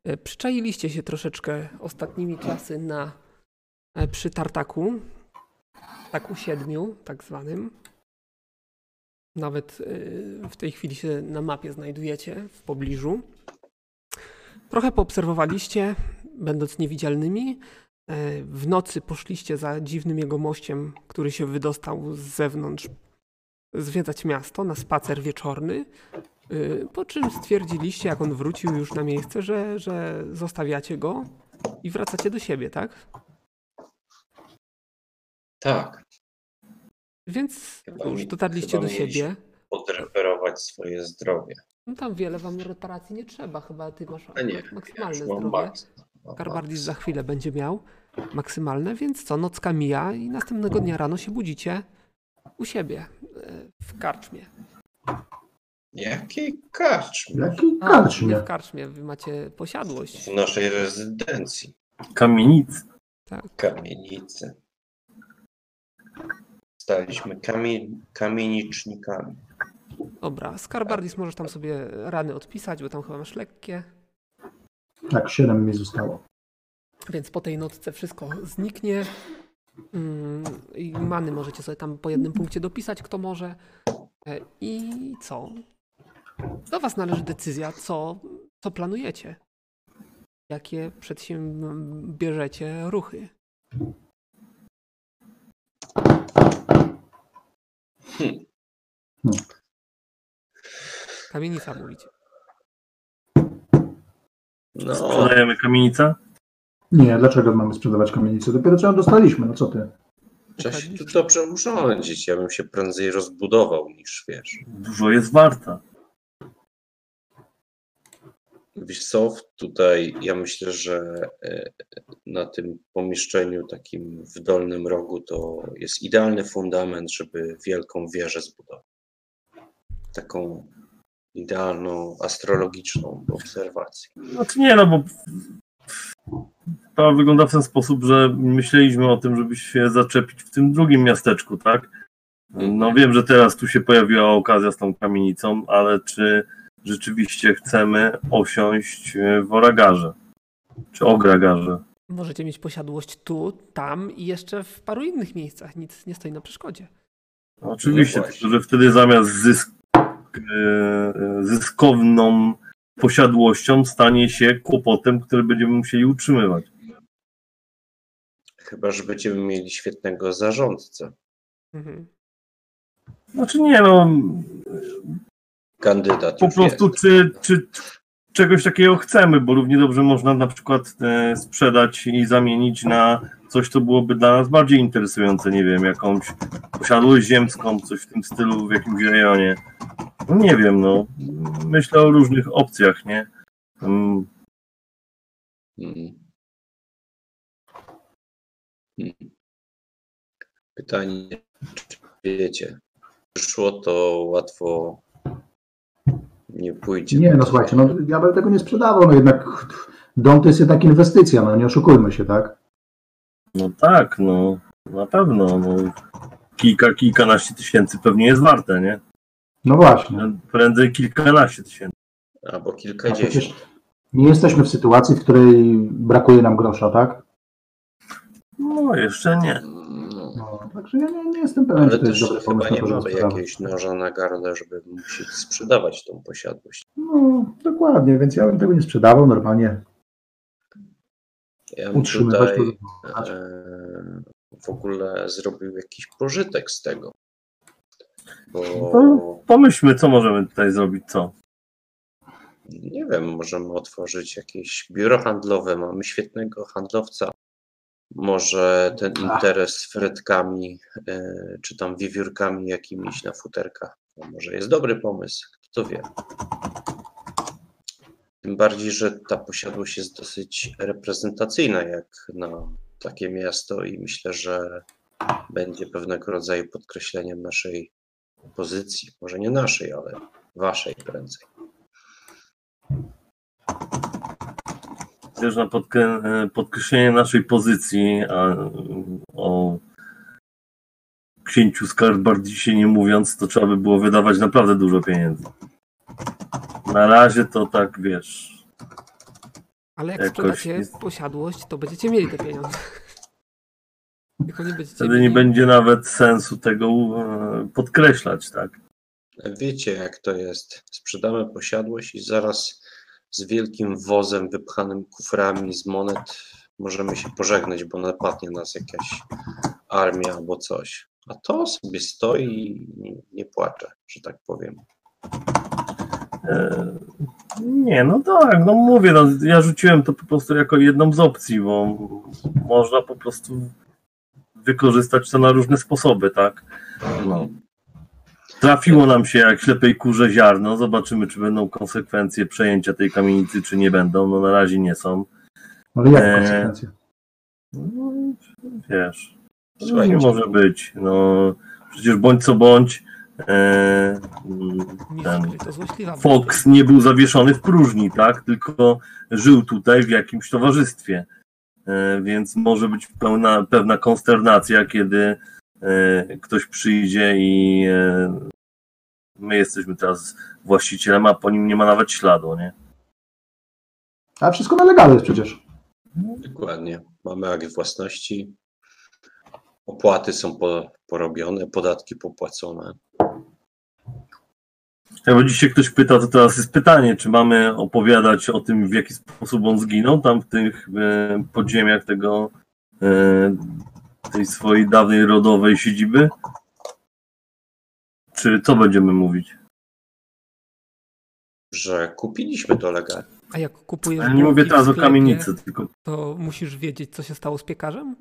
Przyczailiście się troszeczkę ostatnimi czasy przy tartaku. Taku 7, tak zwanym. Nawet w tej chwili się na mapie znajdujecie w pobliżu. Trochę poobserwowaliście, będąc niewidzialnymi. W nocy poszliście za dziwnym jegomościem, który się wydostał z zewnątrz, zwiedzać miasto na spacer wieczorny. Po czym stwierdziliście, jak on wrócił już na miejsce, że zostawiacie go i wracacie do siebie, tak? Tak. Więc już dotarliście do siebie. Podreperować swoje zdrowie. No tam wiele wam reparacji nie trzeba, chyba ty masz maksymalne ja zdrowie. Skarbardis za chwilę będzie miał maksymalne, więc co, nocka mija i następnego dnia rano się budzicie u siebie w karczmie. Jakiej karczmie? Nie w karczmie, wy macie posiadłość. W naszej rezydencji. Kamienicy. Tak. Kamienicy. Staliśmy kamienicznikami. Dobra, Skarbardis możesz tam sobie rany odpisać, bo tam chyba masz lekkie. Tak, 7 mi zostało. Więc po tej nocce wszystko zniknie. I many możecie sobie tam po jednym punkcie dopisać, kto może. I co? Do was należy decyzja, co planujecie. Jakie przedsiębierzecie ruchy. Kamienica mówicie. No. Sprzedajemy kamienicę? Nie, dlaczego mamy sprzedawać kamienicę? Dopiero co ją dostaliśmy, no co ty? Trzeba się tu dobrze urządzić. Ja bym się prędzej rozbudował niż, wiesz. Dużo jest warta. Wiesz co, tutaj ja myślę, że na tym pomieszczeniu takim w dolnym rogu to jest idealny fundament, żeby wielką wieżę zbudować. Taką idealną, astrologiczną obserwację. Znaczy nie, no bo sprawa wygląda w ten sposób, że myśleliśmy o tym, żeby się zaczepić w tym drugim miasteczku, tak? No wiem, że teraz tu się pojawiła okazja z tą kamienicą, ale czy rzeczywiście chcemy osiąść w Oragarze? Czy Ogragarze? Możecie mieć posiadłość tu, tam i jeszcze w paru innych miejscach. Nic nie stoi na przeszkodzie. No, oczywiście, no tylko że wtedy zamiast zyskowną posiadłością stanie się kłopotem, który będziemy musieli utrzymywać. Chyba że będziemy mieli świetnego zarządcę. Mhm. Znaczy nie, no... Kandydat po prostu czy czegoś takiego chcemy, bo równie dobrze można na przykład sprzedać i zamienić na coś, co byłoby dla nas bardziej interesujące, nie wiem, jakąś posiadłość ziemską, coś w tym stylu w jakimś rejonie. No nie wiem, no. Myślę o różnych opcjach, nie? Pytanie, czy wiecie, szło to łatwo nie pójdzie. Nie, no słuchajcie, no ja bym tego nie sprzedawał, no jednak dom to jest jednak inwestycja, no nie oszukujmy się, tak? No tak, no na pewno, no kilkanaście tysięcy pewnie jest warte, nie? No właśnie. Prędzej kilkanaście tysięcy. Albo kilkadziesiąt. Nie jesteśmy w sytuacji, w której brakuje nam grosza, tak? No jeszcze nie. No, także ja nie jestem pewien, że to jest dobry pomysł. Chyba nie mamy jakiegoś noża na gardle, żeby musieć sprzedawać tą posiadłość. No, dokładnie, więc ja bym tego nie sprzedawał normalnie. Ja bym tutaj w ogóle zrobił jakiś pożytek z tego. Bo... No, pomyślmy, co możemy tutaj zrobić, co? Nie wiem, możemy otworzyć jakieś biuro handlowe, mamy świetnego handlowca. Może ten interes z frytkami, czy tam wiewiórkami jakimiś na futerkach, to może jest dobry pomysł, kto wie. Tym bardziej, że ta posiadłość jest dosyć reprezentacyjna jak na takie miasto i myślę, że będzie pewnego rodzaju podkreśleniem naszej pozycji. Może nie naszej, ale waszej prędzej. Też na podkreślenie naszej pozycji, a o księciu Skarbardisie nie mówiąc, to trzeba by było wydawać naprawdę dużo pieniędzy. Na razie to tak, wiesz, Ale jak Jakoś sprzedacie jest. posiadłość, to będziecie mieli te pieniądze. Tylko nie będziecie Wtedy nie mieli... będzie nawet sensu tego podkreślać, tak? Wiecie, jak to jest. Sprzedamy posiadłość i zaraz z wielkim wozem wypchanym kuframi z monet możemy się pożegnać, bo napadnie nas jakaś armia albo coś. A to sobie stoi i nie płacze, że tak powiem. Nie, no tak, no mówię, no, ja rzuciłem to po prostu jako jedną z opcji, bo można po prostu wykorzystać to na różne sposoby, tak? No. Trafiło nam się jak ślepej kurze ziarno, zobaczymy, czy będą konsekwencje przejęcia tej kamienicy, czy nie będą, no na razie nie są. Ale jakie konsekwencje? No, wiesz, nie Słuchajcie, może być, no przecież bądź co bądź, Mistrz, to złośliwa Fox nie był zawieszony w próżni, tak? Tylko żył tutaj w jakimś towarzystwie. Więc może być pewna konsternacja, kiedy ktoś przyjdzie i my jesteśmy teraz właścicielem, a po nim nie ma nawet śladu, nie? A wszystko na legalu jest przecież. Dokładnie. Mamy akt własności, opłaty są porobione, podatki popłacone. Jakby dzisiaj ktoś pyta, to teraz jest pytanie, czy mamy opowiadać o tym, w jaki sposób on zginął tam w tych podziemiach tego, tej swojej dawnej rodowej siedziby? Czy co będziemy mówić? Że kupiliśmy to legalnie. A jak kupujesz Ja nie mówię bułki w teraz o sklepie, kamienicy, tylko to musisz wiedzieć, co się stało z piekarzem?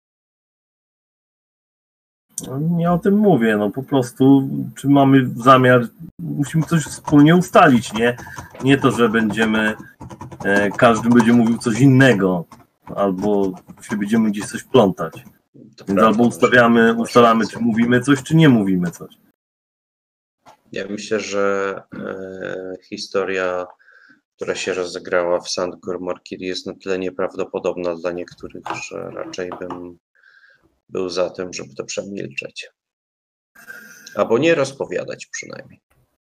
nie o tym mówię, no po prostu, czy mamy zamiar, musimy coś wspólnie ustalić, nie? Nie to, że będziemy, każdy będzie mówił coś innego, albo się będziemy gdzieś coś plątać. To Więc prawda, albo ustalamy, czy mówimy coś, czy nie mówimy coś. Ja myślę, że historia, która się rozegrała w Sandgór Morkiri jest na tyle nieprawdopodobna dla niektórych, że raczej bym był za tym, żeby to przemilczeć. Albo nie rozpowiadać przynajmniej.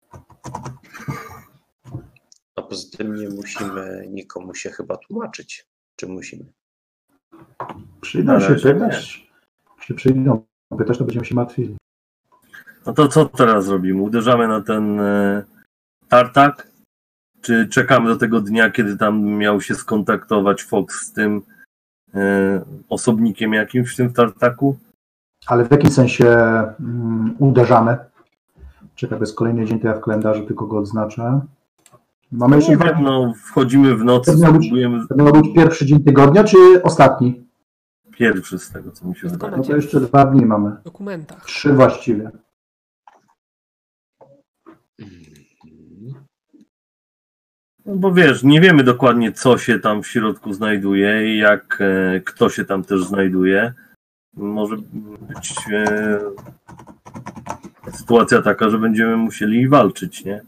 A poza tym nie musimy nikomu się chyba tłumaczyć, czy musimy. Przyjdą się pytać. Jeśli przyjdą pytać, to będziemy się martwili. No to co teraz robimy? Uderzamy na ten tartak? Czy czekamy do tego dnia, kiedy tam miał się skontaktować Fox z tym osobnikiem jakimś w tym tartaku? Ale w jakim sensie uderzamy? Czekaj, to jest kolejny dzień, to ja w kalendarzu tylko go odznaczę. Mamy jeszcze Nie wiem, no wchodzimy w nocy, spróbujemy To miał być pierwszy dzień tygodnia, czy ostatni? pierwszy z tego, co mi się wydaje. No to jeszcze 2 dni mamy. W dokumentach. 3 właściwie. No bo wiesz, nie wiemy dokładnie, co się tam w środku znajduje i jak kto się tam też znajduje. Może być sytuacja taka, że będziemy musieli walczyć, nie?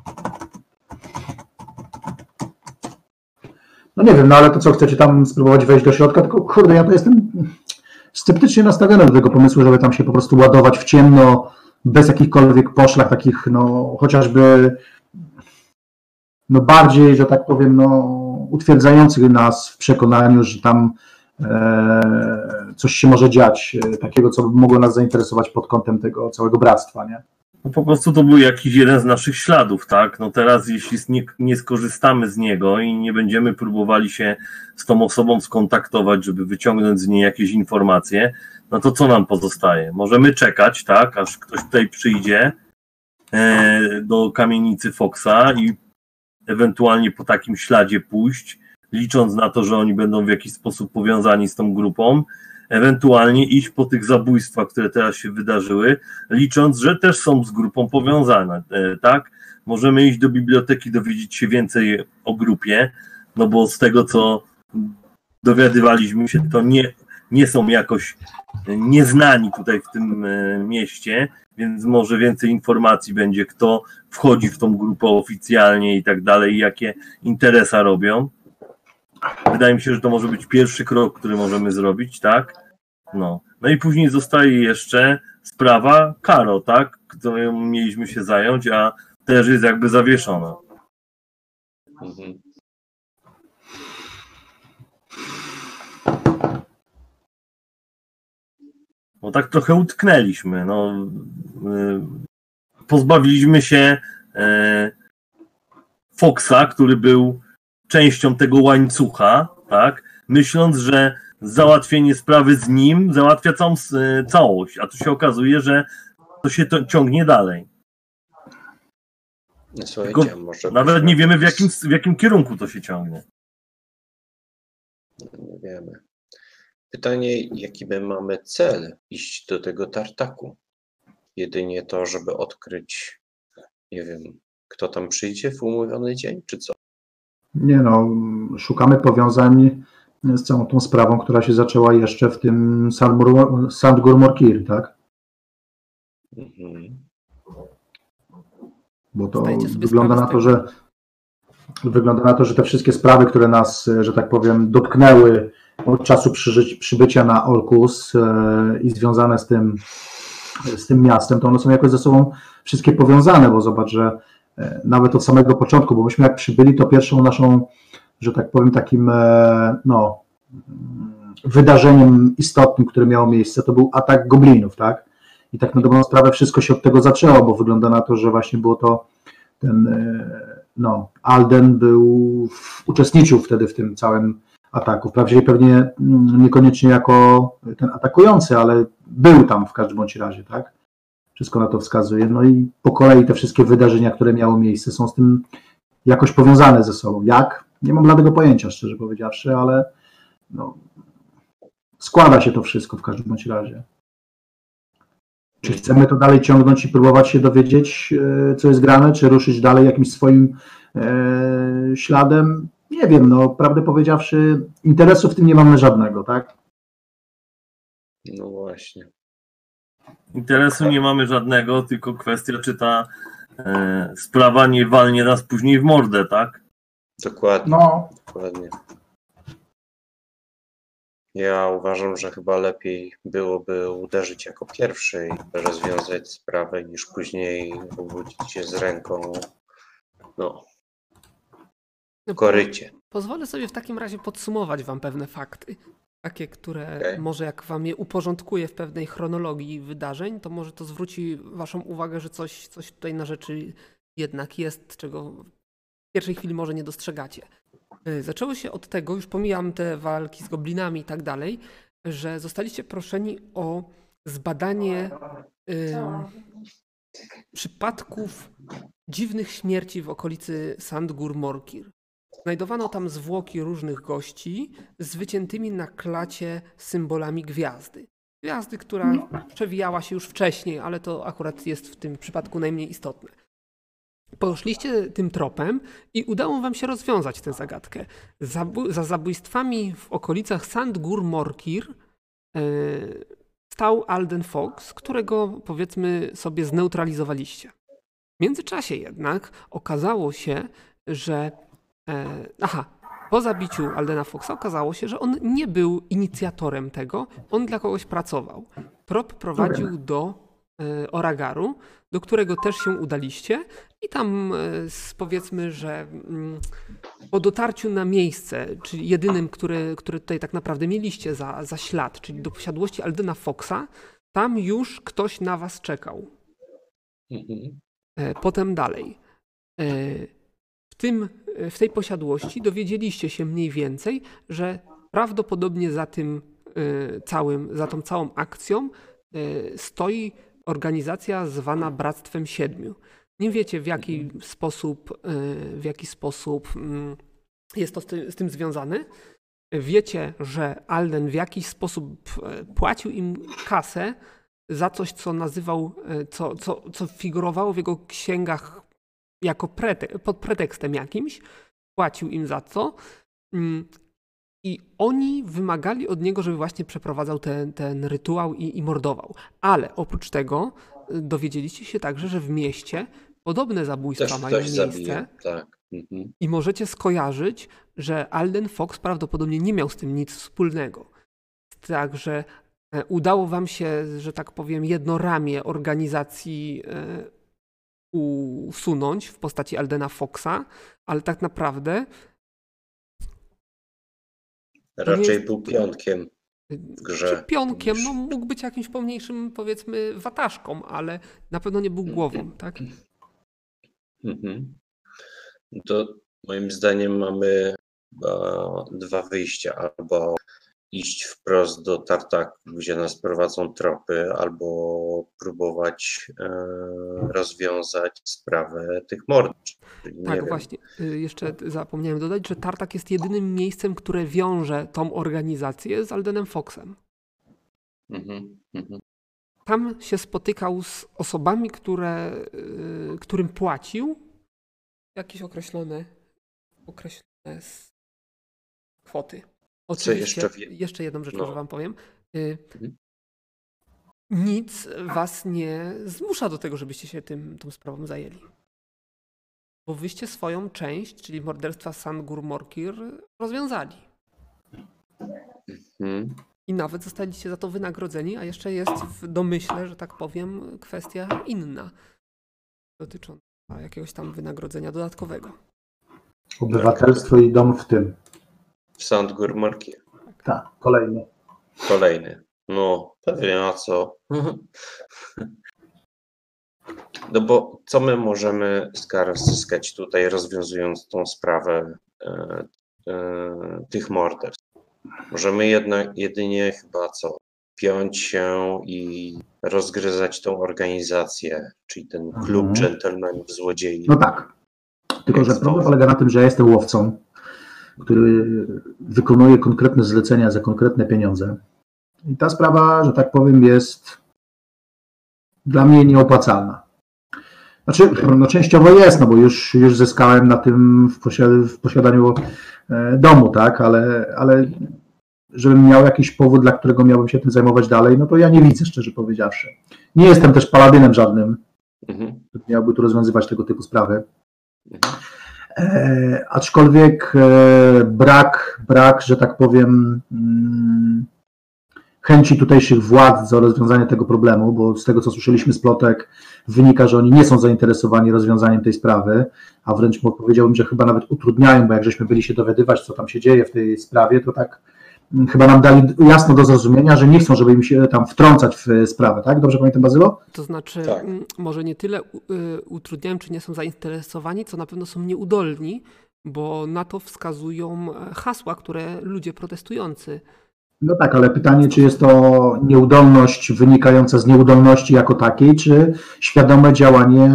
No nie wiem, no ale to co, chcecie tam spróbować wejść do środka? Tylko kurde, ja to jestem sceptycznie nastawiony do tego pomysłu, żeby tam się po prostu ładować w ciemno, bez jakichkolwiek poszlak takich, no chociażby no bardziej, że tak powiem, no utwierdzających nas w przekonaniu, że tam coś się może dziać, takiego, co by mogło nas zainteresować pod kątem tego całego bractwa, nie? No po prostu to był jakiś jeden z naszych śladów, tak? No teraz jeśli nie skorzystamy z niego i nie będziemy próbowali się z tą osobą skontaktować, żeby wyciągnąć z niej jakieś informacje, no to co nam pozostaje? Możemy czekać, tak? Aż ktoś tutaj przyjdzie do kamienicy Foxa i ewentualnie po takim śladzie pójść, licząc na to, że oni będą w jakiś sposób powiązani z tą grupą, ewentualnie iść po tych zabójstwach, które teraz się wydarzyły, licząc, że też są z grupą powiązane, tak? Możemy iść do biblioteki, dowiedzieć się więcej o grupie, no bo z tego, co dowiadywaliśmy się, to nie są jakoś nieznani tutaj w tym mieście, więc może więcej informacji będzie, kto wchodzi w tą grupę oficjalnie i tak dalej, jakie interesa robią. Wydaje mi się, że to może być pierwszy krok, który możemy zrobić, tak? No i później zostaje jeszcze sprawa Karo, tak? Którą mieliśmy się zająć, a też jest jakby zawieszona. Mhm. bo tak trochę utknęliśmy. No, pozbawiliśmy się Foxa, który był częścią tego łańcucha, tak? Myśląc, że załatwienie sprawy z nim załatwia całą całość, a tu się okazuje, że to się ciągnie dalej. Słuchajcie, Tylko może nawet nie wiemy, w jakim kierunku to się ciągnie. Nie wiemy. Pytanie, jaki my mamy cel iść do tego tartaku? Jedynie to, żeby odkryć, nie wiem, kto tam przyjdzie w umówiony dzień, czy co? Nie no, szukamy powiązań z całą tą sprawą, która się zaczęła jeszcze w tym Sandgur Morkir, tak? Mhm. Bo to Zdajcie sobie wygląda sprawę na z to, tego. wygląda na to, że te wszystkie sprawy, które nas, że tak powiem, dotknęły od czasu przybycia na Orcus i związane z tym miastem, to one są jakoś ze sobą wszystkie powiązane, bo zobacz, że nawet od samego początku, bo myśmy jak przybyli, to pierwszą naszą, że tak powiem, takim wydarzeniem istotnym, które miało miejsce, to był atak goblinów, tak? I tak na dobrą sprawę wszystko się od tego zaczęło, bo wygląda na to, że właśnie było to Alden uczestniczył wtedy w tym całym ataku. Wprawdzie pewnie niekoniecznie jako ten atakujący, ale był tam w każdym bądź razie, tak? Wszystko na to wskazuje. No i po kolei te wszystkie wydarzenia, które miały miejsce, są z tym jakoś powiązane ze sobą. Jak? Nie mam bladego pojęcia, szczerze powiedziawszy, ale składa się to wszystko w każdym bądź razie. Czy chcemy to dalej ciągnąć i próbować się dowiedzieć, co jest grane, czy ruszyć dalej jakimś swoim śladem? Nie wiem, prawdę powiedziawszy, interesu w tym nie mamy żadnego, tak? No właśnie. Interesu nie mamy żadnego, tylko kwestia, czy ta sprawa nie walnie nas później w mordę, tak? Dokładnie. Dokładnie. Ja uważam, że chyba lepiej byłoby uderzyć jako pierwszy i rozwiązać sprawę, niż później obudzić się z ręką w korycie. Pozwolę sobie w takim razie podsumować wam pewne fakty. Takie, które może jak wam je uporządkuję w pewnej chronologii wydarzeń, to może to zwróci waszą uwagę, że coś tutaj na rzeczy jednak jest, czego w pierwszej chwili może nie dostrzegacie. Zaczęło się od tego, już pomijam te walki z goblinami i tak dalej, że zostaliście proszeni o zbadanie przypadków dziwnych śmierci w okolicy Sandgur Morkir. Znajdowano tam zwłoki różnych gości z wyciętymi na klacie symbolami gwiazdy. Gwiazdy, która przewijała się już wcześniej, ale to akurat jest w tym przypadku najmniej istotne. Poszliście tym tropem i udało wam się rozwiązać tę zagadkę. Za zabójstwami w okolicach Sandgur Morkir stał Alden Fox, którego powiedzmy sobie zneutralizowaliście. W międzyczasie jednak okazało się, że po zabiciu Aldena Foxa okazało się, że on nie był inicjatorem tego, on dla kogoś pracował. Trop prowadził do Oragaru, do którego też się udaliście i tam powiedzmy, że po dotarciu na miejsce, czyli jedynym, który tutaj tak naprawdę mieliście za ślad, czyli do posiadłości Aldena Foxa, tam już ktoś na was czekał. Potem dalej. W tej posiadłości dowiedzieliście się mniej więcej, że prawdopodobnie za tą całą akcją stoi organizacja zwana Bractwem Siedmiu. Nie wiecie w jaki sposób jest to z tym związane. Wiecie, że Alden w jakiś sposób płacił im kasę za coś, co nazywał, co figurowało w jego księgach jako pod pretekstem jakimś. Płacił im za co. I oni wymagali od niego, żeby właśnie przeprowadzał ten rytuał i mordował. Ale oprócz tego dowiedzieliście się także, że w mieście podobne zabójstwa mają miejsce. Tak. I możecie skojarzyć, że Alden Fox prawdopodobnie nie miał z tym nic wspólnego. Także udało wam się, że tak powiem, jedno ramię organizacji usunąć w postaci Aldena Foxa, ale tak naprawdę raczej był pionkiem. w grze. Czy pionkiem, niż- no mógł być jakimś pomniejszym, powiedzmy, wataszką, ale na pewno nie był głową, tak? Mhm. No to moim zdaniem mamy chyba dwa wyjścia. Albo iść wprost do Tartaku, gdzie nas prowadzą tropy, albo próbować rozwiązać sprawę tych morderstw. Czyli nie Tak, wiem. właśnie. Jeszcze zapomniałem dodać, że Tartak jest jedynym miejscem, które wiąże tą organizację z Aldenem Foxem. Mhm, mhm. Tam się spotykał z osobami, którym płacił jakieś określone kwoty. Oczywiście, jeszcze jedną rzecz No. może wam powiem. Mhm. Nic was nie zmusza do tego, żebyście się tą sprawą zajęli. Bo wyście swoją część, czyli morderstwa Sangur Morkir, rozwiązali. Mhm. I nawet zostaliście za to wynagrodzeni, a jeszcze jest w domyśle, że tak powiem, kwestia inna dotycząca jakiegoś tam wynagrodzenia dodatkowego. Obywatelstwo i dom w tym. W Sangur Morkir. Tak, kolejny. Kolejny. No, pewnie a co? No bo co my możemy z kar zyskać tutaj, rozwiązując tą sprawę tych morderstw? Możemy jedynie chyba co? Piąć się i rozgryzać tą organizację, czyli ten klub dżentelmenów złodziei. No tak. Tylko, że problem polega na tym, że ja jestem łowcą, który wykonuje konkretne zlecenia za konkretne pieniądze. I ta sprawa, że tak powiem, jest dla mnie nieopłacalna. Znaczy, no częściowo jest, no bo już zyskałem na tym w posiadaniu domu, tak, ale żebym miał jakiś powód, dla którego miałbym się tym zajmować dalej, no to ja nie widzę, szczerze powiedziawszy. Nie jestem też paladynem żadnym, który miałby tu rozwiązywać tego typu sprawy. Aczkolwiek brak, że tak powiem, chęci tutejszych władz za rozwiązanie tego problemu, bo z tego, co słyszeliśmy z plotek, wynika, że oni nie są zainteresowani rozwiązaniem tej sprawy, a wręcz powiedziałbym, że chyba nawet utrudniają, bo jak żeśmy byli się dowiadywać, co tam się dzieje w tej sprawie, to tak chyba nam dali jasno do zrozumienia, że nie chcą, żeby im się tam wtrącać w sprawę, tak? Dobrze pamiętam, Bazylo? To znaczy, Tak. może nie tyle utrudniają, czy nie są zainteresowani, co na pewno są nieudolni, bo na to wskazują hasła, które ludzie protestujący. No tak, ale pytanie, czy jest to nieudolność wynikająca z nieudolności jako takiej, czy świadome działanie,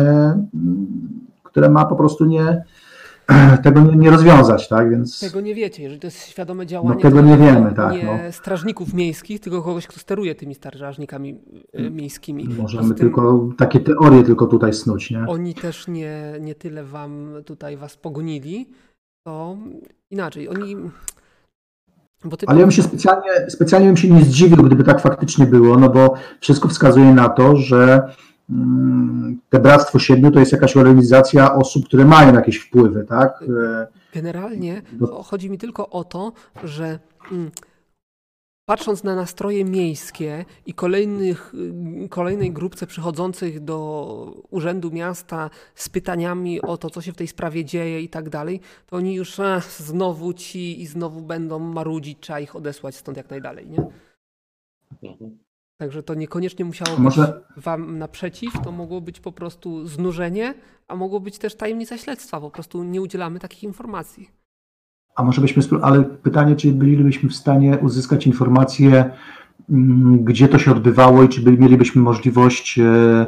które ma po prostu tego nie rozwiązać, tak? Więc Tego nie wiecie, jeżeli to jest świadome działanie. No tego to nie na pewno wiemy, tak, Nie no. strażników miejskich, tylko kogoś, kto steruje tymi strażnikami miejskimi. możemy Poza tym tylko takie teorie tylko tutaj snuć, nie? Oni też nie tyle was pogonili, to inaczej. Ale ja bym się specjalnie bym się nie zdziwił, gdyby tak faktycznie było, no bo wszystko wskazuje na to, że te Bractwo Siedmiu to jest jakaś organizacja osób, które mają jakieś wpływy, tak? Generalnie chodzi mi tylko o to, że patrząc na nastroje miejskie i kolejnej grupce przychodzących do Urzędu Miasta z pytaniami o to, co się w tej sprawie dzieje i tak dalej, to oni już znowu ci i znowu będą marudzić, trzeba ich odesłać stąd jak najdalej, nie? Także to niekoniecznie musiało być wam naprzeciw, to mogło być po prostu znużenie, a mogło być też tajemnica śledztwa, po prostu nie udzielamy takich informacji. A może ale pytanie, czy bylibyśmy w stanie uzyskać informacje, gdzie to się odbywało i czy mielibyśmy możliwość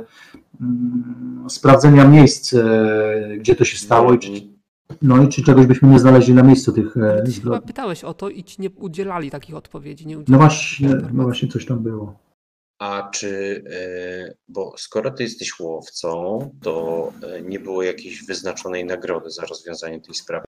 sprawdzenia miejsc, gdzie to się stało i czy czegoś byśmy nie znaleźli na miejscu tych Ty się chyba zbrodni. pytałeś o to i ci nie udzielali takich odpowiedzi. No właśnie coś tam było. A czy, bo skoro ty jesteś łowcą, to nie było jakiejś wyznaczonej nagrody za rozwiązanie tej sprawy?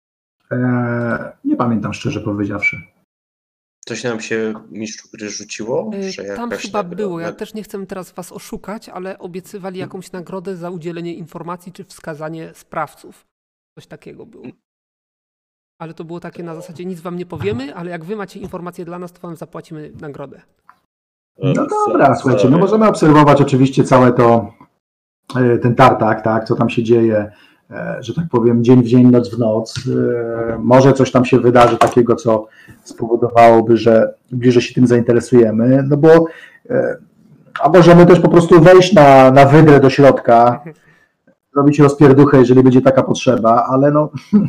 Nie pamiętam, szczerze powiedziawszy. Coś nam się, mistrzu gry, rzuciło? Że Tam jakaś chyba było. Ja też nie chcę teraz was oszukać, ale obiecywali jakąś nagrodę za udzielenie informacji czy wskazanie sprawców. Coś takiego było. Ale to było takie na zasadzie nic wam nie powiemy, ale jak wy macie informacje dla nas, to wam zapłacimy nagrodę. No dobra, słuchajcie, no możemy obserwować oczywiście całe ten tartak, tak, co tam się dzieje. że tak powiem, dzień w dzień, noc w noc. Może coś tam się wydarzy takiego, co spowodowałoby, że bliżej się tym zainteresujemy, no bo a możemy też po prostu wejść na wydrę do środka, zrobić rozpierduchę, jeżeli będzie taka potrzeba, ale no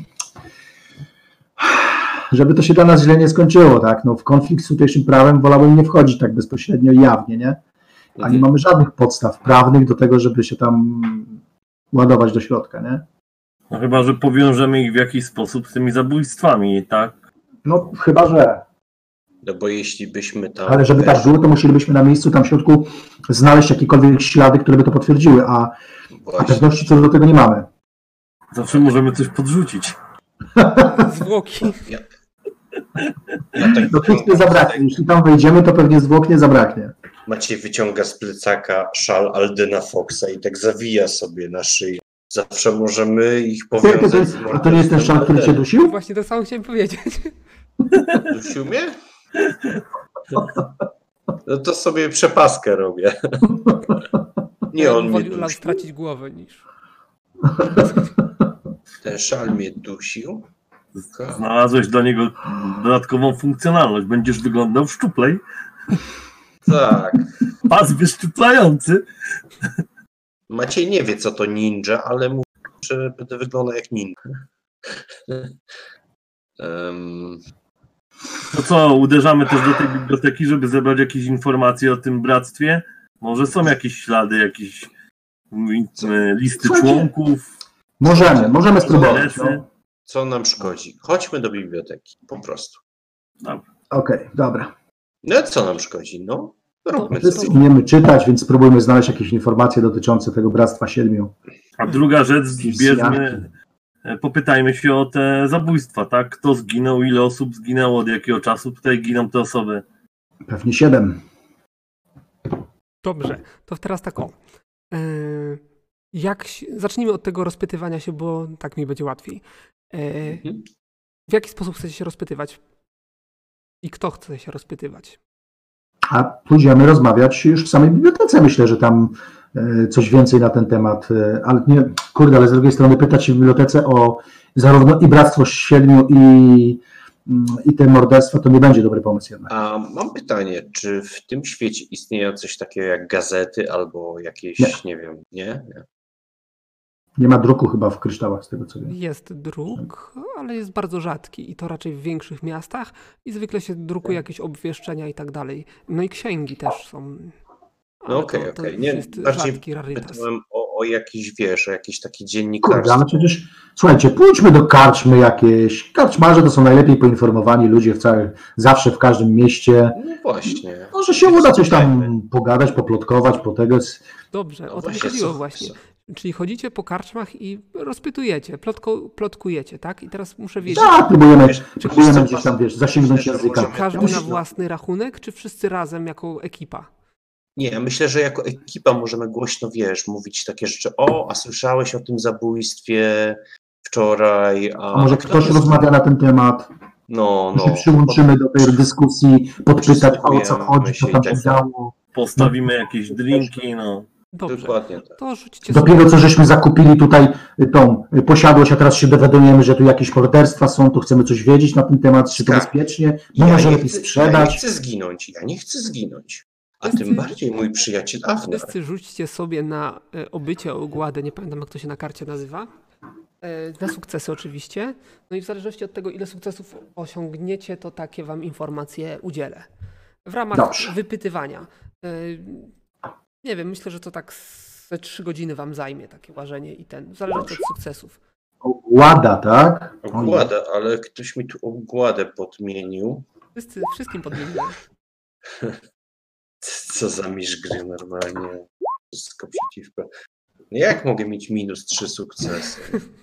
żeby to się dla nas źle nie skończyło, tak? No, w konflikt z tutejszym prawem wolałbym nie wchodzić tak bezpośrednio i jawnie, nie? A nie mamy żadnych podstaw prawnych do tego, żeby się tam ładować do środka, nie? No chyba, że powiążemy ich w jakiś sposób z tymi zabójstwami, tak? No chyba, że. No bo jeśli byśmy tam... Ale żeby tak było, to musielibyśmy na miejscu tam w środku znaleźć jakiekolwiek ślady, które by to potwierdziły, a pewności co do tego nie mamy. Zawsze możemy coś podrzucić. Zwłoki. Zwłok nie zabraknie. Jeśli tam wejdziemy, to pewnie zwłok nie zabraknie. Maciej wyciąga z plecaka szal Aldyna Foxa i tak zawija sobie na szyi. Zawsze możemy ich powiązać. A to nie jest ten szal, który cię dusił? Właśnie to samo chciałem powiedzieć. Dusił mnie? No to sobie przepaskę robię. Nie on mnie Wolał dusił. stracić głowę niż... Ten szal mnie dusił. Znalazłeś dla niego dodatkową funkcjonalność. Będziesz wyglądał szczuplej. Tak. Pas wyszczuplający. Maciej nie wie, co to ninja, ale mówi, że będę wyglądał jak ninja. To co, uderzamy też do tej biblioteki, żeby zebrać jakieś informacje o tym bractwie? Może są jakieś ślady, jakieś listy członków? Możemy spróbować. No. Co nam szkodzi? Chodźmy do biblioteki, po prostu. Okej, dobra. No co nam szkodzi? No, róbmy Wszyscy to. umiemy czytać, więc spróbujmy znaleźć jakieś informacje dotyczące tego Bractwa Siedmiu. A druga rzecz, popytajmy się o te zabójstwa, tak? Kto zginął, ile osób zginęło, od jakiego czasu tutaj giną te osoby? Pewnie 7. Dobrze, to teraz tak o. Zacznijmy od tego rozpytywania się, bo tak mi będzie łatwiej. W jaki sposób chcecie się rozpytywać? I kto chce się rozpytywać? A pójdziemy rozmawiać już w samej bibliotece. Myślę, że tam coś więcej na ten temat. Ale nie, kurde, ale z drugiej strony pytać się w bibliotece o zarówno i Bractwo Siedmiu i te morderstwa, to nie będzie dobry pomysł jednak. A mam pytanie, czy w tym świecie istnieje coś takiego jak gazety albo jakieś, nie wiem, nie? Nie ma druku chyba w kryształach, z tego co wiem. Jest druk, ale jest bardzo rzadki i to raczej w większych miastach i zwykle się drukuje jakieś obwieszczenia i tak dalej. No i księgi też są. No okej. Nie, jest bardziej rzadki rarytas. pytałem o jakiś, wiesz, o jakiś taki Kurde, dziennikarstwo. ale przecież, słuchajcie, pójdźmy do karczmy jakieś. Karczmarze to są najlepiej poinformowani ludzie zawsze w każdym mieście. No właśnie. Może się uda coś tam pogadać, poplotkować, potegać. Dobrze, o to mi właśnie, chodziło co- właśnie. co? Czyli chodzicie po karczmach i rozpytujecie, plotkujecie, tak? I teraz muszę wiedzieć, Tak, próbujemy Wiesz, gdzieś tam, zasięgnąć myślę, że języka. możemy- każdy myślę- na własny rachunek, czy wszyscy razem jako ekipa? Nie, myślę, że jako ekipa możemy głośno, wiesz, mówić takie rzeczy. O, a słyszałeś o tym zabójstwie wczoraj? A może ktoś rozmawia na ten temat, No. się przyłączymy do tej dyskusji, podpytać o co chodzi, co tam się tak. działo. Postawimy jakieś drinki, no. Dobrze, Dokładnie tak. to rzućcie sobie. Dopiero co żeśmy zakupili tutaj tą posiadłość, a teraz się dowiadujemy, że tu jakieś morderstwa są, to chcemy coś wiedzieć na ten temat, czy to Tak. bezpiecznie, może lepiej Ja nie sprzedać. chcę zginąć. A Wszyscy- tym bardziej mój przyjaciel Awner. Wszyscy rzućcie sobie na obycie, ogładę, nie pamiętam jak to się na karcie nazywa. Na sukcesy oczywiście. No i w zależności od tego, ile sukcesów osiągniecie, to takie wam informacje udzielę. W ramach Dobrze. wypytywania. Nie wiem, myślę, że to tak ze 3 godziny wam zajmie takie łażenie i w zależności od sukcesów. Łada, tak? Ogładę, ale ktoś mi tu ogładę podmienił. Wszystkim podmieniłem. Co za misz gry normalnie. Wszystko przeciwko. No jak mogę mieć -3 sukcesy?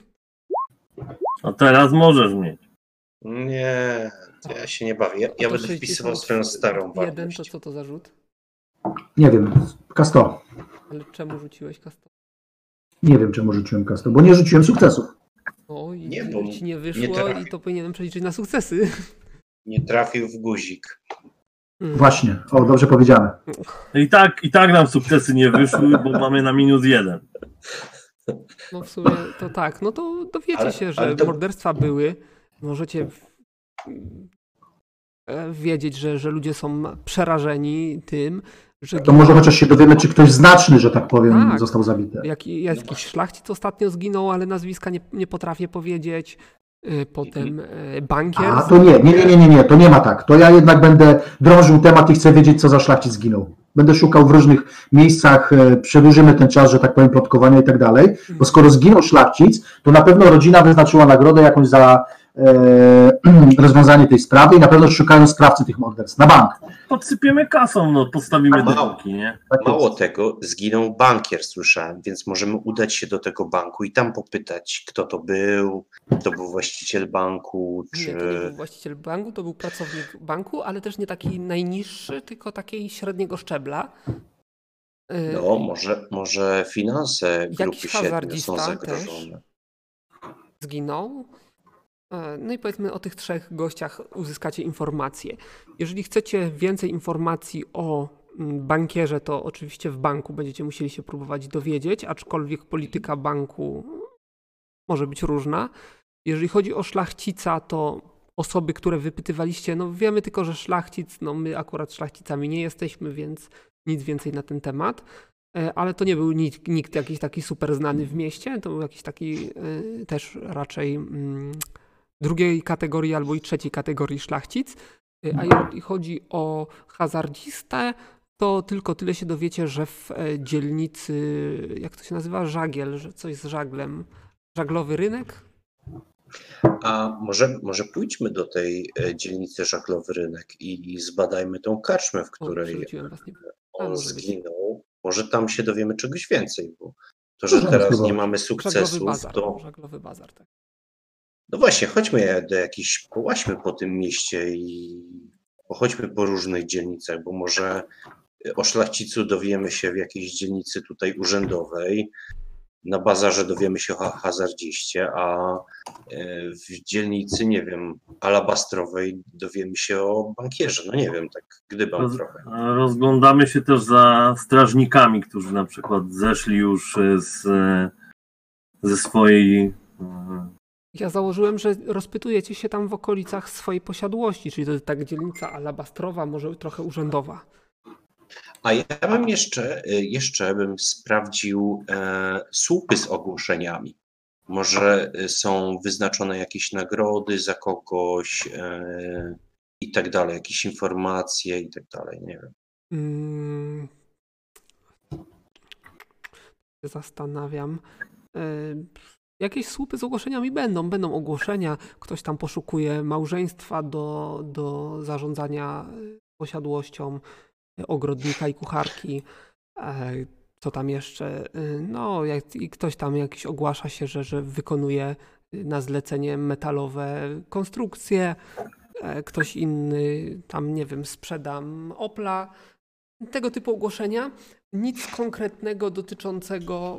A teraz możesz mieć. Nie, to ja się nie bawię. Ja To będę wpisywał swoją starą 1, to wartość. co to za rzut? Nie wiem, K100. Ale czemu rzuciłeś kasto? Nie wiem, czemu rzuciłem K100, bo nie rzuciłem sukcesów. O, i Nie, bo ci nie nie wyszło trafił. i to powinienem przeliczyć na sukcesy. Nie trafił w guzik. Właśnie, dobrze powiedziane. I tak nam sukcesy nie wyszły, bo mamy na -1. No w sumie to tak, no to dowiecie Ale- się, że ale to- morderstwa były. Możecie wiedzieć, że ludzie są przerażeni tym, że To może chociaż się dowiemy, czy ktoś znaczny, że tak powiem, Tak. został zabity. jakiś szlachcic ostatnio zginął, ale nazwiska nie potrafię powiedzieć. Potem bankier. A to nie, to nie ma tak. To ja jednak będę drążył temat i chcę wiedzieć, co za szlachcic zginął. Będę szukał w różnych miejscach, przedłużymy ten czas, że tak powiem, plotkowania i tak dalej, bo skoro zginął szlachcic, to na pewno rodzina wyznaczyła nagrodę jakąś za rozwiązanie tej sprawy i na pewno szukają sprawcy tych morderstw. Na bank. Podsypiemy kasą, no, postawimy Mało. domki, nie? Tak Mało jest. tego, zginął bankier, słyszałem, więc możemy udać się do tego banku i tam popytać, kto to był właściciel banku, Nie, czy... to nie był właściciel banku, to był pracownik banku, ale też nie taki najniższy, tylko takiej średniego szczebla. No, może finanse Jakiś grupy 7 są hazardzista zagrożone. Zginął. No i powiedzmy o tych 3 gościach uzyskacie informacje. Jeżeli chcecie więcej informacji o bankierze, to oczywiście w banku będziecie musieli się próbować dowiedzieć, aczkolwiek polityka banku może być różna. Jeżeli chodzi o szlachcica, to osoby, które wypytywaliście, no wiemy tylko, że szlachcic, no my akurat szlachcicami nie jesteśmy, więc nic więcej na ten temat. Ale to nie był nikt jakiś taki super znany w mieście, to był jakiś taki też raczej drugiej kategorii albo i trzeciej kategorii szlachcic. A jeżeli chodzi o hazardzistę, to tylko tyle się dowiecie, że w dzielnicy, jak to się nazywa, Żagiel, że coś z żaglem, żaglowy rynek? A może pójdźmy do tej dzielnicy Żaglowy Rynek i zbadajmy tą karczmę, w O, której przerzuciłem was, nie. on może być. zginął. Może tam się dowiemy czegoś więcej, bo to, że Możemy teraz spróbować. nie mamy Żaglowy sukcesów, bazar, to... żaglowy bazar, tak. No właśnie, chodźmy do jakichś, połaźmy po tym mieście i pochodźmy po różnych dzielnicach, bo może o szlachcicu dowiemy się w jakiejś dzielnicy tutaj urzędowej, na bazarze dowiemy się o hazardziście, a w dzielnicy, nie wiem, alabastrowej dowiemy się o bankierze. No nie wiem, tak gdybam trochę. Rozglądamy się też za strażnikami, którzy na przykład zeszli już ze swojej... Ja założyłem, że rozpytujecie się tam w okolicach swojej posiadłości, czyli to jest tak dzielnica alabastrowa, może trochę urzędowa. A ja bym jeszcze bym sprawdził słupy z ogłoszeniami. Może są wyznaczone jakieś nagrody za kogoś i tak dalej, jakieś informacje i tak dalej, nie wiem. Się zastanawiam. Jakieś słupy z ogłoszeniami będą ogłoszenia, ktoś tam poszukuje małżeństwa do zarządzania posiadłością, ogrodnika i kucharki. Co tam jeszcze? No, i ktoś tam jakiś ogłasza się, że wykonuje na zlecenie metalowe konstrukcje. Ktoś inny tam, nie wiem, sprzedam Opla. Tego typu ogłoszenia. Nic konkretnego dotyczącego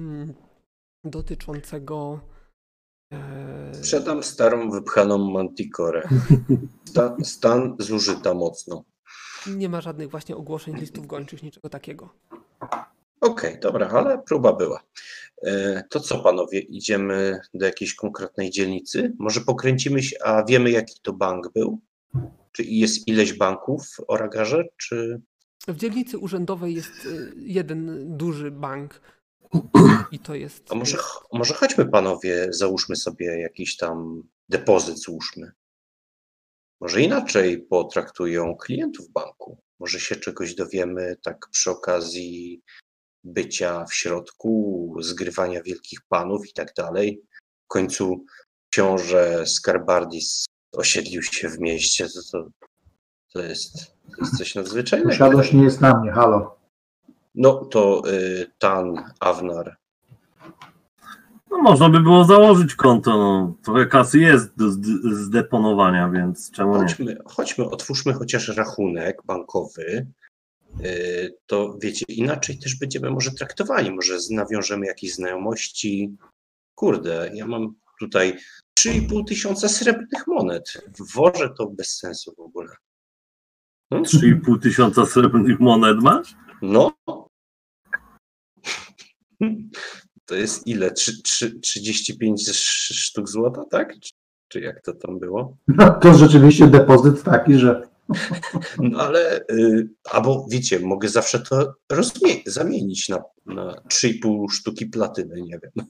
Sprzedam starą, wypchaną Manticorę. Stan zużyta mocno. nie ma żadnych właśnie ogłoszeń, listów gończych, niczego takiego. Okej, dobra, ale próba była. To co, panowie, idziemy do jakiejś konkretnej dzielnicy? Może pokręcimy się, a wiemy, jaki to bank był? Czy jest ileś banków w Oragarze, czy... W dzielnicy urzędowej jest jeden duży bank i to jest... A może chodźmy, panowie, załóżmy sobie jakiś tam depozyt, złóżmy. Może inaczej potraktują klientów banku. Może się czegoś dowiemy tak przy okazji bycia w środku, zgrywania wielkich panów i tak dalej. W końcu książę Skarbardis osiedlił się w mieście. To jest coś nadzwyczajnego. Posiadłość nie jest na mnie, halo. No to Tan Avnar. No można by było założyć konto, no. Trochę kasy jest do zdeponowania, więc czemu nie? Chodźmy, otwórzmy chociaż rachunek bankowy. To wiecie, inaczej też będziemy może traktowani, może nawiążemy jakieś znajomości. Kurde, ja mam tutaj 3,5 tysiąca srebrnych monet. W worze to bez sensu w ogóle. 3,5 tysiąca srebrnych monet masz? No. To jest ile? 35 sztuk złota, tak? Czy jak to tam było? No, to rzeczywiście depozyt taki, że No ale, albo wiecie, mogę zawsze to zamienić na 3,5 sztuki platyny, nie wiem.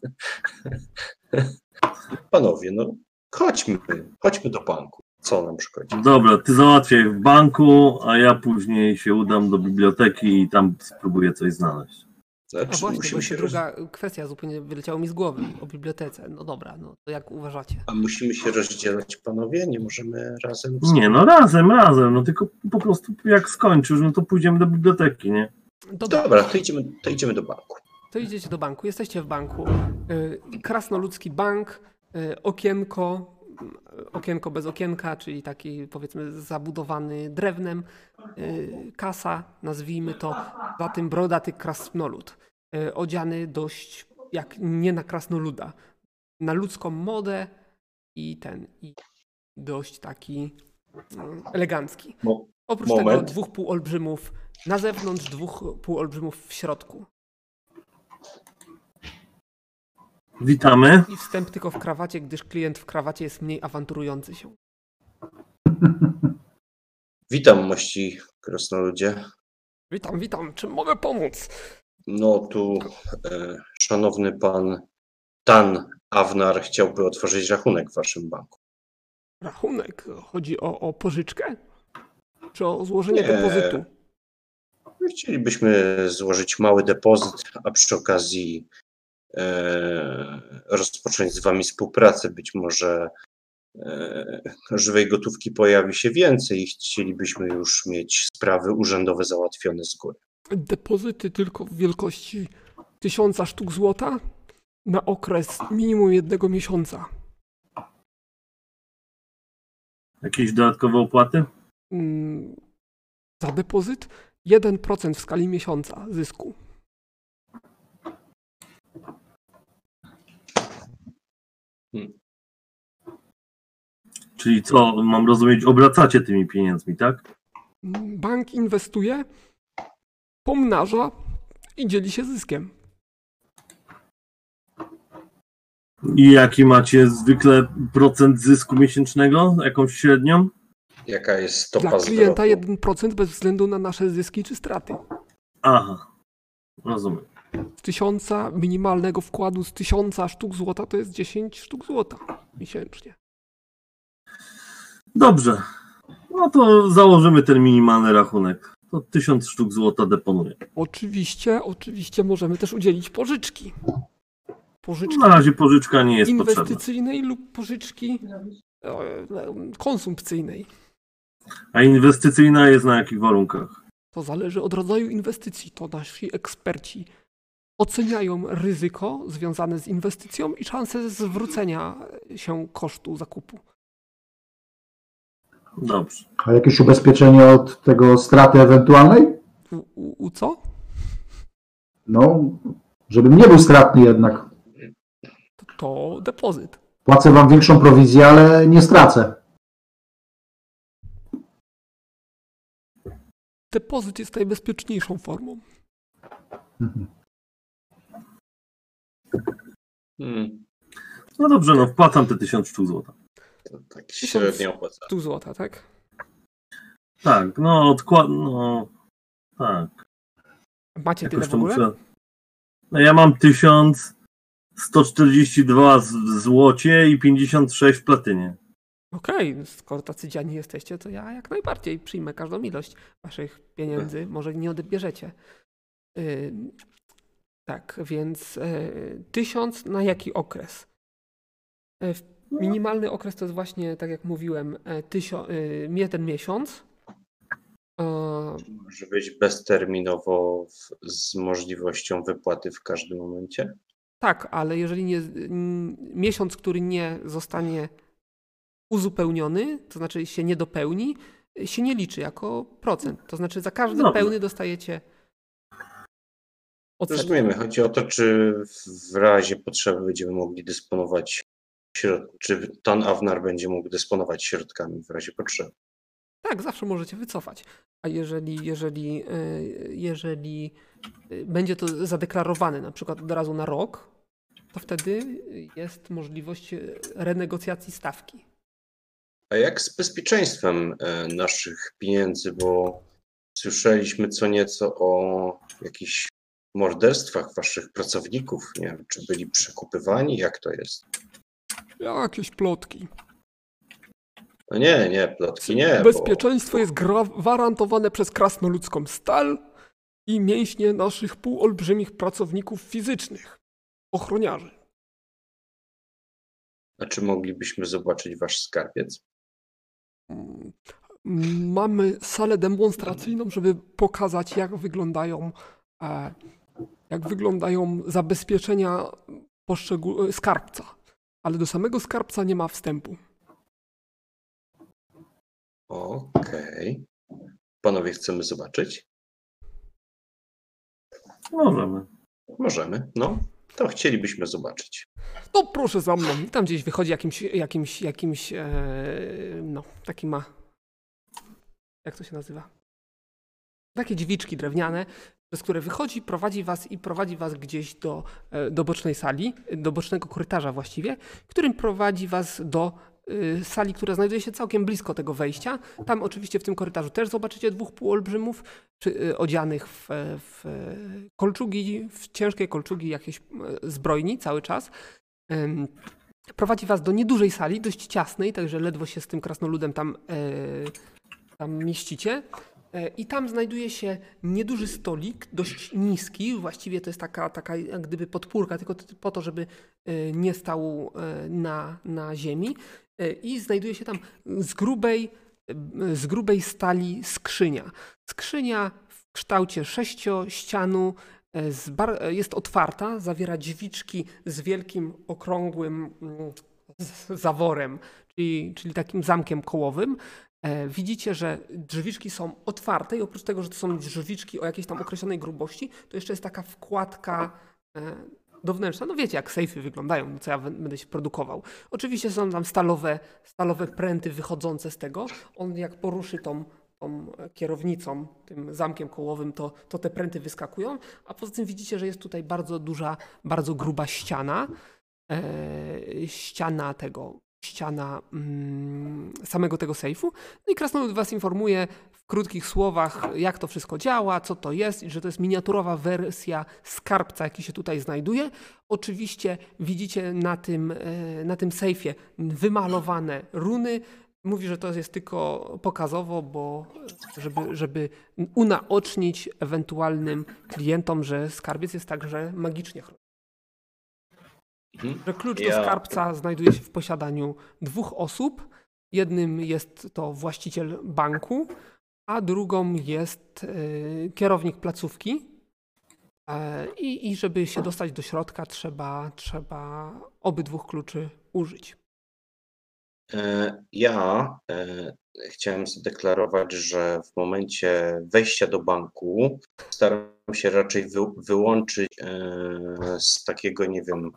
Panowie, no chodźmy do banku. Co nam szkodzi? Dobra, ty załatwiaj w banku, a ja później się udam do biblioteki i tam spróbuję coś znaleźć. A Znaczy, właśnie, bo musimy jeszcze się druga kwestia zupełnie wyleciała mi z głowy o bibliotece. No dobra, no to jak uważacie? A musimy się rozdzielać, panowie? Nie możemy razem? Nie, no razem, no tylko po prostu jak skończysz, no to pójdziemy do biblioteki, nie? Dobra, to idziemy do banku. To idziecie do banku, jesteście w banku. Krasnoludzki bank, okienko bez okienka, czyli taki powiedzmy zabudowany drewnem, kasa, nazwijmy to, za tym brodaty krasnolud, odziany dość jak nie na krasnoluda, na ludzką modę i dość taki elegancki. Oprócz tego 2 półolbrzymów na zewnątrz, 2 półolbrzymów w środku. Witamy. I wstęp tylko w krawacie, gdyż klient w krawacie jest mniej awanturujący się. Witam, mości krasnoludzie. Witam. Czym mogę pomóc? No tu szanowny pan Tan Avnar chciałby otworzyć rachunek w waszym banku. Rachunek? Chodzi o pożyczkę? Czy o złożenie Nie. depozytu? Chcielibyśmy złożyć mały depozyt, a przy okazji rozpocząć z wami współpracę. Być może żywej gotówki pojawi się więcej i chcielibyśmy już mieć sprawy urzędowe załatwione z góry. Depozyty tylko w wielkości 1000 sztuk złota na okres minimum 1 miesiąca. Jakieś dodatkowe opłaty? Za depozyt 1% w skali miesiąca zysku. Czyli co, mam rozumieć, obracacie tymi pieniędzmi, tak? Bank inwestuje, pomnaża i dzieli się zyskiem. I jaki macie zwykle procent zysku miesięcznego? Jakąś średnią? Jaka jest stopa Dla klienta zwrotu? 1% bez względu na nasze zyski czy straty. Aha, rozumiem. Z 1000 minimalnego wkładu z 1000 sztuk złota to jest 10 sztuk złota miesięcznie. Dobrze. No to założymy ten minimalny rachunek. To 1000 sztuk złota deponuję. Oczywiście możemy też udzielić pożyczki. Pożyczki Na razie pożyczka nie jest potrzebna. inwestycyjnej lub pożyczki konsumpcyjnej. A inwestycyjna jest na jakich warunkach? To zależy od rodzaju inwestycji. To nasi eksperci oceniają ryzyko związane z inwestycją i szansę zwrócenia się kosztu zakupu. Dobrze. a jakieś ubezpieczenie od tego straty ewentualnej? U co? No, żebym nie był stratny jednak. To depozyt. Płacę wam większą prowizję, ale nie stracę. Depozyt jest najbezpieczniejszą formą. No dobrze, no wpłacam te 1000 sztuk złota. To tak średnio opłaca. Tu złota, tak? Tak, no tak. Macie tyle Jakoś w to ogóle? muszę... No ja mam 1142 w złocie i 56 w platynie. Okej, skoro tacy dziani jesteście, to ja jak najbardziej przyjmę każdą ilość waszych pieniędzy. Może nie odbierzecie. Tak, więc 1000 na jaki okres? Minimalny okres to jest właśnie, tak jak mówiłem, 1 miesiąc. Może być bezterminowo z możliwością wypłaty w każdym momencie? Tak, ale jeżeli miesiąc, który nie zostanie uzupełniony, to znaczy się nie dopełni, się nie liczy jako procent. To znaczy za każdy Dobrze. pełny dostajecie odsetek. Rozumiemy. Chodzi o to, czy w razie potrzeby będziemy mogli dysponować czy Tan Avnar będzie mógł dysponować środkami w razie potrzeby. Tak, zawsze możecie wycofać. A jeżeli będzie to zadeklarowane na przykład od razu na rok, to wtedy jest możliwość renegocjacji stawki. A jak z bezpieczeństwem naszych pieniędzy, bo słyszeliśmy co nieco o jakichś morderstwach waszych pracowników, nie wiem, czy byli przekupywani, jak to jest? Jakieś plotki. No nie, plotki nie, Bezpieczeństwo jest gwarantowane przez krasnoludzką stal i mięśnie naszych półolbrzymich pracowników fizycznych, ochroniarzy. A czy moglibyśmy zobaczyć wasz skarbiec? Mamy salę demonstracyjną, żeby pokazać, jak wyglądają zabezpieczenia skarbca. Ale do samego skarbca nie ma wstępu. Okej. Panowie, chcemy zobaczyć? Możemy. Możemy, no. To chcielibyśmy zobaczyć. No proszę za mną. Tam gdzieś wychodzi jakimś no, taki ma, jak to się nazywa? Takie dźwiczki drewniane, przez które wychodzi, prowadzi was gdzieś do bocznej sali, do bocznego korytarza właściwie, którym prowadzi was do sali, która znajduje się całkiem blisko tego wejścia. Tam oczywiście w tym korytarzu też zobaczycie dwóch półolbrzymów odzianych w kolczugi, w ciężkie kolczugi, jakieś zbrojni cały czas. Prowadzi was do niedużej sali, dość ciasnej, także ledwo się z tym krasnoludem tam mieścicie. I tam znajduje się nieduży stolik, dość niski, właściwie to jest taka jak gdyby podpórka, tylko po to, żeby nie stał na ziemi. I znajduje się tam z grubej stali skrzynia. Skrzynia w kształcie sześciościanu jest otwarta, zawiera dźwiczki z wielkim, okrągłym zaworem, czyli takim zamkiem kołowym. Widzicie, że drzwiczki są otwarte i oprócz tego, że to są drzwiczki o jakiejś tam określonej grubości, to jeszcze jest taka wkładka do wnętrza. No wiecie, jak sejfy wyglądają, no co ja będę się produkował. Oczywiście są tam stalowe pręty wychodzące z tego. On jak poruszy tą kierownicą, tym zamkiem kołowym, to te pręty wyskakują. A poza tym widzicie, że jest tutaj bardzo duża, bardzo gruba ściana. Ściana samego tego sejfu. No i krasnolud was informuje w krótkich słowach, jak to wszystko działa, co to jest i że to jest miniaturowa wersja skarbca, jaki się tutaj znajduje. Oczywiście widzicie na tym sejfie wymalowane runy. Mówi, że to jest tylko pokazowo, bo żeby unaocznić ewentualnym klientom, że skarbiec jest także magicznie chroniony. Że klucz do skarbca znajduje się w posiadaniu dwóch osób. Jednym jest to właściciel banku, a drugą jest kierownik placówki. I żeby się dostać do środka, trzeba obydwu kluczy użyć. Ja chciałem zadeklarować, że w momencie wejścia do banku staram się raczej wyłączyć z takiego, nie wiem,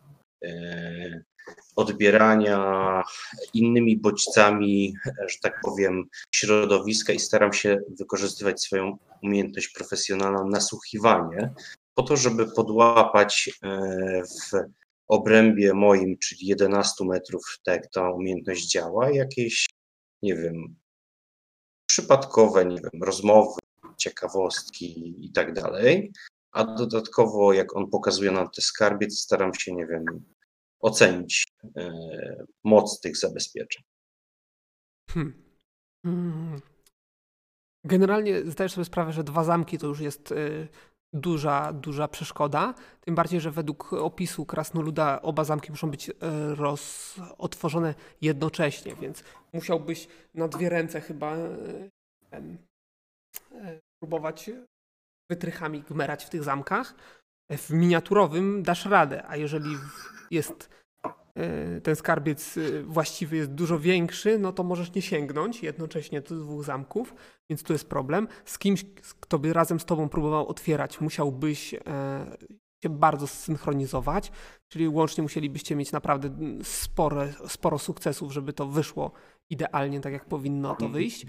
odbierania innymi bodźcami, że tak powiem, środowiska i staram się wykorzystywać swoją umiejętność profesjonalną nasłuchiwanie po to, żeby podłapać w obrębie moim, czyli 11 metrów, tak jak ta umiejętność działa, jakieś, nie wiem, przypadkowe, nie wiem, rozmowy, ciekawostki i tak dalej. A dodatkowo, jak on pokazuje nam te skarbiec, staram się, nie wiem, ocenić moc tych zabezpieczeń. Generalnie zdajesz sobie sprawę, że 2 zamki to już jest duża przeszkoda. Tym bardziej, że według opisu krasnoluda oba zamki muszą być otworzone jednocześnie, więc musiałbyś na 2 ręce chyba próbować wytrychami gmerać w tych zamkach. W miniaturowym dasz radę, a jeżeli jest ten skarbiec właściwy jest dużo większy, no to możesz nie sięgnąć jednocześnie do 2 zamków, więc tu jest problem. Z kimś, kto by razem z tobą próbował otwierać, musiałbyś się bardzo zsynchronizować, czyli łącznie musielibyście mieć naprawdę sporo sukcesów, żeby to wyszło idealnie, tak jak powinno to wyjść.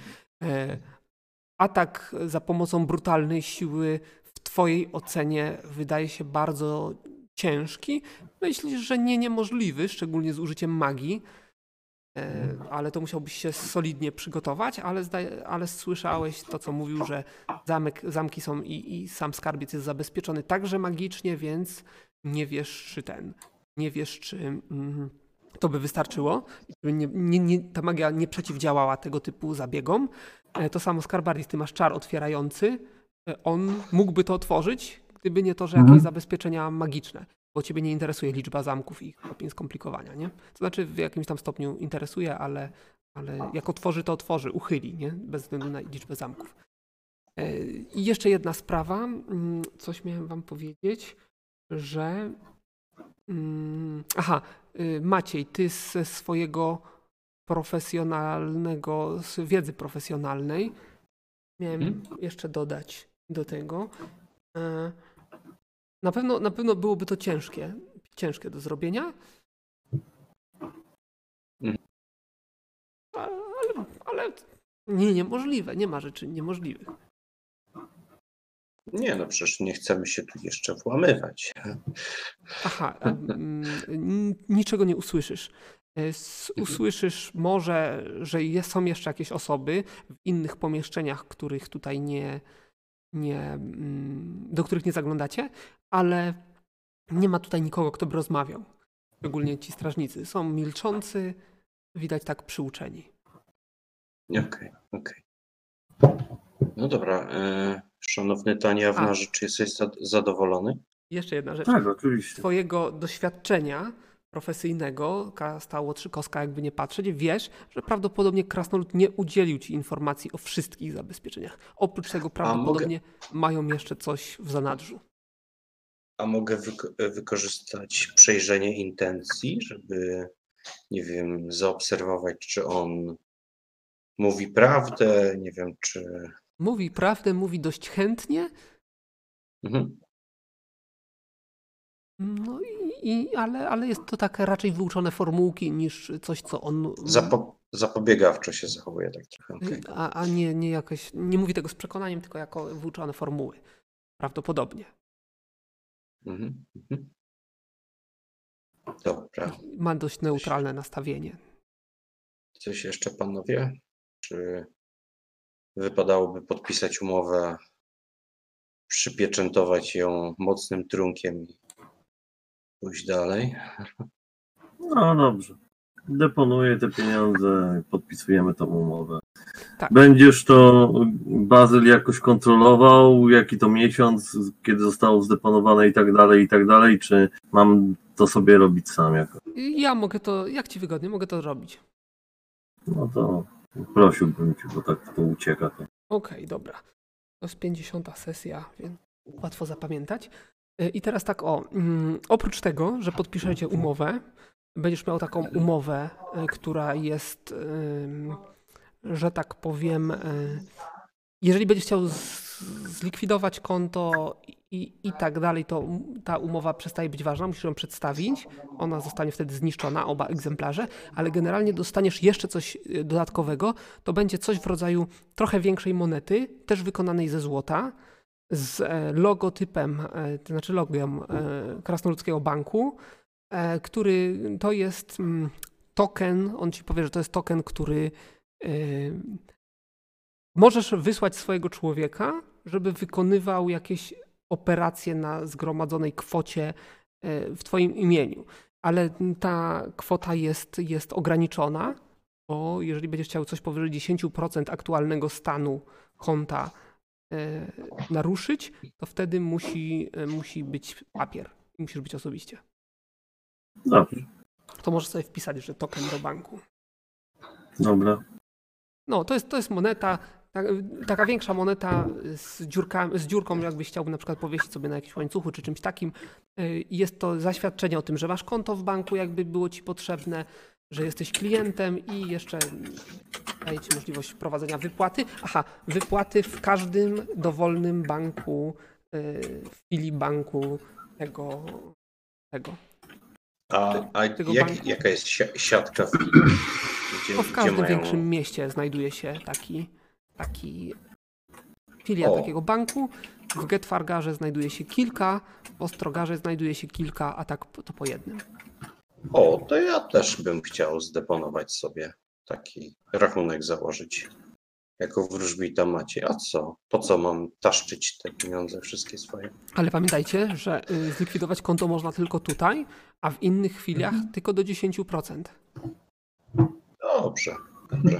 Atak za pomocą brutalnej siły w twojej ocenie wydaje się bardzo ciężki. Myślisz, że nie niemożliwy, szczególnie z użyciem magii, ale to musiałbyś się solidnie przygotować, ale słyszałeś to, co mówił, że zamki są i sam skarbiec jest zabezpieczony także magicznie, więc nie wiesz, czy to by wystarczyło. Ta magia nie przeciwdziałała tego typu zabiegom. To samo Skarbardis, ty masz czar otwierający. On mógłby to otworzyć, gdyby nie to, że jakieś zabezpieczenia magiczne. Bo ciebie nie interesuje liczba zamków i ich stopień skomplikowania, nie? To znaczy w jakimś tam stopniu interesuje, ale jak otworzy, to otworzy, uchyli, nie? Bez względu na liczbę zamków. I jeszcze jedna sprawa, coś miałem wam powiedzieć, że... Maciej, ty ze swojego z wiedzy profesjonalnej, miałem jeszcze dodać do tego, na pewno byłoby to ciężkie do zrobienia, ale nie niemożliwe, nie ma rzeczy niemożliwych. Nie, no przecież nie chcemy się tu jeszcze włamywać. Niczego nie usłyszysz. Usłyszysz może, że są jeszcze jakieś osoby w innych pomieszczeniach, których tutaj do których nie zaglądacie, ale nie ma tutaj nikogo, kto by rozmawiał. Szczególnie ci strażnicy. Są milczący, widać tak przyuczeni. Okej. No dobra. Szanowny Taniawnaży, czy jesteś zadowolony? Jeszcze jedna rzecz. Tak, oczywiście. Z twojego doświadczenia profesyjnego, kasta łotrzykowska, jakby nie patrzeć, wiesz, że prawdopodobnie krasnolud nie udzielił ci informacji o wszystkich zabezpieczeniach. Oprócz tego prawdopodobnie mają jeszcze coś w zanadrzu. A mogę wykorzystać przejrzenie intencji, żeby, nie wiem, zaobserwować, czy on mówi prawdę, nie wiem, czy... Mówi prawdę, mówi dość chętnie. No ale jest to tak raczej wyuczone formułki niż coś, co on... Zapobiegawczo się zachowuje tak trochę. A nie jakoś... Nie mówi tego z przekonaniem, tylko jako wyuczone formuły. Prawdopodobnie. Dobra. Ma dość neutralne nastawienie. Coś jeszcze, panowie? Czy wypadałoby podpisać umowę, przypieczętować ją mocnym trunkiem i pójść dalej? No dobrze. Deponuję te pieniądze, podpisujemy tą umowę. Tak. Będziesz to, Bazyl, jakoś kontrolował, jaki to miesiąc, kiedy zostało zdeponowane i tak dalej, czy mam to sobie robić sam jako? Ja mogę to, jak ci wygodnie, mogę to robić. No to prosiłbym cię, bo tak to ucieka. Okej, dobra. To jest 50. sesja, więc łatwo zapamiętać. I teraz tak, oprócz tego, że podpiszecie umowę, będziesz miał taką umowę, która jest, że tak powiem, jeżeli będziesz chciał zlikwidować konto i tak dalej, to ta umowa przestaje być ważna, musisz ją przedstawić, ona zostanie wtedy zniszczona, oba egzemplarze, ale generalnie dostaniesz jeszcze coś dodatkowego, to będzie coś w rodzaju trochę większej monety, też wykonanej ze złota, z logotypem, to znaczy logiem Krasnoludzkiego Banku, który to jest token, on ci powie, że to jest token, który możesz wysłać swojego człowieka, żeby wykonywał jakieś operacje na zgromadzonej kwocie w twoim imieniu. Ale ta kwota jest ograniczona, bo jeżeli będziesz chciał coś powyżej 10% aktualnego stanu konta naruszyć, to wtedy musi być papier. Musisz być osobiście. Dobrze. To możesz sobie wpisać, że token do banku. Dobra. No, to jest moneta, taka większa moneta z dziurką, jakbyś chciałby na przykład powiesić sobie na jakimś łańcuchu czy czymś takim. Jest to zaświadczenie o tym, że masz konto w banku, jakby było ci potrzebne, że jesteś klientem i jeszcze daje ci możliwość prowadzenia wypłaty. Wypłaty w każdym dowolnym banku, w filii banku tego. Jaka jest siatka filii? W każdym większym mieście znajduje się taki filia takiego banku W Getfargarze znajduje się kilka, w Ostrogarze znajduje się kilka, a tak to po jednym. O, to ja też bym chciał zdeponować sobie taki rachunek założyć. Jako wróżbita macie. A co? Po co mam taszczyć te pieniądze wszystkie swoje? Ale pamiętajcie, że zlikwidować konto można tylko tutaj, a w innych chwilach tylko do 10%. Dobrze, dobrze.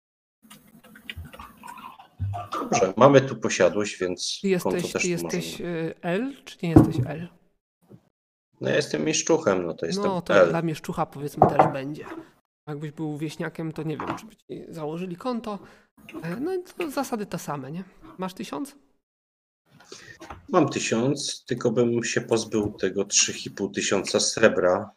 Dobrze, mamy tu posiadłość, więc Ty konto jesteś, też ty tu jesteś możemy. L, czy nie jesteś L? No ja jestem mieszczuchem, no to jestem No to L. dla mieszczucha powiedzmy też będzie. Jakbyś był wieśniakiem, to nie wiem, czy by ci założyli konto. No i to zasady te same, nie? Masz 1000? Mam 1000, tylko bym się pozbył tego 3,5 tysiąca srebra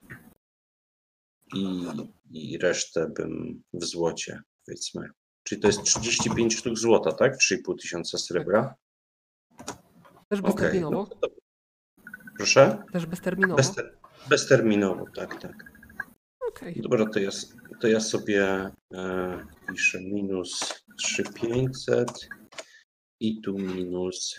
i resztę bym w złocie, powiedzmy. Czyli to jest 35 sztuk złota, tak? 3,5 tysiąca srebra. Też Okej, bezterminowo? no to dobrze. Proszę? Też bezterminowo? Bezterminowo, tak, tak. Okej. Dobra, to ja sobie piszę minus 3500 i tu minus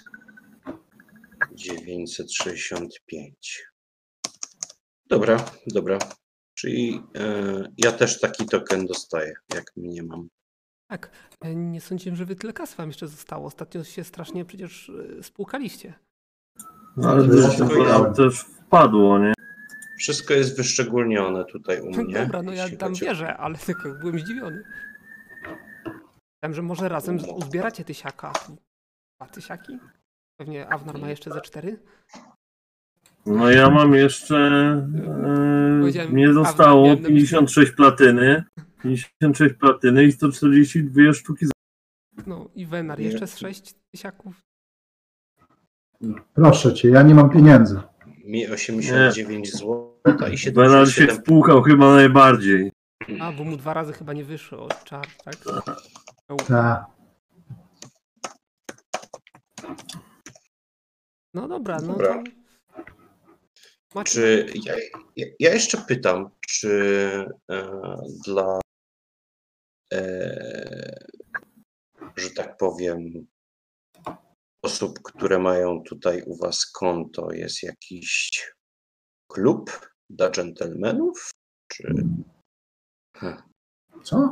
965. Dobra, dobra. Czyli ja też taki token dostaję, jak mnie mam. Tak. Nie sądziłem, że wy tyle kasy wam jeszcze zostało. Ostatnio się strasznie przecież spłukaliście. No, ale Wszystko to nam też wpadło, nie? Wszystko jest wyszczególnione tutaj u mnie. Dobra, no ja jeśli tam chodzi o- wierzę, ale tylko byłem zdziwiony. Myślałem, że może razem uzbieracie tysiaka. 2 tysiaki? Pewnie Awnar ma jeszcze ze 4. No ja mam jeszcze, Powiedziałem, mnie Awnar, zostało miałem na myśli. 56 platyny i 142 sztuki. No i Wenar jeszcze z 6 tysiaków. Proszę cię, ja nie mam pieniędzy. Mi 89 zł i Benar się 77. spłukał chyba najbardziej. A, bo mu 2 razy chyba nie wyszło czar, tak? Ta. No dobra, no Dobra. to... Macie... Czy ja jeszcze pytam, czy dla, że tak powiem, osób, które mają tutaj u was konto, jest jakiś klub dla dżentelmenów? Czy, Co?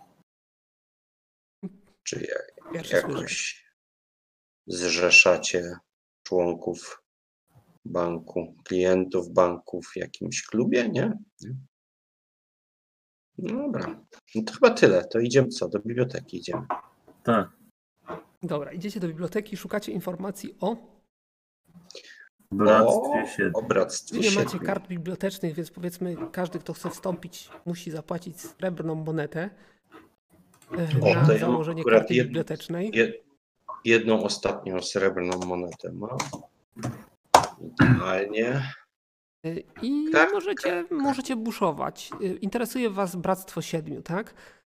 czy Pierwszy słyszę. jakoś zrzeszacie członków banku, klientów banków w jakimś klubie, nie? No dobra, no to chyba tyle. To idziemy co? Do biblioteki idziemy. Tak. Dobra, idziecie do biblioteki, szukacie informacji o... Bractwie się. O bractwie Wy nie macie siedmiu. kart bibliotecznych, więc powiedzmy każdy, kto chce wstąpić, musi zapłacić srebrną monetę O, na to ja mam założenie akurat karty jedną- bibliotecznej. Jedną ostatnią srebrną monetę mam. Idealnie. I Tak, możecie buszować. Interesuje was Bractwo Siedmiu, tak?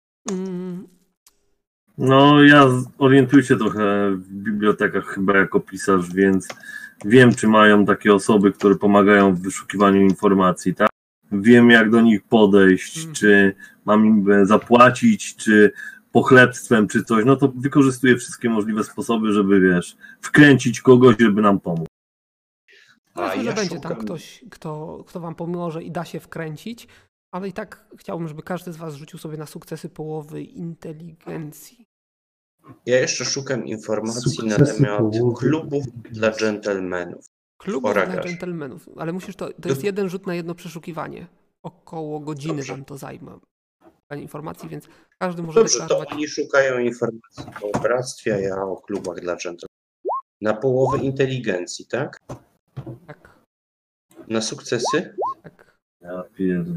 No ja orientuję się trochę w bibliotekach chyba jako pisarz, więc wiem, czy mają takie osoby, które pomagają w wyszukiwaniu informacji, tak? Wiem, jak do nich podejść, czy mam im zapłacić, czy pochlebstwem, czy coś. No to wykorzystuję wszystkie możliwe sposoby, żeby, wiesz, wkręcić kogoś, żeby nam pomóc. Powiedzmy, że ja będzie tam szukam- ktoś, kto wam pomoże i da się wkręcić, ale i tak chciałbym, żeby każdy z was rzucił sobie na sukcesy połowy inteligencji. Ja jeszcze szukam informacji na Sukcesy temat połowy. klubów dla dżentelmenów. Klubów dla Oragarz. dżentelmenów, ale musisz to jest jeden rzut na jedno przeszukiwanie. Około godziny Dobrze. wam to zajmie. Szukanie informacji, więc każdy może Dobrze, to deklarować. oni szukają informacji o bractwie, a ja o klubach dla dżentelmenów. Na połowę inteligencji, tak? Tak, Na sukcesy? tak. Ja pierdolę.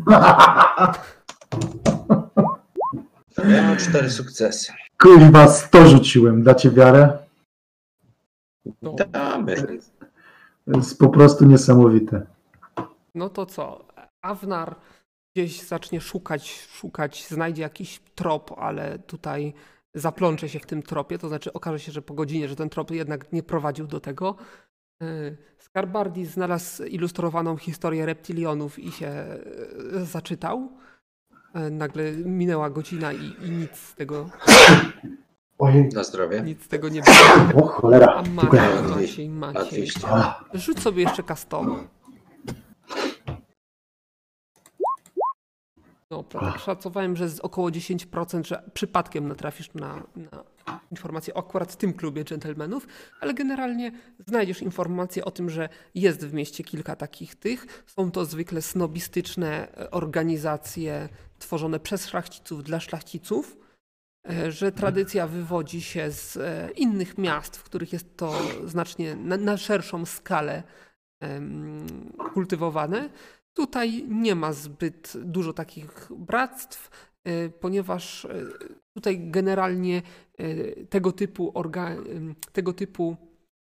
Ja mam 4 sukcesy. Kurwa, 100 rzuciłem, dacie wiarę? To, Damy. To jest po prostu niesamowite. no to co? Awnar gdzieś zacznie szukać, znajdzie jakiś trop, ale tutaj zaplącze się w tym tropie, to znaczy okaże się, że po godzinie, że ten trop jednak nie prowadził do tego. Skarbardis znalazł ilustrowaną historię reptilionów i się zaczytał. Nagle minęła godzina i nic z tego Ojej, Na zdrowie. Nic z tego nie było. o cholera. A Dziękuję. Maciej. A 200. A, Rzuć sobie jeszcze K100. Dobra, tak szacowałem, że z około 10%, że przypadkiem natrafisz na informacje akurat w tym klubie dżentelmenów, ale generalnie znajdziesz informacje o tym, że jest w mieście kilka takich tych. Są to zwykle snobistyczne organizacje tworzone przez szlachciców dla szlachciców, że tradycja wywodzi się z innych miast, w których jest to znacznie na szerszą skalę kultywowane. Tutaj nie ma zbyt dużo takich bractw, ponieważ tutaj generalnie tego typu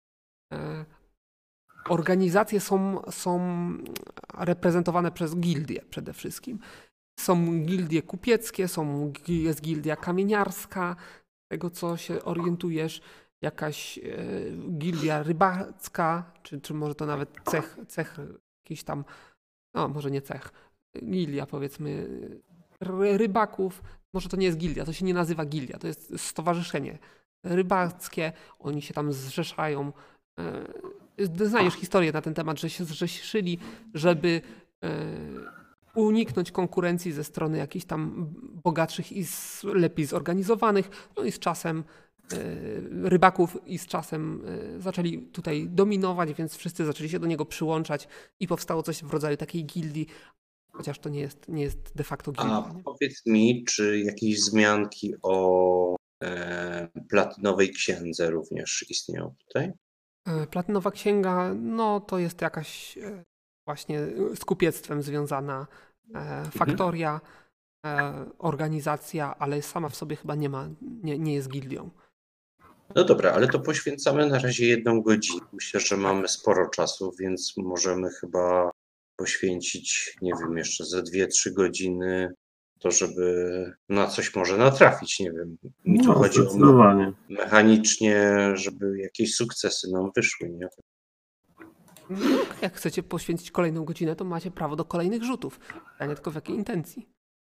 organizacje są reprezentowane przez gildie przede wszystkim. Są gildie kupieckie, jest gildia kamieniarska, z tego co się orientujesz, jakaś gildia rybacka, czy może to nawet cech jakiś tam, no może nie cech, gildia powiedzmy rybaków, może to nie jest gildia, to się nie nazywa gildia, to jest stowarzyszenie rybackie, oni się tam zrzeszają. Znajdziesz historię na ten temat, że się zrzeszyli, żeby uniknąć konkurencji ze strony jakichś tam bogatszych i lepiej zorganizowanych. No i z czasem rybaków i z czasem zaczęli tutaj dominować, więc wszyscy zaczęli się do niego przyłączać i powstało coś w rodzaju takiej gildii, chociaż to nie jest de facto gildia. A powiedz mi, czy jakieś wzmianki o platynowej księdze również istnieją tutaj? Platynowa księga, no to jest jakaś właśnie z kupiectwem związana faktoria, organizacja, ale sama w sobie chyba nie jest gildią. No dobra, ale to poświęcamy na razie 1 godzinę. Myślę, że mamy sporo czasu, więc możemy chyba poświęcić, nie wiem, jeszcze ze 2-3 godziny to, żeby na coś może natrafić, nie wiem. Mi tu chodzi o zdecydowanie. mechanicznie, żeby jakieś sukcesy nam wyszły, nie? No, jak chcecie poświęcić kolejną godzinę, to macie prawo do kolejnych rzutów. A nie tylko w jakiej intencji.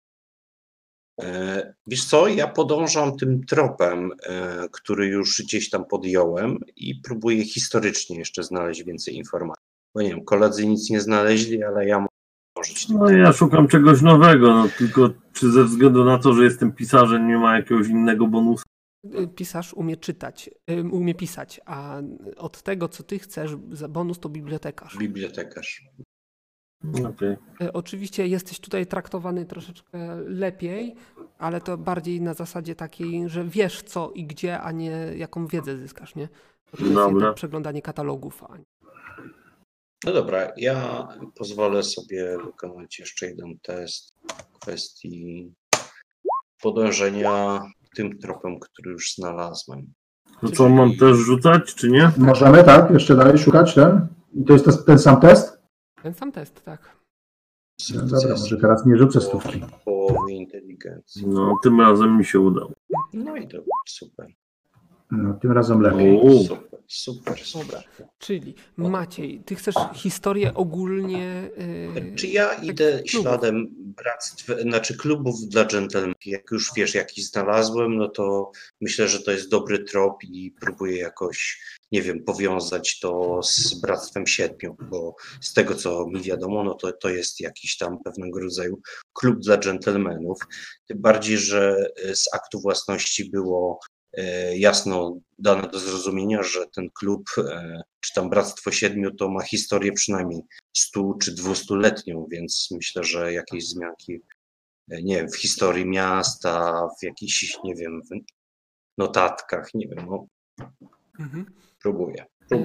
Wiesz co, ja podążam tym tropem, który już gdzieś tam podjąłem i próbuję historycznie jeszcze znaleźć więcej informacji. Bo nie wiem, koledzy nic nie znaleźli, ale ja mogę podążyć tym No ja szukam czegoś nowego, no tylko czy ze względu na to, że jestem pisarzem, nie ma jakiegoś innego bonusu? Pisarz umie pisać, a od tego, co ty chcesz, za bonus to bibliotekarz. bibliotekarz. Okej. Oczywiście jesteś tutaj traktowany troszeczkę lepiej, ale to bardziej na zasadzie takiej, że wiesz co i gdzie, a nie jaką wiedzę zyskasz, nie? To jest Dobra. jednak przeglądanie katalogów. No dobra, ja pozwolę sobie wykonać jeszcze jeden test w kwestii podążenia tym tropem, który już znalazłem. To co, mam też rzucać, czy nie? możemy, tak? Jeszcze dalej szukać ten? I to jest ten sam test? Ten sam test, tak. No dobra, może teraz nie rzucę stówki. Połowy inteligencji. No, tym razem mi się udało. No i dobra, super. No, tym razem lepiej. O. Super. Dobra. Czyli Maciej, ty chcesz historię ogólnie... Czy ja idę klubów. śladem klubów dla dżentelmenów? Jak już wiesz, jaki znalazłem, no to myślę, że to jest dobry trop i próbuję jakoś, nie wiem, powiązać to z Bractwem Siedmiu, bo z tego, co mi wiadomo, no to jest jakiś tam pewnego rodzaju klub dla dżentelmenów. Tym bardziej, że z aktu własności było jasno dane do zrozumienia, że ten klub, czy tam Bractwo Siedmiu, to ma historię przynajmniej 100 czy 200-letnią, więc myślę, że jakieś wzmianki, nie wiem, w historii miasta, w jakichś, nie wiem, w notatkach, nie wiem, no, Mhm. próbuję.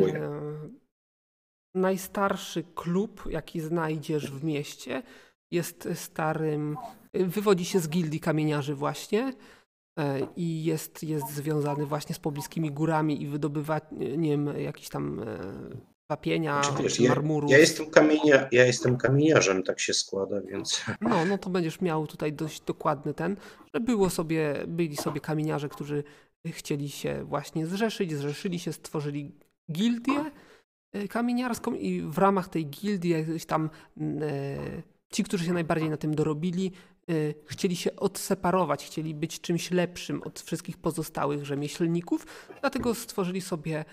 Najstarszy klub, jaki znajdziesz w mieście, jest starym, wywodzi się z gildii kamieniarzy właśnie i jest związany właśnie z pobliskimi górami i wydobywaniem jakichś tam wapienia, Czy wiesz, czy marmuru. ja jestem kamieniarzem, tak się składa, więc No to będziesz miał tutaj dość dokładny że byli sobie kamieniarze, którzy chcieli się właśnie zrzeszyli się, stworzyli gildię kamieniarską i w ramach tej gildii jakoś tam ci, którzy się najbardziej na tym dorobili, chcieli się odseparować, chcieli być czymś lepszym od wszystkich pozostałych rzemieślników, dlatego stworzyli sobie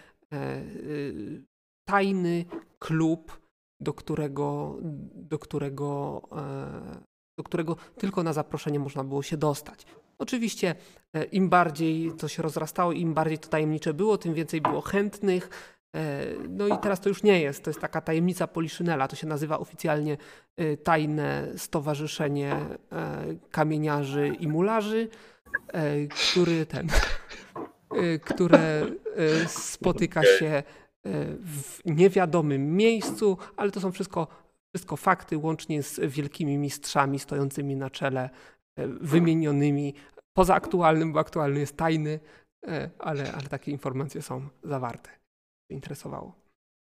tajny klub, do którego tylko na zaproszenie można było się dostać. Oczywiście im bardziej to się rozrastało, im bardziej to tajemnicze było, tym więcej było chętnych. No i teraz to już nie jest. To jest taka tajemnica Poliszynela. To się nazywa oficjalnie Tajne Stowarzyszenie Kamieniarzy i Mularzy, które spotyka się w niewiadomym miejscu, ale to są wszystko fakty, łącznie z wielkimi mistrzami stojącymi na czele, wymienionymi poza aktualnym, bo aktualny jest tajny, ale takie informacje są zawarte. Interesowało.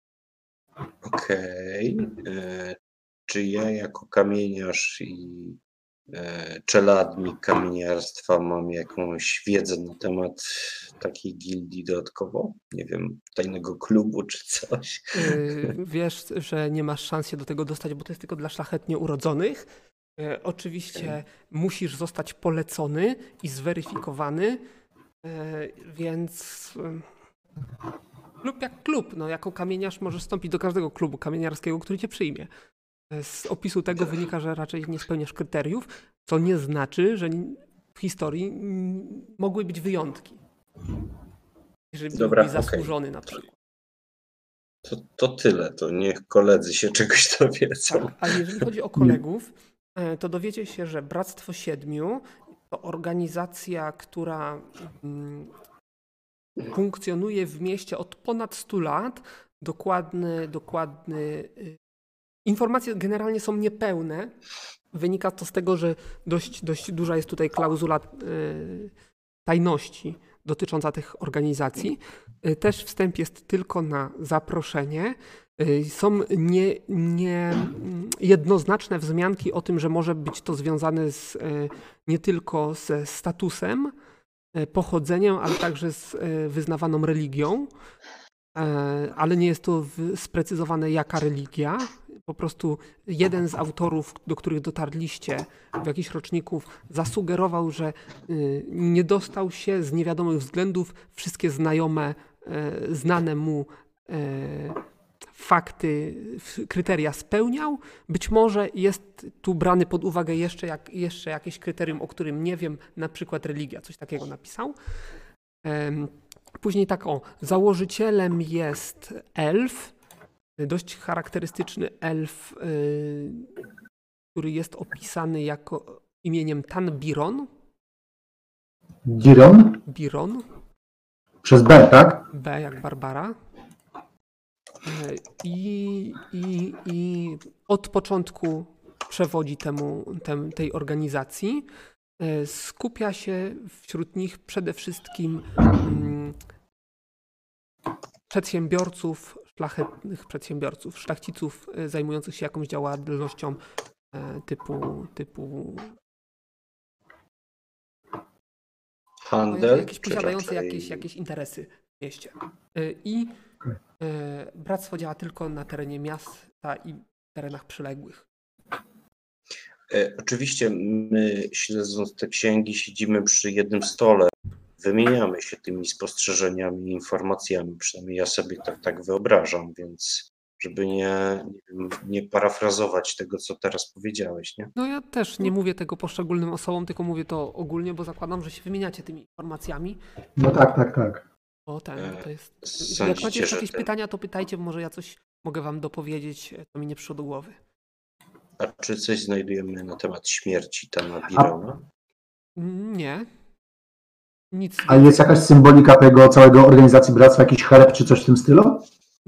Okej. Czy ja jako kamieniarz i czeladnik kamieniarstwa mam jakąś wiedzę na temat takiej gildii dodatkowo? Nie wiem, tajnego klubu czy coś? Wiesz, że nie masz szans się do tego dostać, bo to jest tylko dla szlachetnie urodzonych. Oczywiście musisz zostać polecony i zweryfikowany, więc klub jak klub. No, jako kamieniarz możesz wstąpić do każdego klubu kamieniarskiego, który cię przyjmie. Z opisu tego wynika, że raczej nie spełniasz kryteriów, co nie znaczy, że w historii mogły być wyjątki. Jeżeli byłbyś zasłużony na przykład. To tyle, to niech koledzy się czegoś dowiedzą. Tak, a jeżeli chodzi o kolegów, to dowiecie się, że Bractwo Siedmiu to organizacja, która funkcjonuje w mieście od ponad 100 lat. Dokładne informacje generalnie są niepełne. Wynika to z tego, że dość duża jest tutaj klauzula tajności dotycząca tych organizacji. Też wstęp jest tylko na zaproszenie. Są niejednoznaczne wzmianki o tym, że może być to związane nie tylko ze statusem, pochodzeniem, ale także z wyznawaną religią. Ale nie jest to sprecyzowane, jaka religia. Po prostu jeden z autorów, do których dotarliście w jakichś roczników, zasugerował, że nie dostał się z niewiadomych względów. Wszystkie znane mu fakty, kryteria spełniał. Być może jest tu brany pod uwagę jeszcze jakieś kryterium, o którym nie wiem, na przykład religia, coś takiego napisał. Później założycielem jest elf, dość charakterystyczny elf, który jest opisany jako imieniem Tanbiron. Biron. Przez B, tak? B jak Barbara. I od początku przewodzi tej organizacji. Skupia się wśród nich przede wszystkim przedsiębiorców, szlachetnych przedsiębiorców, szlachciców zajmujących się jakąś działalnością typu handel, posiadający jakieś interesy w mieście. I bractwo działa tylko na terenie miasta i terenach przyległych. Oczywiście my, śledząc te księgi, siedzimy przy jednym stole, wymieniamy się tymi spostrzeżeniami, informacjami, przynajmniej ja sobie tak wyobrażam, więc żeby nie parafrazować tego, co teraz powiedziałeś, nie? No ja też nie mówię tego poszczególnym osobom, tylko mówię to ogólnie, bo zakładam, że się wymieniacie tymi informacjami. No tak. To jest. Sądzicie, Jak macie jeszcze że jakieś pytania, to pytajcie, bo może ja coś mogę wam dopowiedzieć, to mi nie przyszło do głowy. A czy coś znajdujemy na temat śmierci Tana Birona? Nie. Nic. A jest jakaś symbolika tego całego organizacji bractwa, jakiś herb czy coś w tym stylu?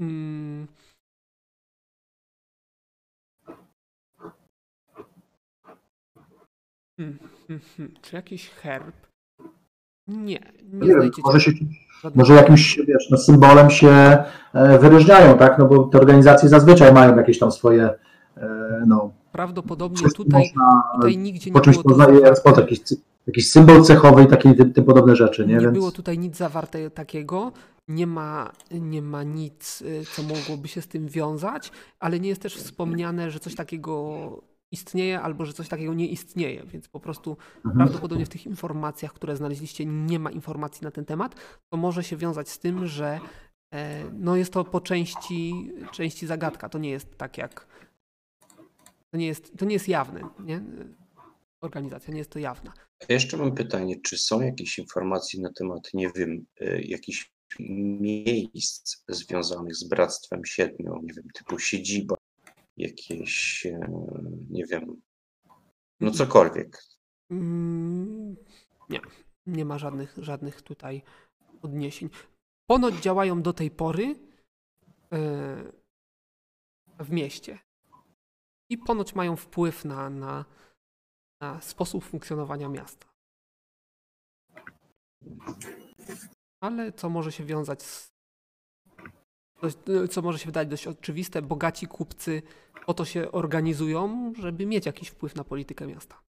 Czy jakiś herb? Nie wiem, znajdziecie. może jakimś symbolem się wyróżniają, tak? No bo te organizacje zazwyczaj mają jakieś tam swoje Prawdopodobnie tutaj nigdzie po nie czymś było poznaje jakiś symbol cechowy i takie tym podobne rzeczy, nie? Nie było tutaj nic zawarte takiego, nie ma nic, co mogłoby się z tym wiązać, ale nie jest też wspomniane, że coś takiego istnieje, albo że coś takiego nie istnieje, więc po prostu Mhm. prawdopodobnie w tych informacjach, które znaleźliście, nie ma informacji na ten temat, to może się wiązać z tym, że no jest to po części zagadka. To nie jest tak jak... To nie jest jawne, nie? Organizacja nie jest to jawna. A jeszcze mam pytanie, czy są jakieś informacje na temat, nie wiem, jakichś miejsc związanych z Bractwem Siedmiu, nie wiem, typu siedziba, jakieś, nie wiem, no cokolwiek. Nie ma żadnych tutaj odniesień. Ponoć działają do tej pory w mieście i ponoć mają wpływ na sposób funkcjonowania miasta. Ale co może się wiązać co może się wydać dość oczywiste, bogaci kupcy po to się organizują, żeby mieć jakiś wpływ na politykę miasta.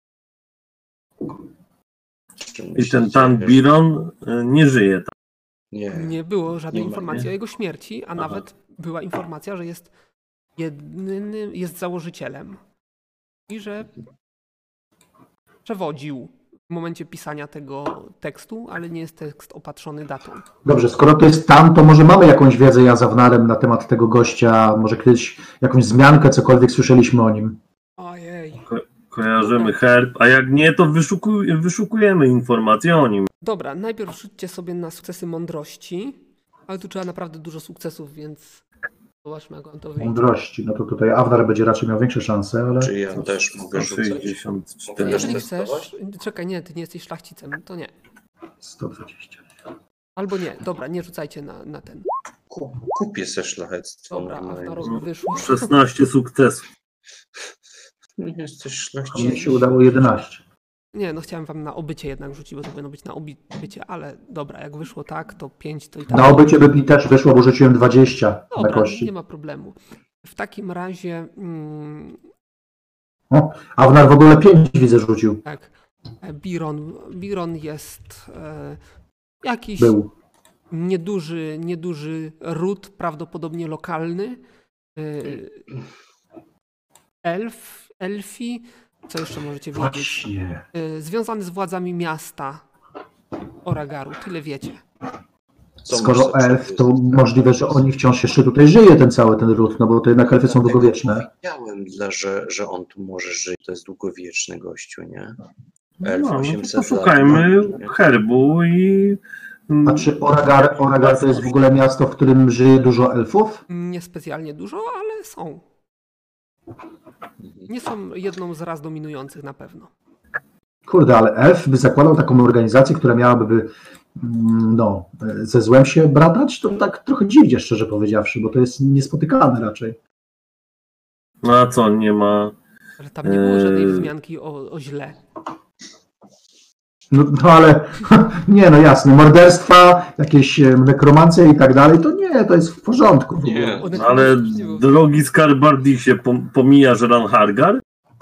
Czy I ten myślicie, Tan że- Biron nie żyje tam. Nie było żadnej Nie ma, informacji nie? o jego śmierci, a nawet była informacja, że jest założycielem i że przewodził w momencie pisania tego tekstu, ale nie jest tekst opatrzony datą. Dobrze, skoro to jest tam, to może mamy jakąś wiedzę ja z Awnarem na temat tego gościa, może kiedyś jakąś wzmiankę, cokolwiek słyszeliśmy o nim. Ojej. Kojarzymy herb, a jak nie, to wyszukujemy informacje o nim. Dobra, najpierw rzućcie sobie na sukcesy mądrości, ale tu trzeba naprawdę dużo sukcesów, więc zobaczmy, jak on to wyjdzie. Mądrości, no to tutaj Awnar będzie raczej miał większe szanse, ale Czy ja też mogę rzucać? 164. Jeżeli Też chcesz, testować? czekaj, nie, ty nie jesteś szlachcicem, to nie. 120. Albo nie, dobra, nie rzucajcie na ten. Kupię se szlachectwo. Dobra, normalnie. Awnarowi wyszło. 16 sukcesów. Nie jesteś A szlachcicem. mnie się udało 11. Nie, no chciałem wam na obycie jednak rzucić, bo to powinno być na obycie, ale dobra, jak wyszło tak, to 5 to i tak. Na obycie by mi też wyszło, bo rzuciłem 20 na Dobra, kości. nie ma problemu. W takim razie, Awnar w ogóle 5 widzę rzucił. tak, Biron jest jakiś Był. nieduży ród, prawdopodobnie lokalny. Elfi, co jeszcze możecie wiedzieć? Właśnie. Związany z władzami miasta Oragaru, tyle wiecie. Co Skoro myślisz, elf, że to jest- możliwe, że oni wciąż jeszcze tutaj żyje, ten cały ten ród, no bo to jednak elfy są długowieczne. Wiedziałem, że on tu może żyć. To jest długowieczny gościu, nie? No, Elf no 800 to lat. poszukajmy herbu i... A czy Oragar to jest w ogóle miasto, w którym żyje dużo elfów? Niespecjalnie dużo, ale są. Nie są jedną z ras dominujących na pewno. Kurde, ale elf by zakładał taką organizację, która miałaby no, ze złem się bratać? To tak trochę dziwnie, szczerze powiedziawszy, bo to jest niespotykane raczej. No a co, nie ma... Ale tam nie było żadnej wzmianki o źle. No ale nie, no jasne, morderstwa, jakieś nekromancje i tak dalej, to nie, to jest w porządku. W ogóle. Nie. One Ale chyba nie było. drogi Skarbardisie, pomijasz Ranhargar?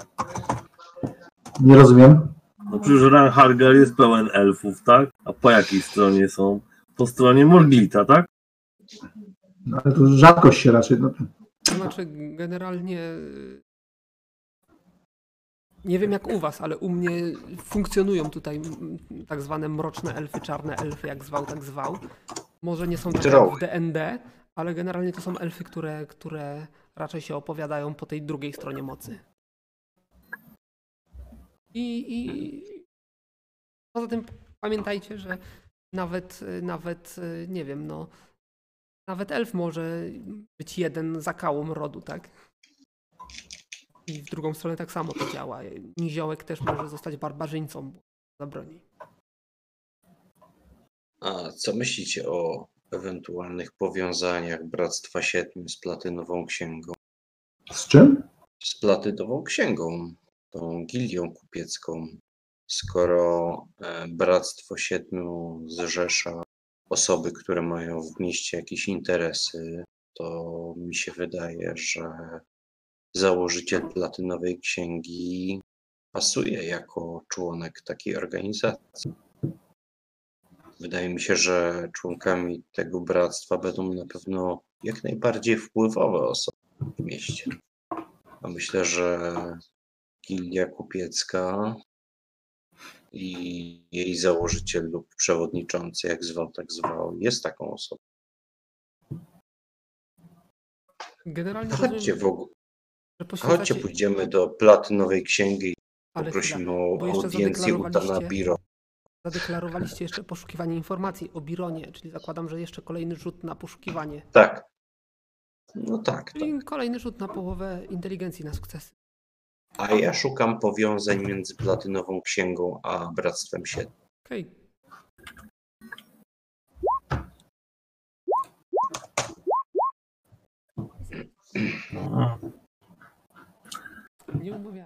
Nie rozumiem. No przecież Ranhargar jest pełen elfów, tak? A po jakiej stronie są? Po stronie Morglita, tak? No, ale to rzadkość się raczej. No, To znaczy, generalnie nie wiem jak u was, ale u mnie funkcjonują tutaj tak zwane mroczne elfy, czarne elfy, jak zwał, tak zwał. Może nie są tak jak Drogi. w D&D, ale generalnie to są elfy, które raczej się opowiadają po tej drugiej stronie mocy. I poza tym pamiętajcie, że nawet nie wiem, no nawet elf może być jeden zakałą rodu, tak? I w drugą stronę tak samo to działa. Niziołek też może zostać barbarzyńcą, bo zabroni. A co myślicie o ewentualnych powiązaniach Bractwa Siedmiu z Platynową Księgą? z czym? Z Platynową Księgą, tą gildią kupiecką. Skoro Bractwo Siedmiu zrzesza osoby, które mają w mieście jakieś interesy, to mi się wydaje, że założyciel Platynowej Księgi pasuje jako członek takiej organizacji. Wydaje mi się, że członkami tego bractwa będą na pewno jak najbardziej wpływowe osoby w mieście. A myślę, że Gilia Kupiecka i jej założyciel lub przewodniczący, jak zwał, tak zwał, jest taką osobą. Generalnie Chodźcie rozumiem, w ogóle, że chodźcie, poświęcacie... pójdziemy do Platynowej Księgi i Ale poprosimy chwila, o bo jeszcze audiencję u Dana Biro. zadeklarowaliście jeszcze poszukiwanie informacji o Bironie, czyli zakładam, że jeszcze kolejny rzut na poszukiwanie. Tak. No tak. Czyli kolejny rzut na połowę inteligencji na sukcesy. A ja szukam powiązań między Platynową Księgą a Bractwem Siedmiu. Okej. Nie umawiałem.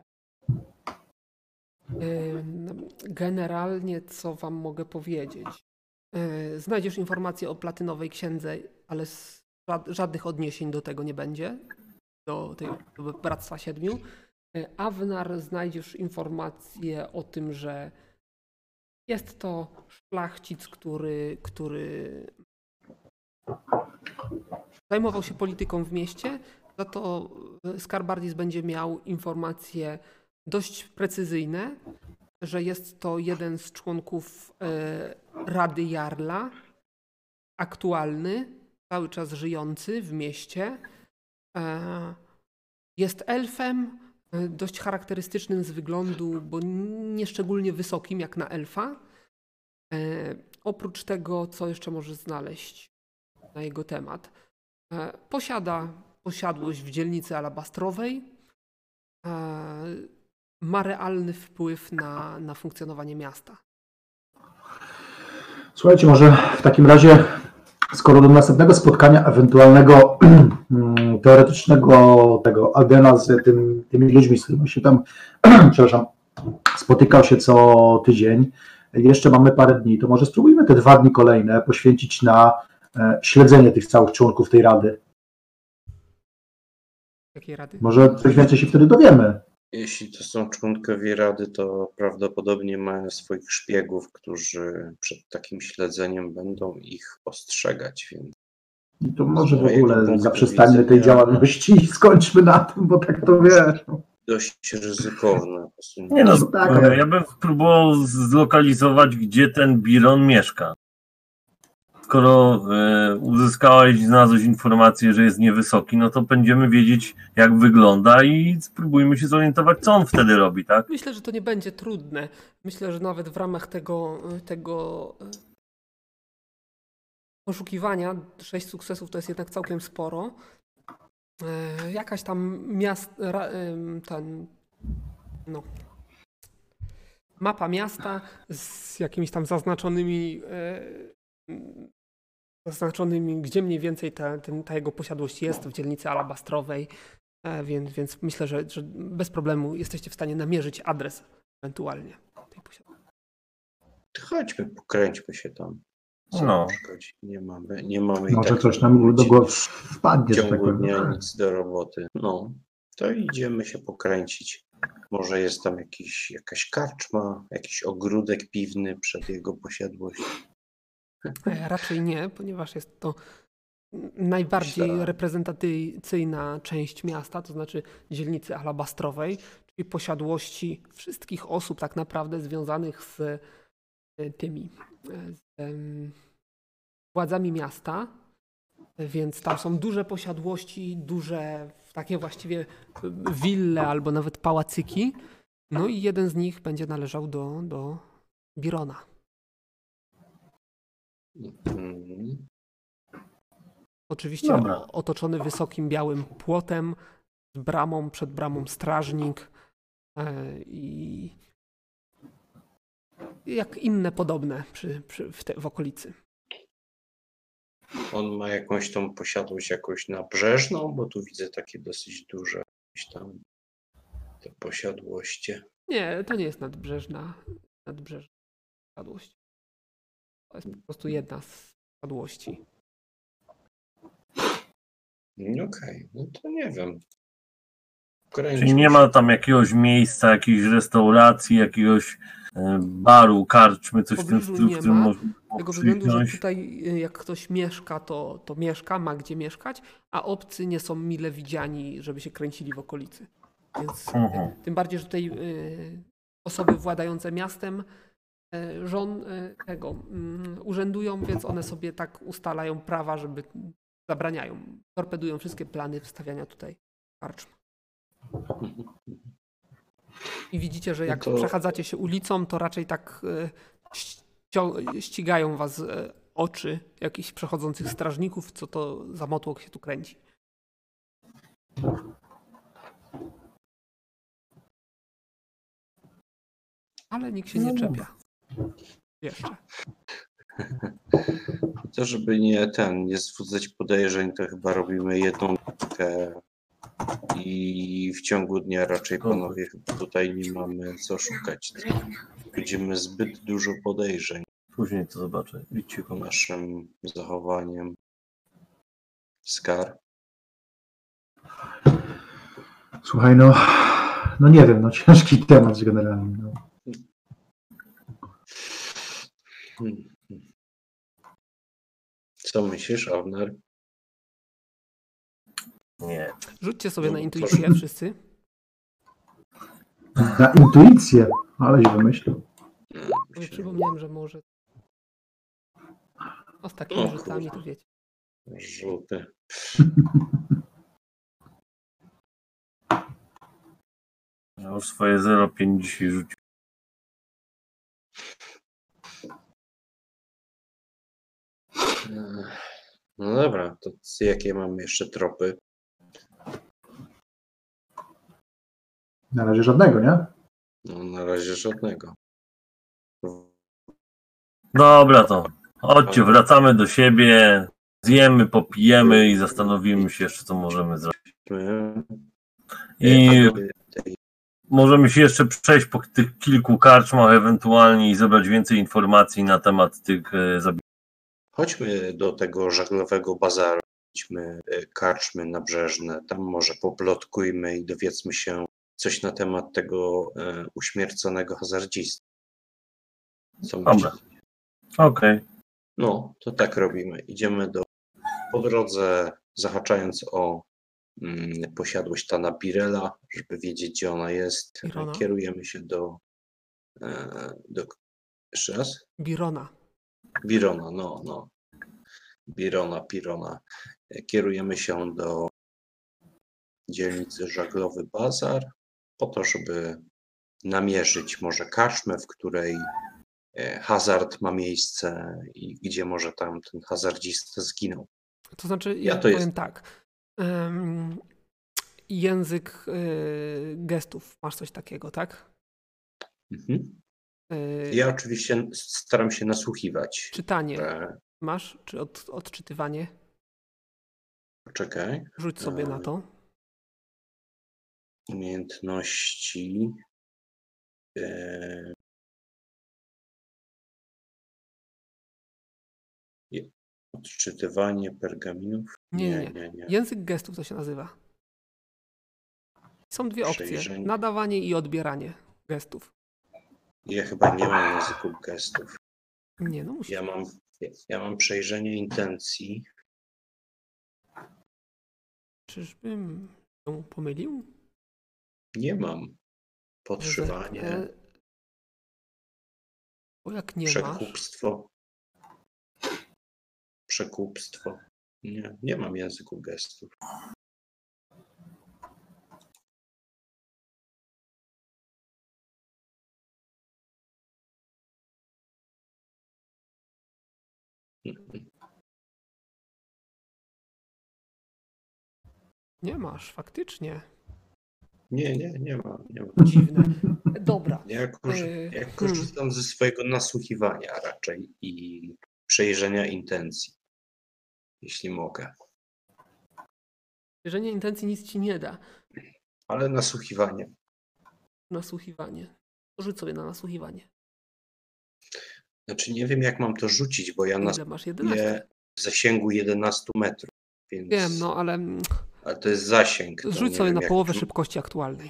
Generalnie co wam mogę powiedzieć? Znajdziesz informacje o Platynowej Księdze, ale żadnych odniesień do tego nie będzie, do Bractwa Siedmiu. Awnar, znajdziesz informacje o tym, że jest to szlachcic, który zajmował się polityką w mieście, za to Skarbardis będzie miał informacje dość precyzyjne, że jest to jeden z członków Rady Jarla, aktualny, cały czas żyjący w mieście. Jest elfem, dość charakterystycznym z wyglądu, bo nieszczególnie wysokim jak na elfa. Oprócz tego, co jeszcze możesz znaleźć na jego temat? Posiada posiadłość w dzielnicy alabastrowej. Ma realny wpływ na funkcjonowanie miasta. Słuchajcie, może w takim razie, skoro do następnego spotkania ewentualnego teoretycznego tego Aldena z tymi ludźmi, z którymi się tam, przepraszam, spotykał się co tydzień, jeszcze mamy parę dni, to może spróbujmy te 2 dni kolejne poświęcić na śledzenie tych całych członków tej rady. Jakiej rady? Może coś więcej się wtedy dowiemy. Jeśli to są członkowie Rady, to prawdopodobnie mają swoich szpiegów, którzy przed takim śledzeniem będą ich ostrzegać, więc I to może w mojego ogóle punktu zaprzestańmy tej widzenia- działalności i skończmy na tym, bo tak to wiesz. dość ryzykowne. Nie no, Tak. ja bym spróbował zlokalizować, gdzie ten Biron mieszka. Skoro uzyskałeś, znalazłeś informację, że jest niewysoki, no to będziemy wiedzieć, jak wygląda i spróbujmy się zorientować, co on wtedy robi, tak? Myślę, że to nie będzie trudne. Myślę, że nawet w ramach tego poszukiwania 6 sukcesów to jest jednak całkiem sporo. Jakaś tam mapa miasta z jakimiś tam zaznaczonymi, gdzie mniej więcej ta jego posiadłość jest w dzielnicy alabastrowej, więc myślę, że bez problemu jesteście w stanie namierzyć adres ewentualnie tej posiadłości. Chodźmy, pokręćmy się tam. No. Nie mamy i Może tak coś nam do głowy w wpadnie, że tak ciągu powiem. dnia nic do roboty. No, to idziemy się pokręcić. Może jest tam jakaś karczma, jakiś ogródek piwny przed jego posiadłością. Raczej nie, ponieważ jest to najbardziej Myślałem. reprezentacyjna część miasta, to znaczy dzielnicy alabastrowej, czyli posiadłości wszystkich osób tak naprawdę związanych z władzami miasta, więc tam są duże posiadłości, duże takie właściwie wille albo nawet pałacyki, no i jeden z nich będzie należał do Birona. Mhm. Oczywiście Dobra. otoczony wysokim białym płotem, z bramą, przed bramą strażnik i jak inne podobne w okolicy. On ma jakąś tą posiadłość jakoś nabrzeżną, bo tu widzę takie dosyć duże jakieś tam te posiadłości. Nie, to nie jest nadbrzeżna posiadłość. To jest po prostu jedna z posiadłości. Okej, no to nie wiem. Czyli nie ma tam jakiegoś miejsca, jakiejś restauracji, jakiegoś baru, karczmy, coś w tym pobliżu stylu, nie w którym ma, można Z tego względu, że przysiąść. tutaj jak ktoś mieszka, to mieszka, ma gdzie mieszkać, a obcy nie są mile widziani, żeby się kręcili w okolicy. Więc Mhm. tym bardziej, że tutaj osoby władające miastem urzędują, więc one sobie tak ustalają prawa, żeby zabraniają, torpedują wszystkie plany wstawiania tutaj karczm. I widzicie, że No jak to przechadzacie się ulicą, to raczej tak ścigają was oczy jakichś przechodzących strażników, co to za motłoch się tu kręci. Ale nikt się nie czepia. Jeszcze. to, żeby nie wzbudzać podejrzeń, to chyba robimy jedną takę i w ciągu dnia raczej panowie tutaj nie mamy co szukać. Widzimy zbyt dużo podejrzeń Później to zobaczę. Idźcie naszym zachowaniem. Skar. Słuchaj, no nie wiem, no ciężki temat generalnie. No. Co myślisz, Avner? Nie. Rzućcie sobie na No, intuicję wszyscy. Na intuicję, aleś wymyślił. Bo przypomniałem, że może z takimi rzutami to wiecie. Żółty. Ja już swoje 0,5 dzisiaj rzucił. No dobra, to jakie mamy jeszcze tropy? Na razie żadnego, nie? No, na razie żadnego. Dobra, to chodźcie, wracamy do siebie, zjemy, popijemy i zastanowimy się jeszcze, co możemy zrobić. I możemy się jeszcze przejść po tych kilku karczmach ewentualnie i zebrać więcej informacji na temat tych zabitych. Chodźmy do tego żaglowego bazaru, idźmy karczmy nabrzeżne, tam może poplotkujmy i dowiedzmy się coś na temat tego uśmierconego hazardzisty. Co Dobra. myślisz? Okej. No, to tak robimy. Idziemy po drodze, zahaczając o posiadłość Tana Birela, żeby wiedzieć, gdzie ona jest. Birona? Kierujemy się do jeszcze raz? Birona. Birona, no. Pirona. Kierujemy się do dzielnicy Żaglowy Bazar po to, żeby namierzyć może karczmę, w której hazard ma miejsce i gdzie może tam ten hazardzista zginął. To znaczy, Ja ja to powiem jest- tak. Język gestów. Masz coś takiego, tak? Mhm. Y, Ja oczywiście staram się nasłuchiwać. Czytanie masz? Czy odczytywanie? Poczekaj. Rzuć sobie na to. Umiejętności. Odczytywanie pergaminów. Nie. Język gestów to się nazywa. Są dwie opcje. Przejrzenie. Nadawanie i odbieranie gestów. Ja chyba nie mam języku gestów. Nie, no musisz. Ja mam przejrzenie intencji. Czyżbym ją pomylił? Nie mam. Podszywanie. Zerknę. Bo jak nie masz, Przekupstwo. Nie mam języku gestów. nie masz, faktycznie. Nie mam. Dziwne. Dobra. Ja korzystam ze swojego nasłuchiwania raczej i przejrzenia intencji, jeśli mogę. Wierzenie intencji nic ci nie da. Ale nasłuchiwanie. Nasłuchiwanie. To rzuć sobie na nasłuchiwanie. Znaczy nie wiem, jak mam to rzucić, bo ja Ile masz? 11? nasłuchuję w zasięgu 11 metrów. Więc... Wiem, no ale Ale to jest zasięg. To rzuć nie sobie wiem, na jak połowę szybkości aktualnej.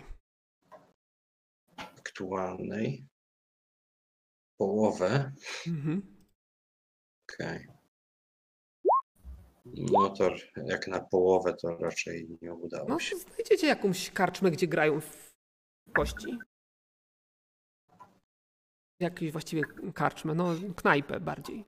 aktualnej. Połowę. Mhm. Okej. No to jak na połowę to raczej nie No udało to się. znajdziecie jakąś karczmę, gdzie grają w kości. Jakieś właściwie karczmę, no knajpę bardziej.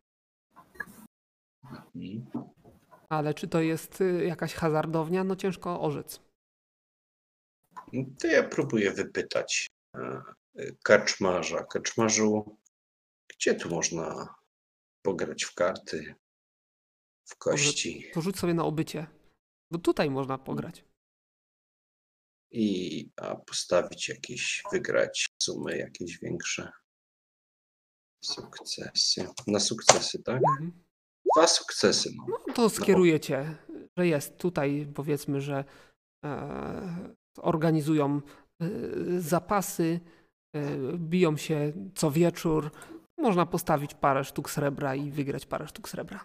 Mhm. Ale czy to jest jakaś hazardownia? No ciężko orzec. To ja próbuję wypytać karczmarza. Karczmarzu, gdzie tu można pograć w karty, w kości To rzuć sobie na obycie. Bo tutaj można pograć. i postawić jakieś, wygrać sumy jakieś większe. Sukcesy. Na sukcesy, tak? Mhm. 2 sukcesy mam. No to skierujecie, że jest tutaj, powiedzmy, że organizują zapasy, biją się co wieczór. Można postawić parę sztuk srebra i wygrać parę sztuk srebra.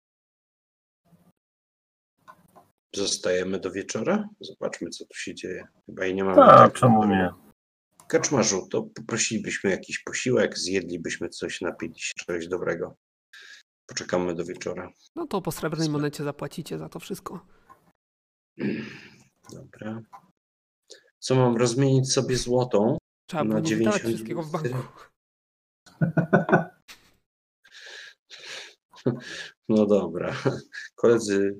Zostajemy do wieczora? Zobaczmy, co tu się dzieje. Chyba i nie mamy. Tak, czemu nie? Kaczmarzu, to poprosilibyśmy jakiś posiłek, zjedlibyśmy coś, napili się czegoś dobrego. Poczekamy do wieczora. No to po srebrnej monecie zapłacicie za to wszystko. Dobra. Co mam rozmienić sobie złotą? Trzeba Na było nie wydawać 94. wszystkiego w banku. No dobra. Koledzy,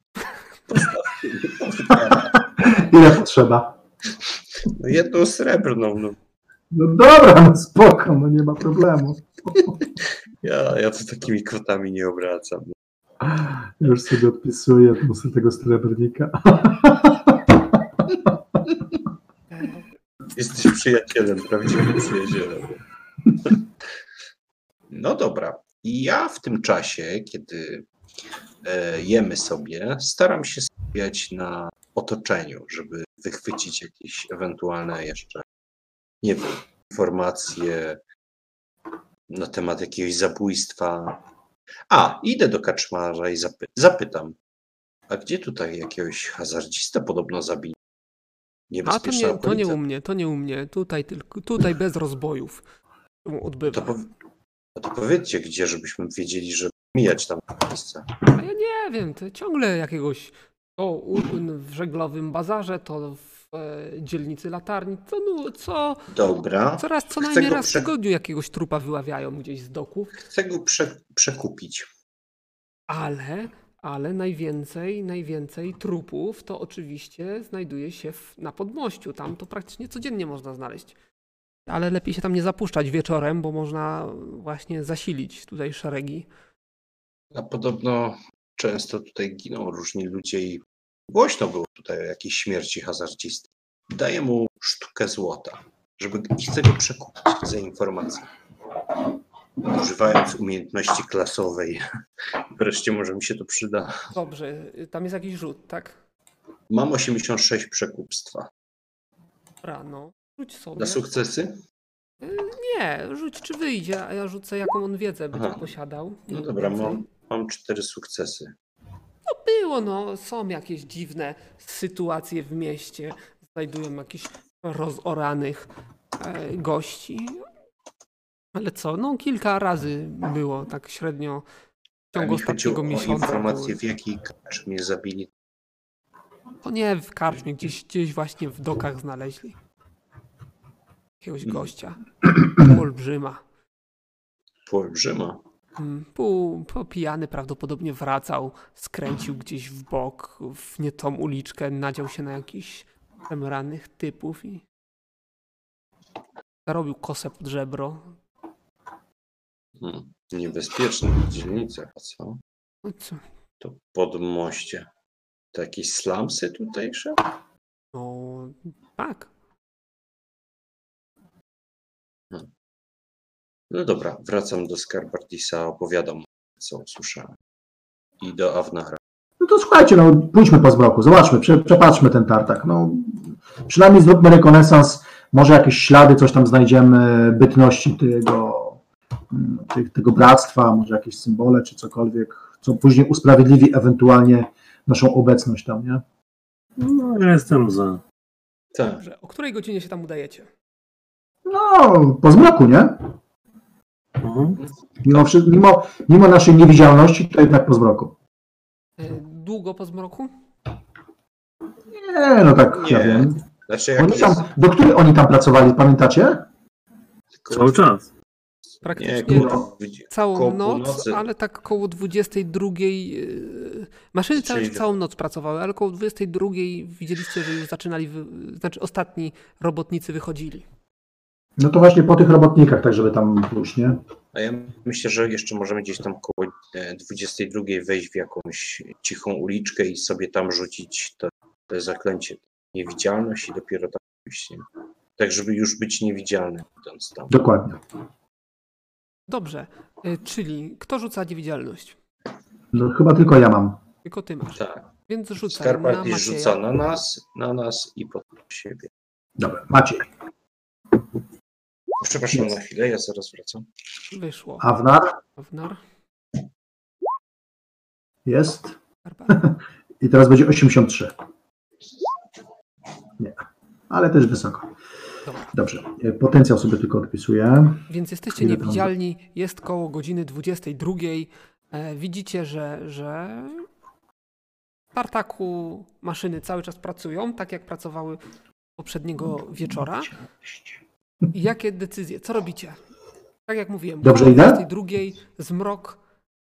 Ile potrzeba? no jedną srebrną. No. No dobra, no spoko, no nie ma problemu. Ja tu takimi kwotami nie obracam. Już sobie odpisuję tego srebrnika. Jesteś przyjacielem, prawdziwym przyjacielem. No dobra. I ja w tym czasie, kiedy jemy sobie, staram się skupiać na otoczeniu, żeby wychwycić jakieś ewentualne jeszcze, nie wiem, informacje na temat jakiegoś zabójstwa. Idę do kaczmarza i zapytam, a gdzie tutaj jakiegoś hazardzista podobno zabili? A to Niebezpieczna nie u okolica. mnie, to nie u mnie. Tutaj bez rozbojów się odbywa. To powiedzcie gdzie, żebyśmy wiedzieli, że mijać tam miejsce. A ja nie wiem, to ciągle jakiegoś to w żeglowym bazarze, to w dzielnicy latarni, Dobra. coraz co Chcę najmniej go raz w tygodniu jakiegoś trupa wyławiają gdzieś z doków. Chcę go przekupić. Ale najwięcej trupów to oczywiście znajduje się na Podmościu. Tam to praktycznie codziennie można znaleźć. Ale lepiej się tam nie zapuszczać wieczorem, bo można właśnie zasilić tutaj szeregi. A podobno często tutaj giną różni ludzie i głośno było tutaj o jakiejś śmierci hazardzisty. Daję mu sztukę złota, chcę go przekupić za informację. Używając umiejętności klasowej. Wreszcie może mi się to przyda. Dobrze, tam jest jakiś rzut, tak? Mam 86 przekupstwa. Rano. Rzuć sobie. Na sukcesy? Nie, rzuć czy wyjdzie, a ja rzucę jaką on wiedzę będzie Aha. posiadał. No dobra, Więcej. mam 4 sukcesy. No było, są jakieś dziwne sytuacje w mieście. Znajdują jakichś rozoranych gości. Ale kilka razy było tak średnio w ciągu Mi chodziło ostatniego o miesiąca. informację, w jakiej karczmie zabili. To nie w karczmie, gdzieś właśnie w dokach znaleźli. Jakiegoś gościa. Olbrzyma. Olbrzyma. Pół pijany prawdopodobnie wracał, skręcił gdzieś w bok, w nie tą uliczkę, nadział się na jakichś rannych typów i zarobił kosę pod żebro. Niebezpieczne w dzielnicach, a co? No co? To Podmoście. To jakieś slumsy tutejsze? No tak. No dobra, wracam do Skarbardisa, opowiadam, co usłyszałem. I do Avnara. No to słuchajcie, pójdźmy po zmroku, zobaczmy, przepatrzmy ten tartak. Przynajmniej zróbmy rekonesans, może jakieś ślady, coś tam znajdziemy, bytności tego bractwa, może jakieś symbole czy cokolwiek, co później usprawiedliwi ewentualnie naszą obecność tam, nie? No, ja jestem za. Tak. Dobrze, o której godzinie się tam udajecie? Po zmroku, nie? Mhm. Mimo naszej niewidzialności, to jednak po zmroku. Długo po zmroku? Nie, no tak, ja Nie. wiem. Znaczy, jak Oni jest, tam, do której oni tam pracowali, pamiętacie? Cały czas. Praktycznie całą koło noc, północy. ale tak koło 22. Maszyny Czyli- całą noc pracowały, ale koło 22 widzieliście, że już zaczynali, znaczy ostatni robotnicy wychodzili. No to właśnie po tych robotnikach, tak żeby tam pójść, nie? A ja myślę, że jeszcze możemy gdzieś tam koło 22 wejść w jakąś cichą uliczkę i sobie tam rzucić to zaklęcie niewidzialność i dopiero tam pójść. Nie? Tak, żeby już być niewidzialnym idąc tam. Dokładnie. Dobrze, czyli kto rzuca niewidzialność? No chyba tylko ja mam. Tylko ty masz. Tak. Więc rzucaj na Skarpatis Macieja. rzuca na nas i potem siebie. Dobra, Maciej. Przepraszam na chwilę, ja zaraz wracam. Wyszło. Awnar Awnar. jest. Skarpa. I teraz będzie 83. Nie, ale też wysoko. Dobra. Dobrze, potencjał sobie tylko odpisuję. Więc jesteście Ile tam? niewidzialni, jest koło godziny 22. Widzicie, że w tartaku maszyny cały czas pracują, tak jak pracowały poprzedniego wieczora. I jakie decyzje? Co robicie? Tak jak mówiłem, Dobrze koło idę? 22 zmrok.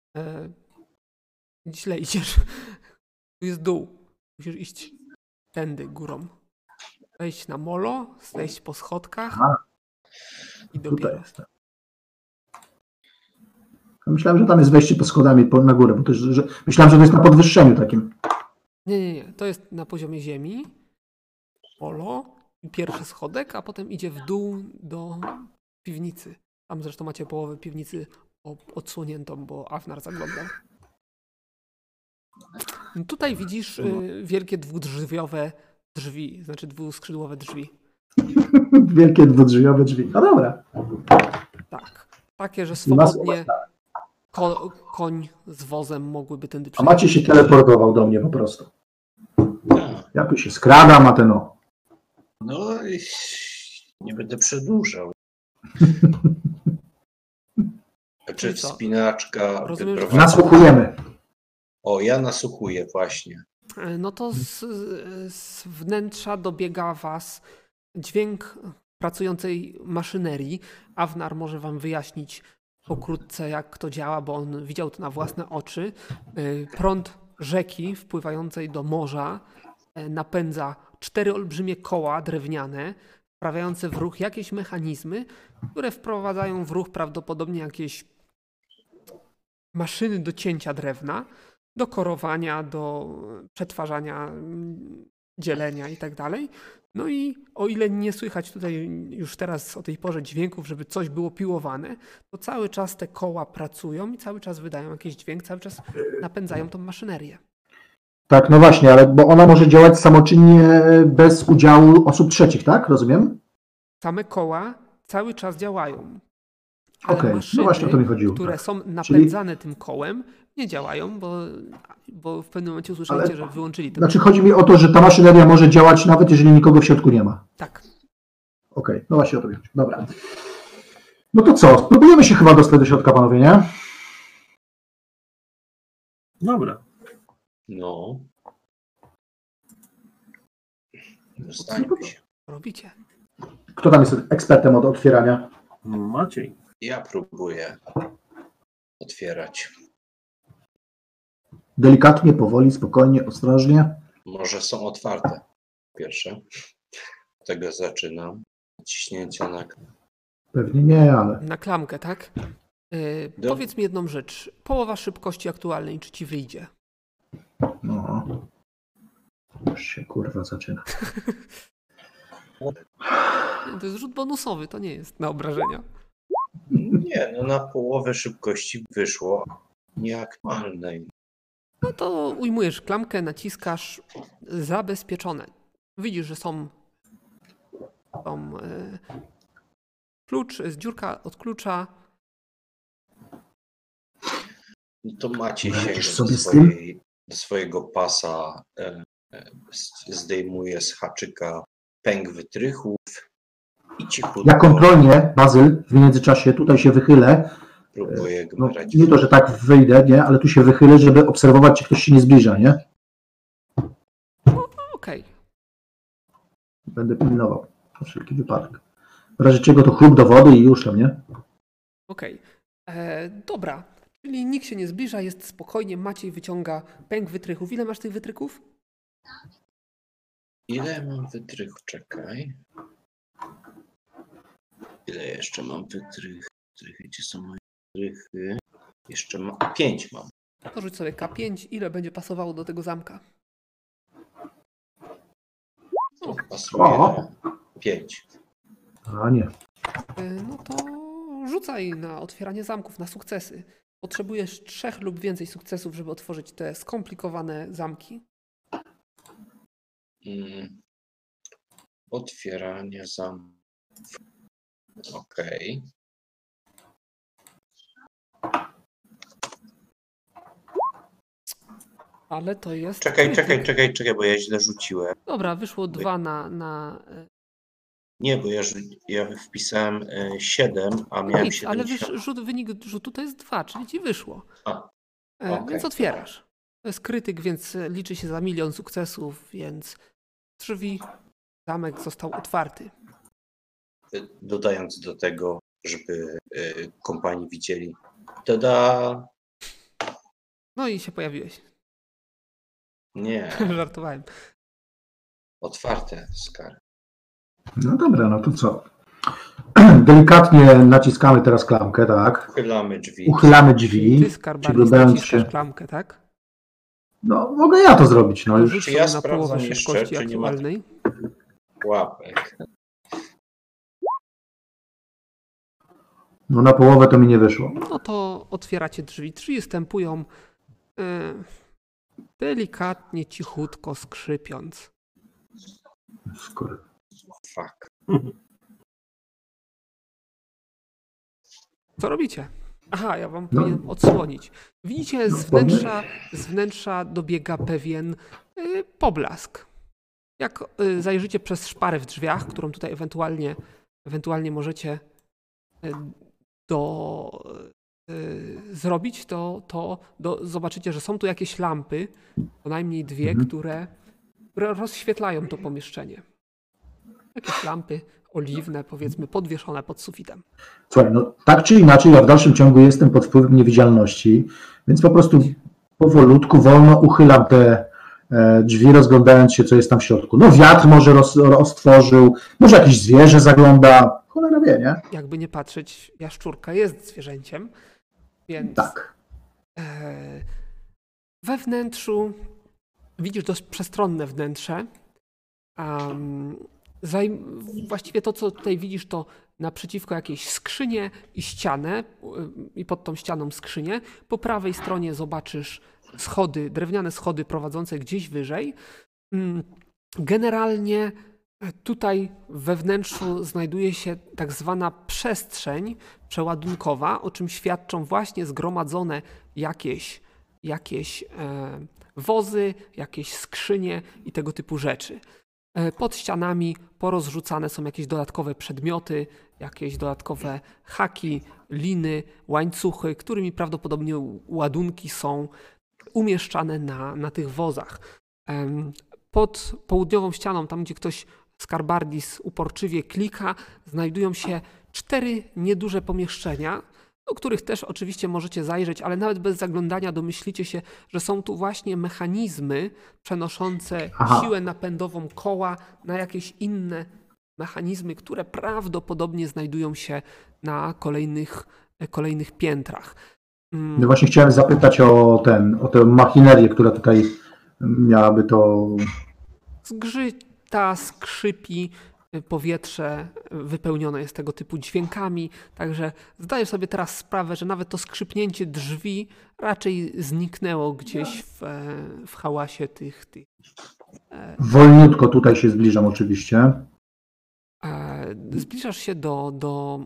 Źle idziesz. Tu jest dół. Musisz iść tędy górą. Wejść na molo, zejść po schodkach A, i Tutaj dopiero. jestem. Myślałem, że tam jest wejście po schodami na górę, bo myślałem, że to jest na podwyższeniu takim. Nie. To jest na poziomie ziemi. Molo i pierwszy schodek, a potem idzie w dół do piwnicy. Tam zresztą macie połowę piwnicy odsłoniętą, bo Awnar zaglądał. Tutaj widzisz wielkie dwudrzwiowe drzwi, znaczy dwuskrzydłowe drzwi. Wielkie dwudrzwiowe drzwi. No dobra. Tak. Takie, że Nie ma swobodnie koń z wozem mogłyby tędy A przejść. Maciej się teleportował do mnie po prostu. Tak. Ja tu się skradam, a ten o. No i nie będę przedłużał. Czy Czyli co? wspinaczka Rozumiem, że- wyprowadza... Nasłuchujemy. O, ja nasłuchuję właśnie. No to z wnętrza dobiega was dźwięk pracującej maszynerii. Awnar może wam wyjaśnić pokrótce, jak to działa, bo on widział to na własne oczy. Prąd rzeki wpływającej do morza napędza 4 olbrzymie koła drewniane, wprawiające w ruch jakieś mechanizmy, które wprowadzają w ruch prawdopodobnie jakieś maszyny do cięcia drewna, do korowania, do przetwarzania, dzielenia i tak dalej. No i o ile nie słychać tutaj już teraz o tej porze dźwięków, żeby coś było piłowane, to cały czas te koła pracują i cały czas wydają jakiś dźwięk, cały czas napędzają tą maszynerię. Tak, no właśnie, ale bo ona może działać samoczynnie bez udziału osób trzecich, tak? Rozumiem? Same koła cały czas działają. Ale Okej, maszyny, no właśnie o to mi chodziło. które Tak. są napędzane tym kołem, nie działają, bo w pewnym momencie usłyszeliście, Ale- że wyłączyli ten Znaczy chodzi mi o to, że ta maszyneria może działać nawet jeżeli nikogo w środku nie ma. Tak. Okej, no właśnie o to mi chodzi. Dobra. No to co? Spróbujemy się chyba dostać do środka, panowie, nie? Dobra. No. Dostańmy się. Robicie. Kto tam jest ekspertem od otwierania? Maciej. Ja próbuję otwierać. Delikatnie, powoli, spokojnie, ostrożnie. Może są otwarte. Pierwsze. Od tego zaczynam. Ciśnięcia na... Pewnie nie, ale Na klamkę, tak? Powiedz mi jedną rzecz. Połowa szybkości aktualnej, czy ci wyjdzie? no. Już się kurwa zaczyna. To jest rzut bonusowy, to nie jest na obrażenia. Nie, no na połowę szybkości wyszło nieaktualnej. No to ujmujesz klamkę, naciskasz zabezpieczone. Widzisz, że są klucz, jest dziurka od klucza. No to Maciej Radzisz sięga sobie z tym? do swojego pasa, zdejmuje z haczyka pęk wytrychów i cichutko... Ja kontrolnie, Bazyl, w międzyczasie tutaj się wychylę, Próbuję No, gmerać. nie to, że tak wyjdę, nie, ale tu się wychylę, żeby obserwować, czy ktoś się nie zbliża, nie? Okej. Będę pilnował na wszelki wypadek. W razie czego to chrup do wody i już tam, nie? Okej. Dobra. Czyli nikt się nie zbliża, jest spokojnie. Maciej wyciąga pęk wytrychów. Ile masz tych wytrychów? Ile mam wytrychu? Czekaj. Ile jeszcze mam wytrychy? Gdzie są moje wytrychy? Jeszcze mam... 5 mam. To rzuć sobie K5. Ile będzie pasowało do tego zamka? To pasuje. O! 5. A nie. No to rzucaj na otwieranie zamków, na sukcesy. Potrzebujesz 3 lub więcej sukcesów, żeby otworzyć te skomplikowane zamki. Otwieranie zamków. Okej. Ale to jest... Czekaj, bo ja źle rzuciłem. Dobra, wyszło 2 na... Nie, bo ja wpisałem 7, a miałem Nic, ale 70. wynik rzutu to jest 2, czyli ci wyszło. Okej. Więc otwierasz. To jest krytyk, więc liczy się za 1 000 000 sukcesów, więc drzwi, zamek został otwarty. Dodając do tego, żeby kompanii widzieli. Tada! No i się pojawiłeś. Nie, Żartowałem. otwarte skary. No dobra, no to co? Delikatnie naciskamy teraz klamkę, tak? Uchylamy drzwi. Uchylamy drzwi, Ty, Skarbardis, przyglądając naciskasz się. klamkę, tak? No, mogę ja to zrobić, no już. Rzuć Czy ja sobie na sprawdzam połowę jeszcze, szybkości czy nie ma- aktualnej. Łapek. No na połowę to mi nie wyszło. No to otwieracie drzwi. Drzwi stępują delikatnie, cichutko, skrzypiąc. Skoro. Fuck. Co robicie? Aha, ja wam No. powinienem odsłonić. Widzicie, z wnętrza dobiega pewien poblask. Jak zajrzycie przez szparę w drzwiach, którą tutaj ewentualnie możecie zrobić, to zobaczycie, że są tu jakieś lampy, co najmniej 2, które rozświetlają to pomieszczenie. Jakieś lampy oliwne, powiedzmy, podwieszone pod sufitem. Słuchaj, no tak czy inaczej, ja w dalszym ciągu jestem pod wpływem niewidzialności, więc po prostu powolutku, wolno uchylam te drzwi, rozglądając się, co jest tam w środku. No wiatr może roztworzył, może jakieś zwierzę zagląda, cholera wie, nie? Jakby nie patrzeć, jaszczurka jest zwierzęciem, więc Tak. we wnętrzu widzisz dość przestronne wnętrze. Właściwie to, co tutaj widzisz, to naprzeciwko jakieś skrzynie i ścianę i pod tą ścianą skrzynię. Po prawej stronie zobaczysz schody, drewniane schody prowadzące gdzieś wyżej. Generalnie tutaj we wnętrzu znajduje się tak zwana przestrzeń przeładunkowa, o czym świadczą właśnie zgromadzone jakieś wozy, jakieś skrzynie i tego typu rzeczy. Pod ścianami porozrzucane są jakieś dodatkowe przedmioty, jakieś dodatkowe haki, liny, łańcuchy, którymi prawdopodobnie ładunki są umieszczane na tych wozach. Pod południową ścianą, tam gdzie ktoś Skarbardis uporczywie klika, znajdują się 4 nieduże pomieszczenia, do których też oczywiście możecie zajrzeć, ale nawet bez zaglądania domyślicie się, że są tu właśnie mechanizmy przenoszące siłę napędową koła na jakieś inne mechanizmy, które prawdopodobnie znajdują się na kolejnych piętrach. No właśnie chciałem zapytać o tę machinerię, która tutaj miałaby to... Zgrzyta, skrzypi, powietrze wypełnione jest tego typu dźwiękami, także zdaję sobie teraz sprawę, że nawet to skrzypnięcie drzwi raczej zniknęło gdzieś w hałasie tych. Wolniutko tutaj się zbliżam oczywiście. Zbliżasz się do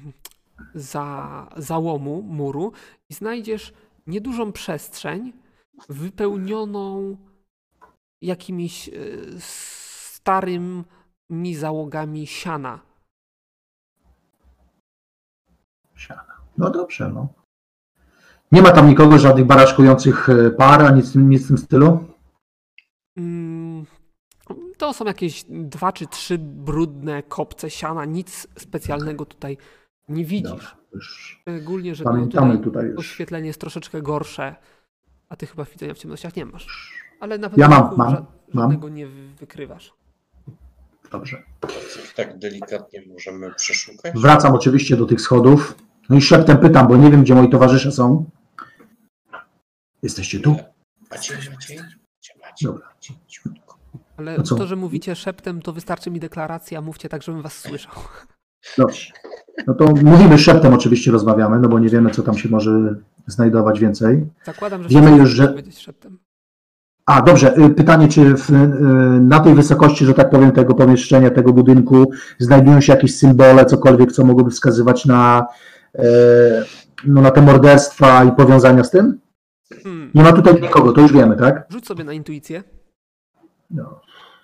załomu muru i znajdziesz niedużą przestrzeń wypełnioną jakimiś starymi załogami siana. No dobrze, no. Nie ma tam nikogo, żadnych baraszkujących par, ani nic w tym stylu? Mm, To są jakieś 2 czy 3 brudne kopce siana, nic specjalnego tutaj nie widzisz. Dobrze, już Szczególnie, że pamiętamy tutaj tutaj już. oświetlenie jest troszeczkę gorsze, a ty chyba widzenia w ciemnościach nie masz. Ale na Ja pewno mam. żadnego nie wykrywasz. Dobrze. Coś tak delikatnie możemy przeszukać? Wracam oczywiście do tych schodów. No i szeptem pytam, bo nie wiem, gdzie moi towarzysze są. Jesteście tu? Macie. Dobra. Cichutko. Ale No co? to, że mówicie szeptem, to wystarczy mi deklaracja, mówcie tak, żebym was słyszał. Dobrze. No to mówimy szeptem, oczywiście rozmawiamy, no bo nie wiemy, co tam się może znajdować więcej. Zakładam, że Wiemy wszyscy już, że- chcą powiedzieć szeptem. A, dobrze. Pytanie, czy na tej wysokości, że tak powiem, tego pomieszczenia, tego budynku znajdują się jakieś symbole, cokolwiek, co mogłoby wskazywać na, no, na te morderstwa i powiązania z tym? Nie ma tutaj nikogo, to już wiemy, tak? Rzuć sobie na intuicję. No.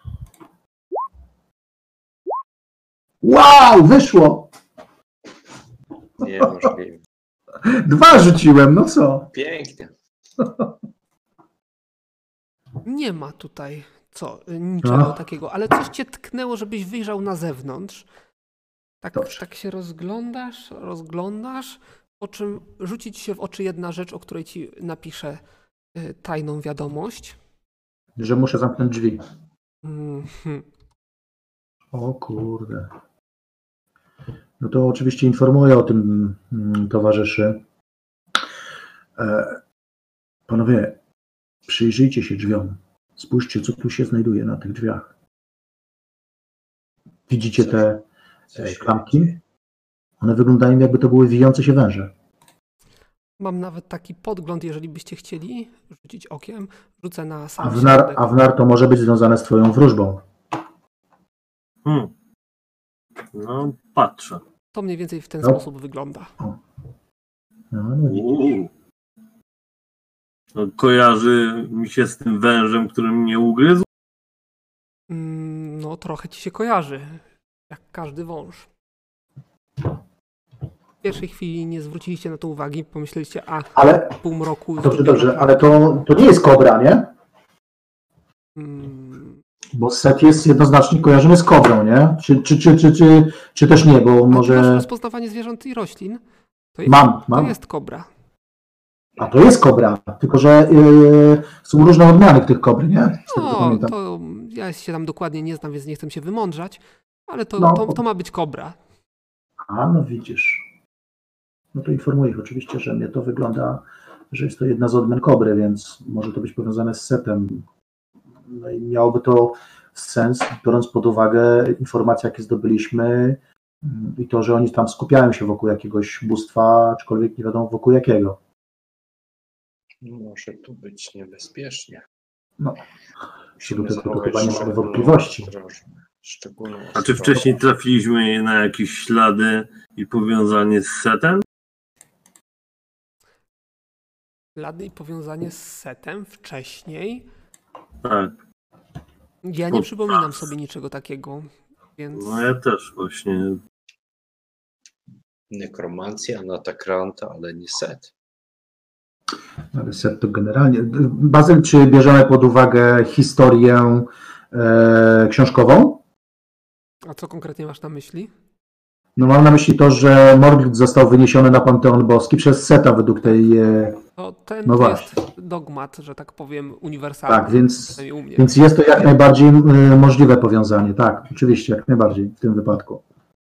Wow, wyszło! Niemożliwe. 2 rzuciłem, no co? Pięknie. Nie ma tutaj niczego Ach. takiego, ale coś cię tknęło, żebyś wyjrzał na zewnątrz. Dobrze. Tak się rozglądasz, po czym rzuci ci się w oczy jedna rzecz, o której ci napiszę tajną wiadomość. Że muszę zamknąć drzwi. Mhm. O kurde. No to oczywiście informuję o tym towarzyszy. Panowie, przyjrzyjcie się drzwiom. Spójrzcie, co tu się znajduje na tych drzwiach. Widzicie te klamki? One wyglądają, jakby to były wijące się węże. Mam nawet taki podgląd, jeżeli byście chcieli rzucić okiem. Rzucę na sam Awnar, środek. Awnar to może być związane z twoją wróżbą. No, patrzę. To mniej więcej w ten No. sposób wygląda. No, No, kojarzy mi się z tym wężem, który mnie ugryzł. No, trochę ci się kojarzy, jak każdy wąż. W pierwszej chwili nie zwróciliście na to uwagi, pomyśleliście, ale półmroku... dobrze, ale to nie jest kobra, nie? Mm, Bo Set jest jednoznacznie kojarzony z kobrą, nie? Czy też nie, bo a ty masz może... rozpoznawanie zwierząt i roślin? To Mam. To jest kobra. A to jest kobra, tylko że są różne odmiany tych kobry, nie? Z tego co No, pamiętam. to ja się tam dokładnie nie znam, więc nie chcę się wymądrzać, ale No. to ma być kobra. A, no widzisz. No to informuję ich oczywiście, że mnie to wygląda, że jest to jedna z odmian kobry, więc może to być powiązane z Setem. No i miałoby to sens, biorąc pod uwagę informacje, jakie zdobyliśmy i to, że oni tam skupiają się wokół jakiegoś bóstwa, aczkolwiek nie wiadomo wokół jakiego. Może tu być niebezpiecznie. No. Musimy To zachować chyba nie mamy szczególną wątpliwości. szczególną A czy wcześniej trafiliśmy na jakieś ślady i powiązanie z Setem? Ślady i powiązanie z Setem wcześniej. Tak. Ja nie przypominam sobie niczego takiego, więc... No ja też właśnie. nekromancja, Natakranta, ale nie Set. Ale Set to generalnie... Bazyl, czy bierzemy pod uwagę historię książkową? A co konkretnie masz na myśli? No mam na myśli to, że Morglit został wyniesiony na Panteon Boski przez Seta według tej... To ten No to jest właśnie. dogmat, że tak powiem, uniwersalny. Tak, więc Przynajmniej u mnie. jest to jak najbardziej możliwe powiązanie. Tak, oczywiście, jak najbardziej w tym wypadku.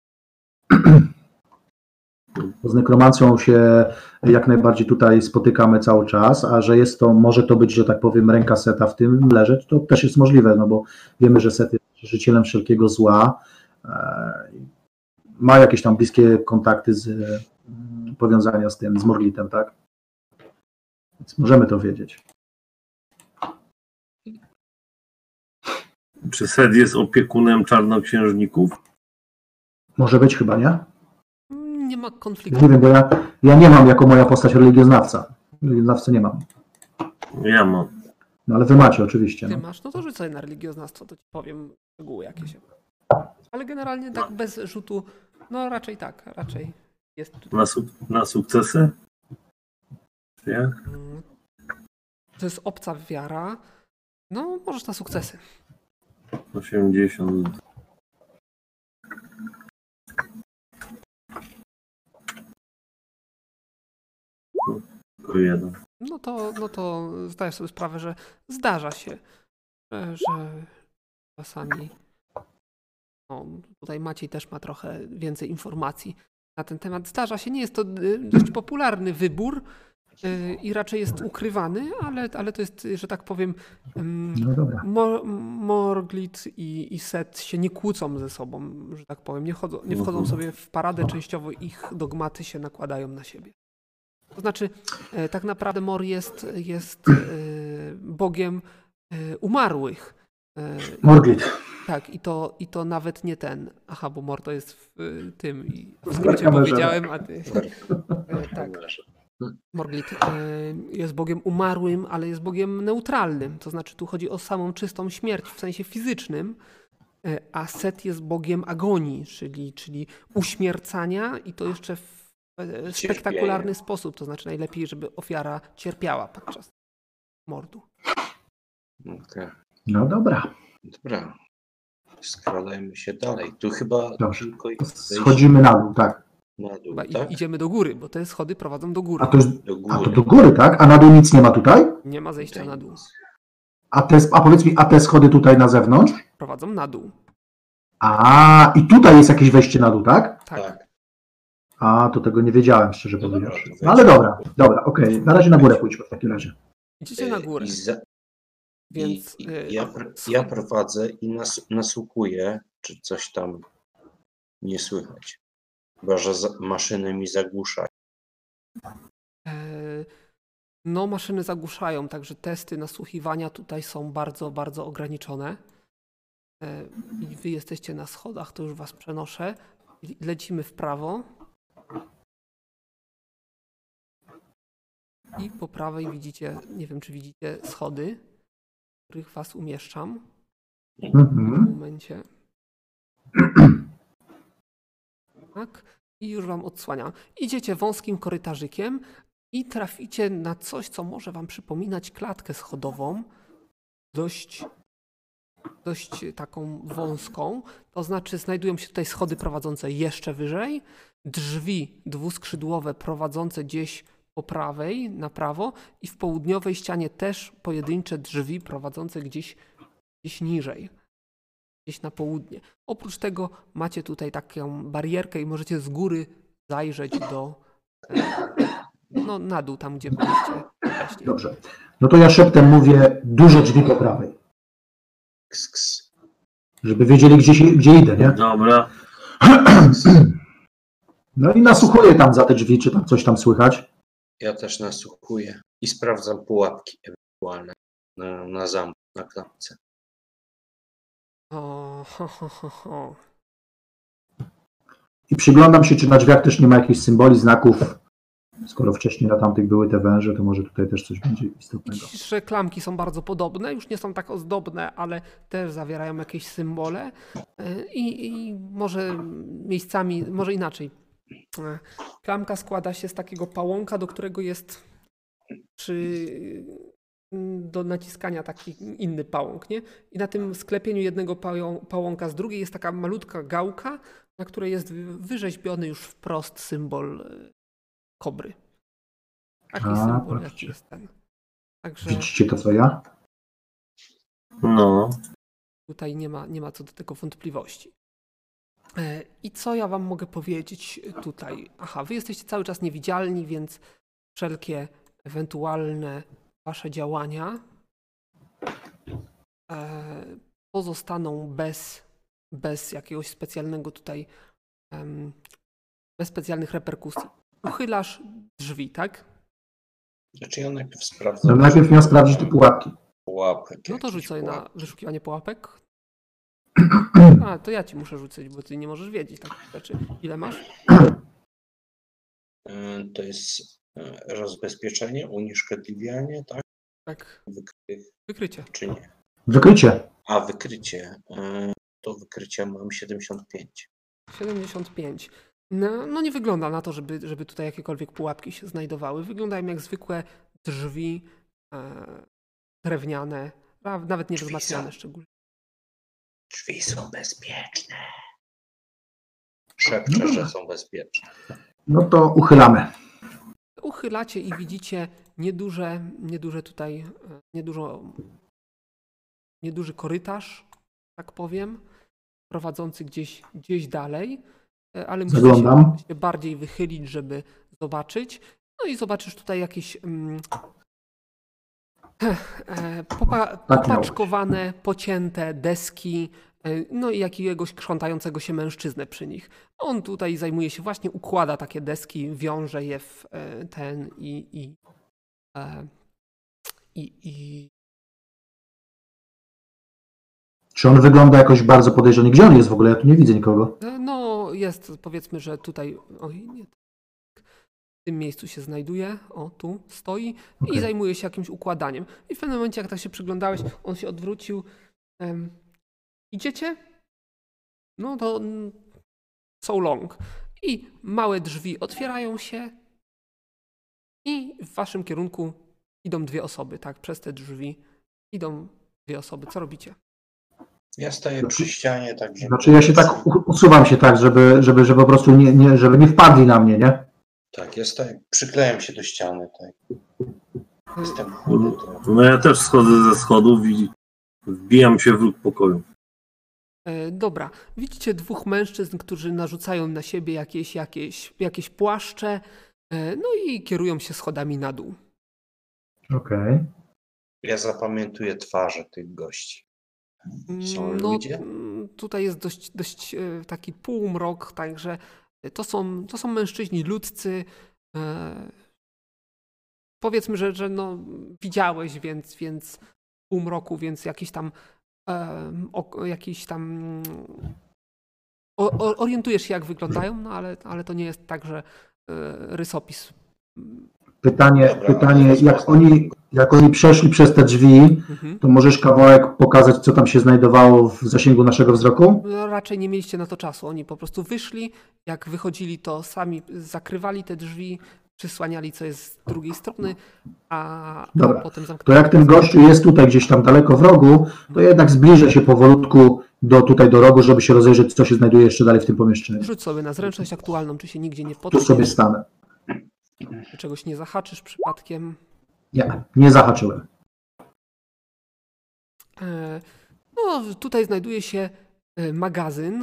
Z nekromancją się jak najbardziej tutaj spotykamy cały czas, a że jest to, może to być, że tak powiem, ręka Seta w tym leżeć, to też jest możliwe, no bo wiemy, że Set jest życielem wszelkiego zła. Ma jakieś tam bliskie kontakty powiązania z tym, z Morglitem, tak? Więc możemy to wiedzieć. Czy Set jest opiekunem czarnoksiężników? Może być chyba, nie? Nie ma konfliktu. Nie wiem, bo ja nie mam jako moja postać religioznawca. Religioznawcy nie mam. Ja mam. No ale wy macie oczywiście. Ty No. masz, no to rzuć sobie na religioznawstwo, to ci powiem szczegóły jakieś. Ale generalnie tak bez rzutu, no raczej tak, raczej. Jest Na sukcesy? Jak? To jest obca wiara. No, możesz na sukcesy. 80. Tylko jeden. No to zdajesz sobie sprawę, że zdarza się, że czasami no, tutaj Maciej też ma trochę więcej informacji na ten temat. Zdarza się, nie jest to dość popularny wybór i raczej jest ukrywany, ale to jest, że tak powiem, No dobra. Morglit i Set się nie kłócą ze sobą, że tak powiem, nie wchodzą sobie w paradę, częściowo ich dogmaty się nakładają na siebie. To znaczy, tak naprawdę Mor jest bogiem umarłych. Morglit. Tak, i to nawet nie ten. Aha, bo Mor to jest w tym. I w skrócie powiedziałem, a ty. Tak. Morglit jest bogiem umarłym, ale jest bogiem neutralnym. To znaczy, tu chodzi o samą czystą śmierć w sensie fizycznym, a Set jest bogiem agonii, czyli uśmiercania i to jeszcze w spektakularny sposób. To znaczy, najlepiej, żeby ofiara cierpiała podczas mordu. Okay. No dobra. Dobra. Skradajmy się dalej. Tu chyba Dobrze. tylko Schodzimy na dół, tak. na dół, Chyba tak? idziemy do góry, bo te schody prowadzą do góry. A to jest Do to góry. do góry, tak? A na dół nic nie ma tutaj? Nie ma zejścia na dół. A powiedz mi, a te schody tutaj na zewnątrz? Prowadzą na dół. I tutaj jest jakieś wejście na dół, tak? Tak. Tak. To tego nie wiedziałem, szczerze No dobra, powiedziawszy. to No ale dobra, okej. Na razie na górę pójdźmy w takim razie. Idziecie na górę. Więc Ja prowadzę i nasłuchuję, czy coś tam nie słychać. Chyba, że maszyny mi zagłuszają. no, maszyny zagłuszają, także testy nasłuchiwania tutaj są bardzo, bardzo ograniczone. I wy jesteście na schodach, to już was przenoszę. Lecimy w prawo. I po prawej widzicie, nie wiem czy widzicie schody, w których was umieszczam w tym Mhm. momencie. Tak. I już wam odsłaniam. Idziecie wąskim korytarzykiem i traficie na coś, co może wam przypominać klatkę schodową. Dość taką wąską. To znaczy znajdują się tutaj schody prowadzące jeszcze wyżej, drzwi dwuskrzydłowe prowadzące gdzieś po prawej, na prawo i w południowej ścianie też pojedyncze drzwi prowadzące gdzieś niżej, gdzieś na południe. Oprócz tego macie tutaj taką barierkę i możecie z góry zajrzeć no, na dół, tam gdzie byliście wcześniej. Dobrze. No to ja szeptem mówię duże drzwi po prawej. Ks, ks. Żeby wiedzieli, gdzie idę, nie? Dobra. No i nasłuchuję tam za te drzwi, czy tam coś tam słychać. Ja też nasłuchuję i sprawdzam pułapki ewentualne na zamku, na klatce. O. I przyglądam się, czy na drzwiach też nie ma jakichś symboli, znaków. Skoro wcześniej na tamtych były te węże, to może tutaj też coś będzie istotnego. Widzisz, że klamki są bardzo podobne, już nie są tak ozdobne, ale też zawierają jakieś symbole i może miejscami, może inaczej. Klamka składa się z takiego pałąka, do którego jest do naciskania taki inny pałąk, nie? I na tym sklepieniu jednego pałąka z drugiej jest taka malutka gałka, na której jest wyrzeźbiony już wprost symbol kobry. Taki symbol jak jest ten. Także Widzicie to, co ja? No. tutaj nie ma co do tego wątpliwości. I co ja wam mogę powiedzieć tutaj? Aha, wy jesteście cały czas niewidzialni, więc wszelkie ewentualne wasze działania pozostaną bez jakiegoś specjalnego tutaj, bez specjalnych reperkusji. Uchylasz drzwi, tak? Znaczy ja najpierw No sprawdzam najpierw miałem sprawdzić te pułapki. pułapek. No to rzuć jakieś sobie na pułapki. wyszukiwanie pułapek. To ja ci muszę rzucić, bo ty nie możesz wiedzieć takich rzeczy. Ile masz? To jest rozbezpieczenie, unieszkodliwianie, tak? Tak, Wykrycie, wykrycie. czy nie? Wykrycie. A wykrycie. To wykrycia mam 75. 75. No nie wygląda na to, żeby tutaj jakiekolwiek pułapki się znajdowały. Wyglądają jak zwykłe drzwi drewniane, nawet nie wzmacniane szczególnie. Drzwi są bezpieczne. Szepczę, że są bezpieczne. No to uchylamy. Uchylacie i widzicie nieduży korytarz, tak powiem, prowadzący gdzieś dalej, ale musicie Zaglądam. się bardziej wychylić, żeby zobaczyć. No i zobaczysz tutaj jakieś popaczkowane, pocięte deski, no i jakiegoś krzątającego się mężczyznę przy nich. On tutaj zajmuje się właśnie, układa takie deski, wiąże je w ten i Czy on wygląda jakoś bardzo podejrzanie? Gdzie on jest w ogóle? Ja tu nie widzę nikogo. no jest, powiedzmy, że tutaj, oj nie, w tym miejscu się znajduje, o tu stoi i Okej. zajmuje się jakimś układaniem. I w pewnym momencie, jak tak się przyglądałeś, on się odwrócił. Idziecie? No to so long. I małe drzwi otwierają się i w waszym kierunku idą dwie osoby, tak? Przez te drzwi idą dwie osoby. Co robicie? Ja stoję przy ścianie, tak żeby... Znaczy ja się tak usuwam się tak, żeby po prostu żeby nie wpadli na mnie, nie? Tak, ja stoję, przyklejam się do ściany, tak. Jestem chudy trochę. No ja też schodzę ze schodów i wbijam się w róg pokoju. Dobra, widzicie dwóch mężczyzn, którzy narzucają na siebie jakieś płaszcze, no i kierują się schodami na dół. Okej. Ja zapamiętuję twarze tych gości. Są No, ludzie? tutaj jest dość taki półmrok, także to są mężczyźni ludzcy. Powiedzmy, że no, widziałeś, więc półmroku, więc orientujesz się, jak wyglądają, no ale to nie jest tak, że rysopis. Pytanie, Dobra, jak oni przeszli przez te drzwi, to możesz kawałek pokazać, co tam się znajdowało w zasięgu naszego wzroku? No, raczej nie mieliście na to czasu. Oni po prostu wyszli, jak wychodzili, to sami zakrywali te drzwi, przysłaniali, co jest z drugiej strony, a Dobra, potem To zamknęli. jak ten gościu jest tutaj gdzieś tam daleko w rogu, to jednak zbliżę się powolutku do rogu, żeby się rozejrzeć, co się znajduje jeszcze dalej w tym pomieszczeniu. Rzuć sobie na zręczność aktualną, czy się nigdzie nie Tu potkniesz, sobie stanę. czy czegoś nie zahaczysz przypadkiem. Nie zahaczyłem. No, tutaj znajduje się magazyn.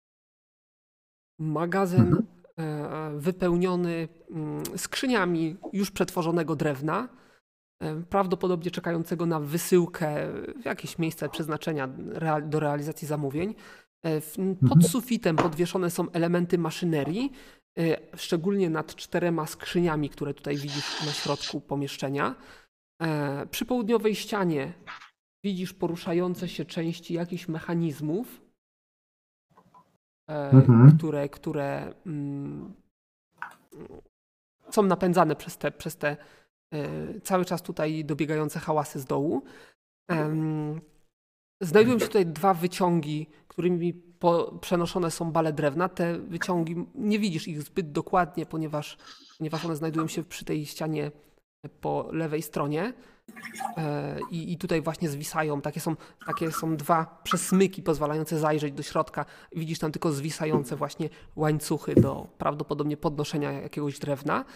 Magazyn wypełniony skrzyniami już przetworzonego drewna, prawdopodobnie czekającego na wysyłkę w jakieś miejsce przeznaczenia do realizacji zamówień. Pod sufitem podwieszone są elementy maszynerii, szczególnie nad 4 skrzyniami, które tutaj widzisz na środku pomieszczenia. Przy południowej ścianie widzisz poruszające się części jakichś mechanizmów, które są napędzane przez te cały czas tutaj dobiegające hałasy z dołu. Znajdują się tutaj 2 wyciągi, którymi przenoszone są bale drewna. Te wyciągi, nie widzisz ich zbyt dokładnie, ponieważ one znajdują się przy tej ścianie po lewej stronie. I tutaj właśnie zwisają. Takie są 2 przesmyki pozwalające zajrzeć do środka. Widzisz tam tylko zwisające właśnie łańcuchy do prawdopodobnie podnoszenia jakiegoś drewna.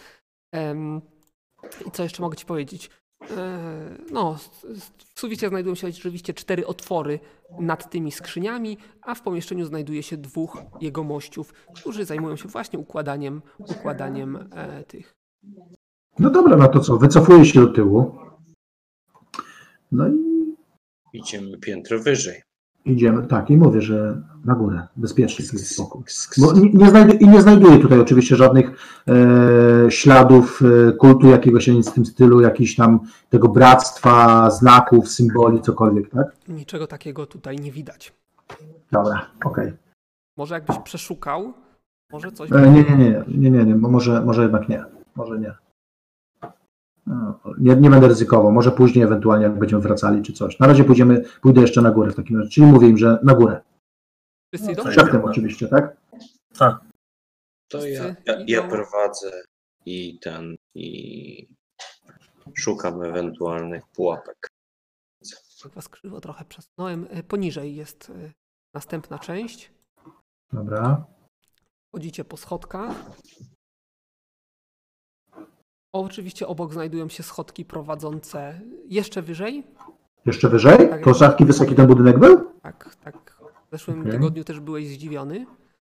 I co jeszcze mogę ci powiedzieć? No, w suficie znajdują się oczywiście 4 otwory nad tymi skrzyniami, a w pomieszczeniu znajduje się 2 jegomościów, którzy zajmują się właśnie układaniem tych. No dobra, no to co? Wycofuję się do tyłu. No i Idziemy piętro wyżej. idziemy. Tak, i mówię, że na górę. Bezpiecznie sobie spokój. Bo nie znajduję tutaj oczywiście żadnych śladów kultu jakiegoś, nic w tym stylu, jakichś tam tego bractwa, znaków, symboli, cokolwiek, tak? Niczego takiego tutaj nie widać. Dobra, okej. Może jakbyś przeszukał, może coś... Nie, bo może jednak nie. Może nie. No, nie będę ryzykował. Może później ewentualnie, jak będziemy wracali czy coś. Na razie pójdę jeszcze na górę w takim razie. Czyli mówię im, że na górę. Wszyscy idą? Szeptem oczywiście, tak? Tak. To ja Wszyscy idą. prowadzę i szukam ewentualnych pułapek. Jak was krzywo trochę przesunąłem. Poniżej jest następna część. Dobra. Chodzicie po schodkach. Oczywiście obok znajdują się schodki prowadzące jeszcze wyżej. Jeszcze wyżej? Tak. To taki wysoki ten budynek był? Tak, tak. W zeszłym Okej. tygodniu też byłeś zdziwiony.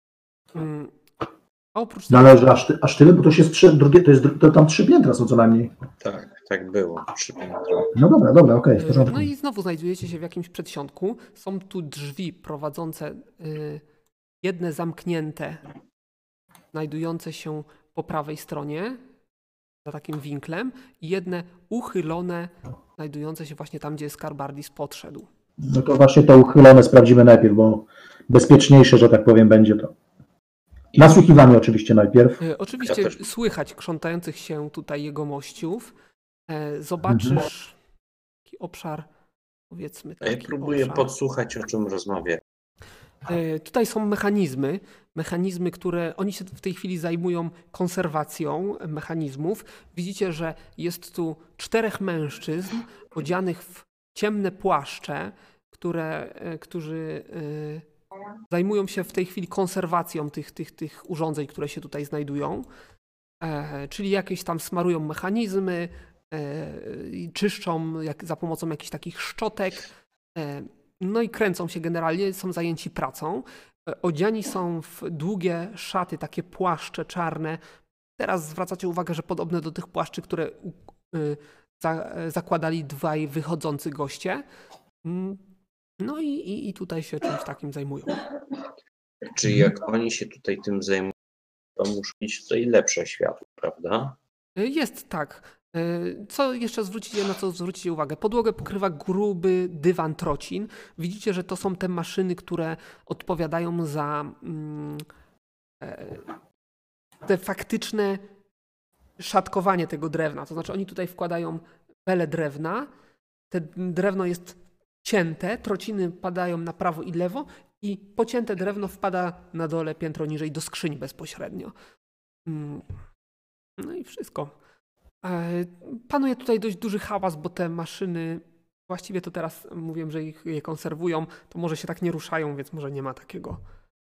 A oprócz tego, Należy aż tyle, bo to jest to tam 3 piętra są co najmniej. Tak było. 3 piętra. No dobra, okej, w porządku. no i znowu znajdujecie się w jakimś przedsionku. Są tu drzwi prowadzące, jedne zamknięte, znajdujące się po prawej stronie, za takim winklem, i jedne uchylone, znajdujące się właśnie tam, gdzie Skarbardis podszedł. No to właśnie te uchylone sprawdzimy najpierw, bo bezpieczniejsze, że tak powiem, będzie to. Nasłuchiwanie oczywiście najpierw. Oczywiście Ja też. słychać krzątających się tutaj jegomościów. Zobaczysz taki obszar, powiedzmy A ja taki próbuję obszar. podsłuchać, o czym rozmawia. Tutaj są mechanizmy, które oni się w tej chwili zajmują konserwacją mechanizmów. Widzicie, że jest tu 4 mężczyzn odzianych w ciemne płaszcze, którzy zajmują się w tej chwili konserwacją tych urządzeń, które się tutaj znajdują. Czyli jakieś tam smarują mechanizmy, i czyszczą za pomocą jakichś takich szczotek. No i kręcą się generalnie, są zajęci pracą. Odziani są w długie szaty, takie płaszcze czarne. Teraz zwracacie uwagę, że podobne do tych płaszczy, które zakładali 2 wychodzący goście. No i tutaj się czymś takim zajmują. Czyli jak oni się tutaj tym zajmują, to muszą mieć tutaj lepsze światło, prawda? Jest tak. Na co zwrócicie uwagę? Podłogę pokrywa gruby dywan trocin. Widzicie, że to są te maszyny, które odpowiadają za te faktyczne szatkowanie tego drewna. To znaczy oni tutaj wkładają belę drewna, te drewno jest cięte, trociny padają na prawo i lewo i pocięte drewno wpada na dole piętro niżej do skrzyni bezpośrednio. No i wszystko. Panuje tutaj dość duży hałas, bo te maszyny, właściwie to teraz mówię, że je konserwują, to może się tak nie ruszają, więc może nie ma takiego.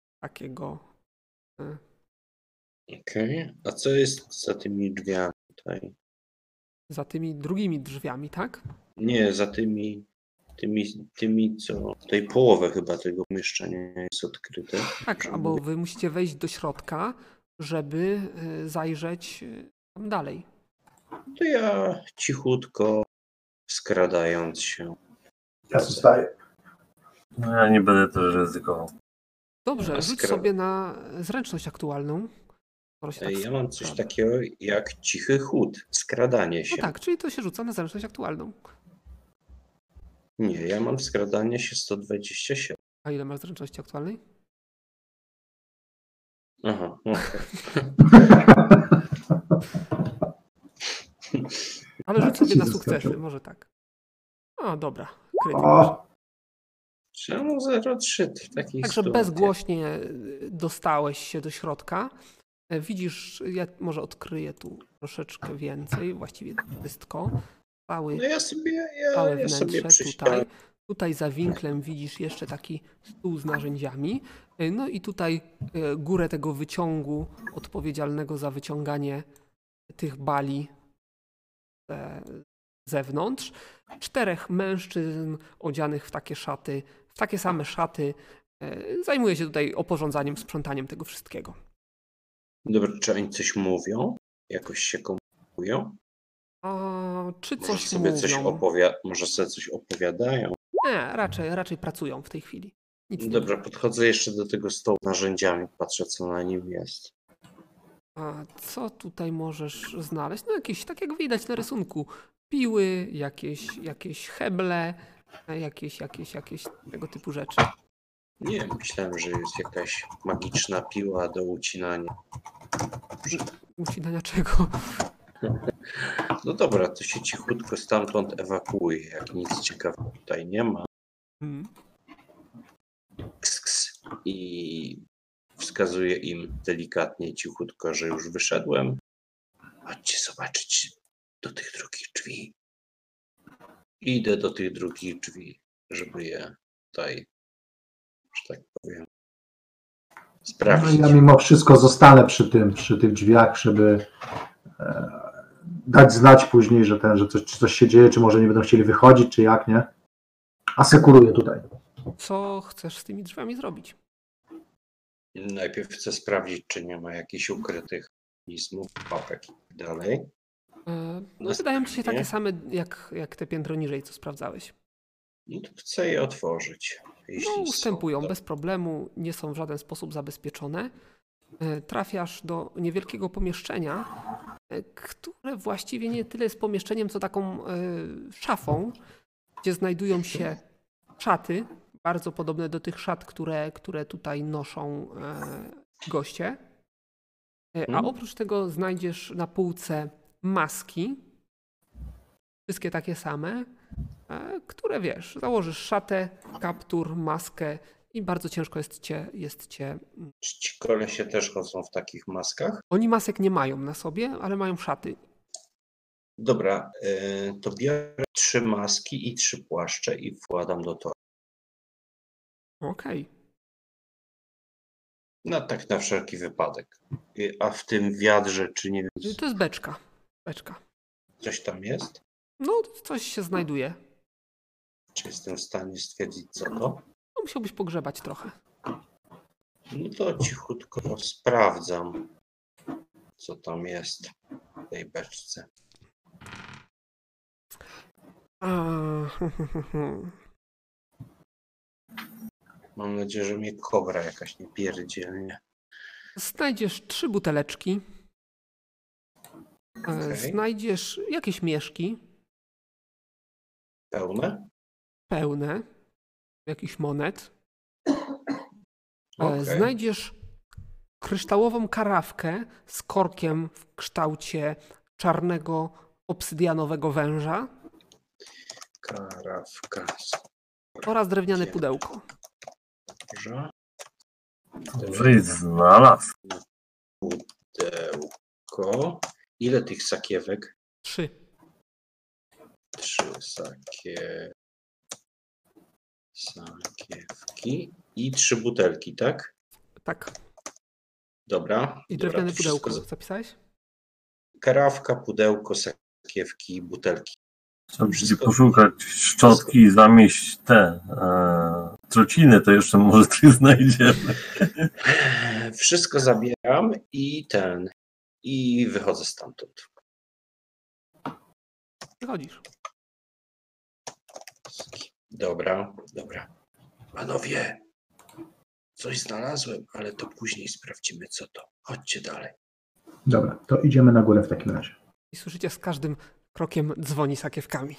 Okej. A co jest za tymi drzwiami tutaj? Za tymi drugimi drzwiami, tak? Nie, za tymi, co tutaj połowę chyba tego pomieszczenia jest odkryte. Tak, albo wy musicie wejść do środka, żeby zajrzeć tam dalej. To ja cichutko, skradając się. Ja zostaję. No ja nie będę też ryzykował. Dobrze, rzuć sobie na zręczność aktualną. skoro się tak Ja mam coś składa. takiego jak cichy chód, skradanie się. No tak, czyli to się rzuca na zręczność aktualną. Nie, ja mam skradanie się 127. A ile masz zręczności aktualnej? Aha, okej. Ale rzuć sobie ci na zaskoczył. sukcesy, może tak. O, dobra. Krytyk masz. O, Czemu 0,3 w takiej Także sytuacji? bezgłośnie dostałeś się do środka. Widzisz, ja może odkryję tu troszeczkę więcej, właściwie wszystko. Całe No ja sobie wnętrze tutaj. przysiadam. Tutaj za winklem widzisz jeszcze taki stół z narzędziami. No i tutaj górę tego wyciągu odpowiedzialnego za wyciąganie tych bali z zewnątrz. 4 mężczyzn odzianych w takie szaty, w takie same szaty. Zajmuje się tutaj oporządzaniem, sprzątaniem tego wszystkiego. Dobra, czy oni coś mówią? Jakoś się komunikują? A czy Może coś sobie mówią? Może sobie coś opowiadają? Nie, raczej pracują w tej chwili. Nic nie Dobra, podchodzę jeszcze do tego stołu z narzędziami, patrzę co na nim jest. A co tutaj możesz znaleźć? No jakieś, tak jak widać na rysunku, piły, jakieś heble, jakieś tego typu rzeczy. Nie, myślałem, że jest jakaś magiczna piła do ucinania. Ucinania czego? No dobra, to się cichutko stamtąd ewakuuję, jak nic ciekawego tutaj nie ma. Hmm. Ks, ks. I Wskazuję im delikatnie, cichutko, że już wyszedłem. Chodźcie zobaczyć do tych drugich drzwi. Idę do tych drugich drzwi, żeby je tutaj, że tak powiem, No sprawdzić. ja mimo wszystko zostanę przy tych drzwiach, żeby dać znać później, że coś się dzieje, czy może nie będą chcieli wychodzić, czy jak, nie? Asekuruję tutaj. Co chcesz z tymi drzwiami zrobić? Najpierw chcę sprawdzić, czy nie ma jakichś ukrytych mechanizmów, papek i tak dalej. No, wydają ci się takie Nie? same jak te piętro niżej, co sprawdzałeś. No to chcę je otworzyć. Jeśli No, są, ustępują to- bez problemu, nie są w żaden sposób zabezpieczone. Trafiasz do niewielkiego pomieszczenia, które właściwie nie tyle jest pomieszczeniem, co taką szafą, gdzie znajdują się szaty, bardzo podobne do tych szat, które tutaj noszą goście. A oprócz tego znajdziesz na półce maski, wszystkie takie same, które wiesz, założysz szatę, kaptur, maskę i bardzo ciężko jest cię. Czy ci kolesie też chodzą w takich maskach? Oni masek nie mają na sobie, ale mają szaty. Dobra, to biorę 3 maski i 3 płaszcze i wkładam do torby. Okej. No tak na wszelki wypadek. A w tym wiadrze, czy nie wiem, To jest beczka. Beczka. coś tam jest? No, coś się znajduje. Czy jestem w stanie stwierdzić, co to? No, musiałbyś pogrzebać trochę. No to cichutko sprawdzam, co tam jest w tej beczce. Mam nadzieję, że mnie kobra jakaś nie pierdzielnie. Znajdziesz 3 buteleczki. Okej. Znajdziesz jakieś mieszki Pełne? pełne, jakichś monet. Okej. Znajdziesz kryształową karawkę z korkiem w kształcie czarnego obsydianowego węża Karawka. oraz drewniane pudełko. Dobrze. Fryz znalazł. Pudełko. Ile tych sakiewek? 3. 3 sakiewki i 3 butelki, tak? Tak. Dobra. I Dobra, drewniane to wszystko pudełko. Zapisałeś? Karawka, pudełko, sakiewki, butelki. Trzeba Wszystko- poszukać szczotki i zamieść te trociny, to jeszcze może coś znajdziemy. Wszystko zabieram i wychodzę stamtąd. Wychodzisz. Dobra. Panowie, coś znalazłem, ale to później sprawdzimy, co to. Chodźcie dalej. Dobra, to idziemy na górę w takim razie. I słyszycie, z każdym krokiem dzwoni sakiewkami.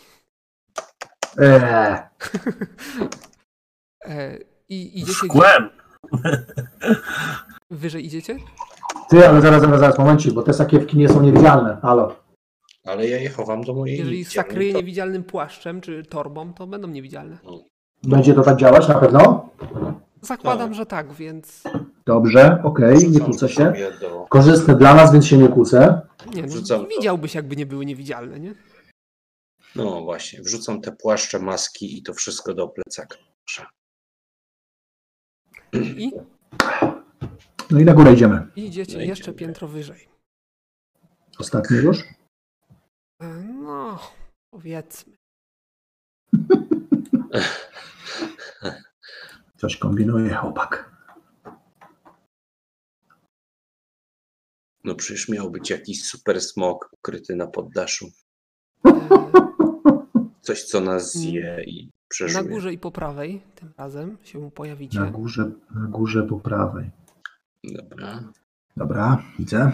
I idziecie Szkłem! wyżej idziecie? Ty, ale zaraz, momencik, bo te sakiewki nie są niewidzialne. Halo. Ale ja je chowam do mojej Jeżeli niewidzialnej zakryje torby. niewidzialnym płaszczem czy torbą, to będą niewidzialne. Będzie to tak działać na pewno? Zakładam, Tak. że tak, więc Dobrze, okej, nie Wrzucam kłócę się. sobie Korzystne dla nas, więc się nie kłócę. nie, no, Wrzucam to. widziałbyś, jakby nie były niewidzialne, nie? No właśnie, wrzucam te płaszcze, maski i to wszystko do plecaka. Proszę. I No i na górę idziemy. idziecie No jeszcze idziemy. piętro wyżej. Ostatni już. No, powiedzmy. Coś kombinuje chłopak. No przecież miał być jakiś super smok ukryty na poddaszu. Coś, co nas zje i Na przeżuje. górze i po prawej tym razem się pojawicie. Na górze po prawej. Dobra. Dobra, widzę.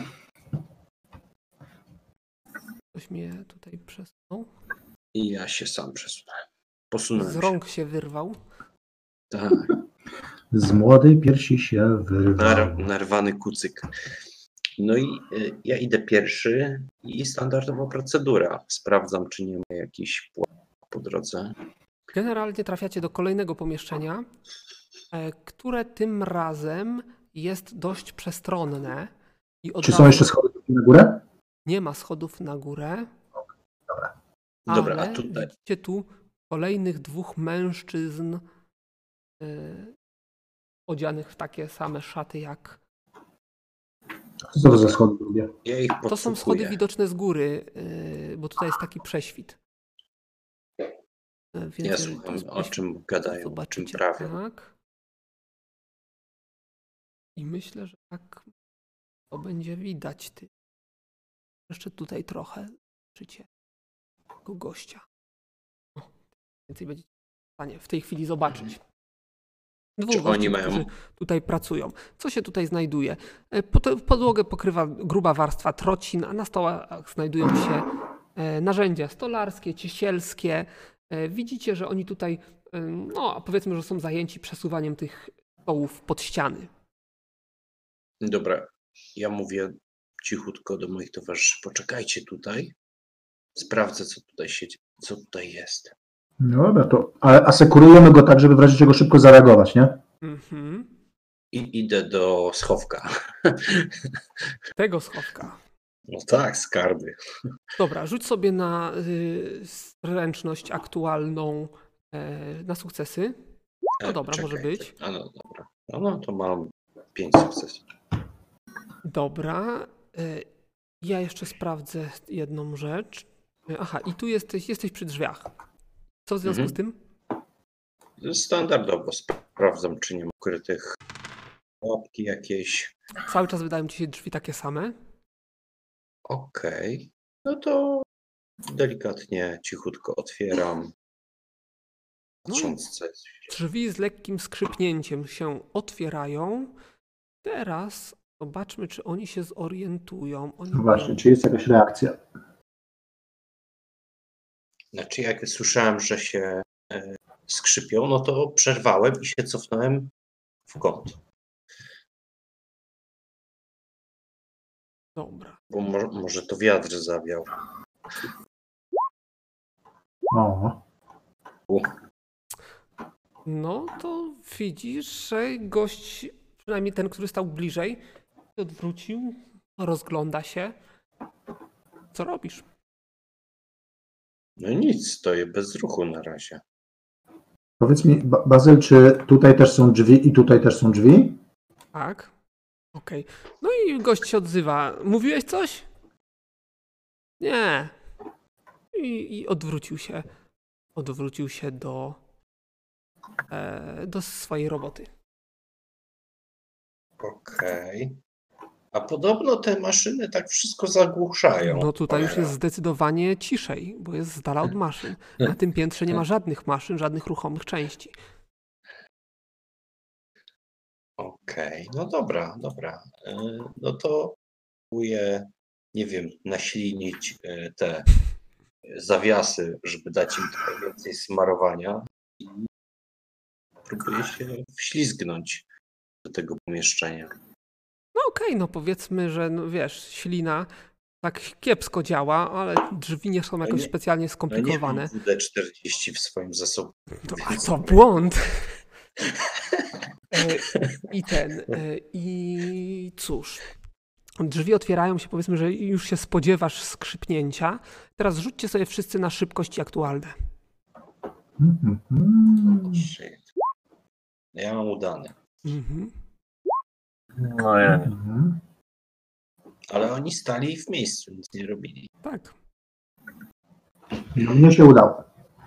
Ktoś mnie tutaj przesunął. I ja się sam przesunąłem. Posunąłem Z się. rąk się wyrwał. Tak. Z młodej piersi się wyrwał. Narwany kucyk. No i ja idę pierwszy i standardowa procedura. Sprawdzam, czy nie ma jakichś pułapek po drodze. Generalnie trafiacie do kolejnego pomieszczenia, które tym razem jest dość przestronne i od Czy są razu jeszcze schody na górę? nie ma schodów na górę, Dobra, a ale tutaj widzicie tu kolejnych 2 mężczyzn odzianych w takie same szaty jak... Co to za schody drugie? ja ich To są schody podsłuchuję. widoczne z góry, bo tutaj jest taki prześwit. Więc Ja jeżeli słucham, tu o czym gadają, o czym zobaczycie, prawią. tak. I myślę, że tak to będzie widać. Jeszcze tutaj trochę zobaczycie tego gościa. O, więcej będziecie w stanie w tej chwili zobaczyć. 2 Czy gości, oni mają- którzy tutaj pracują. Co się tutaj znajduje? Podłogę pokrywa gruba warstwa trocin, a na stołach znajdują się narzędzia stolarskie, ciesielskie. Widzicie, że oni tutaj, no powiedzmy, że są zajęci przesuwaniem tych stołów pod ściany. Dobra, ja mówię cichutko do moich towarzyszy, poczekajcie tutaj, sprawdzę, co tutaj jest. No dobra, to ale asekurujemy go tak, żeby w razie czego szybko zareagować, nie? Mhm. I idę do schowka. Tego schowka. No tak, skarby. Dobra, rzuć sobie na zręczność aktualną na sukcesy. No dobra, może być. A no dobra. No to mam 5 sukcesów. Dobra. Ja jeszcze sprawdzę jedną rzecz. Aha, i tu jesteś przy drzwiach. Co w związku z tym? Standardowo sprawdzam, czy nie ma ukrytych łapki jakieś. Cały czas wydają ci się drzwi takie same. Okej. No to delikatnie, cichutko otwieram. No i Patrząc, co jest. drzwi z lekkim skrzypnięciem się otwierają. Teraz zobaczmy, czy oni się zorientują. Oni No właśnie, czy jest jakaś reakcja? Znaczy, jak słyszałem, że się skrzypią, no to przerwałem i się cofnąłem w kąt. Dobra. Bo może to wiatr zawiał. O, No to widzisz, że gość, przynajmniej ten, który stał bliżej, się odwrócił, rozgląda się. Co robisz? No nic, stoję bez ruchu na razie. powiedz mi, Bazyl, czy tutaj też są drzwi i tutaj też są drzwi? Tak. Okej. No i gość się odzywa. Mówiłeś coś? Nie. I odwrócił się. Odwrócił się do swojej roboty. Okej. A podobno te maszyny tak wszystko zagłuszają. No tutaj już Cholera. jest zdecydowanie ciszej, bo jest z dala od maszyn. Na tym piętrze nie ma żadnych maszyn, żadnych ruchomych części. Okej, no dobra. No to próbuję, nie wiem, naślinić te zawiasy, żeby dać im trochę więcej smarowania i próbuję się wślizgnąć do tego pomieszczenia. No okej, no powiedzmy, że no wiesz, ślina tak kiepsko działa, ale drzwi nie są jakoś nie- specjalnie No nie skomplikowane. mam WD-40 w swoim zasobie. To błąd. I cóż, drzwi otwierają się, powiedzmy, że już się spodziewasz skrzypnięcia. Teraz rzućcie sobie wszyscy na szybkości aktualne. Shit. Ja mam udane. Mhm. No ja nie. Ale oni stali w miejscu, nic nie robili. Tak, No, mnie się udało.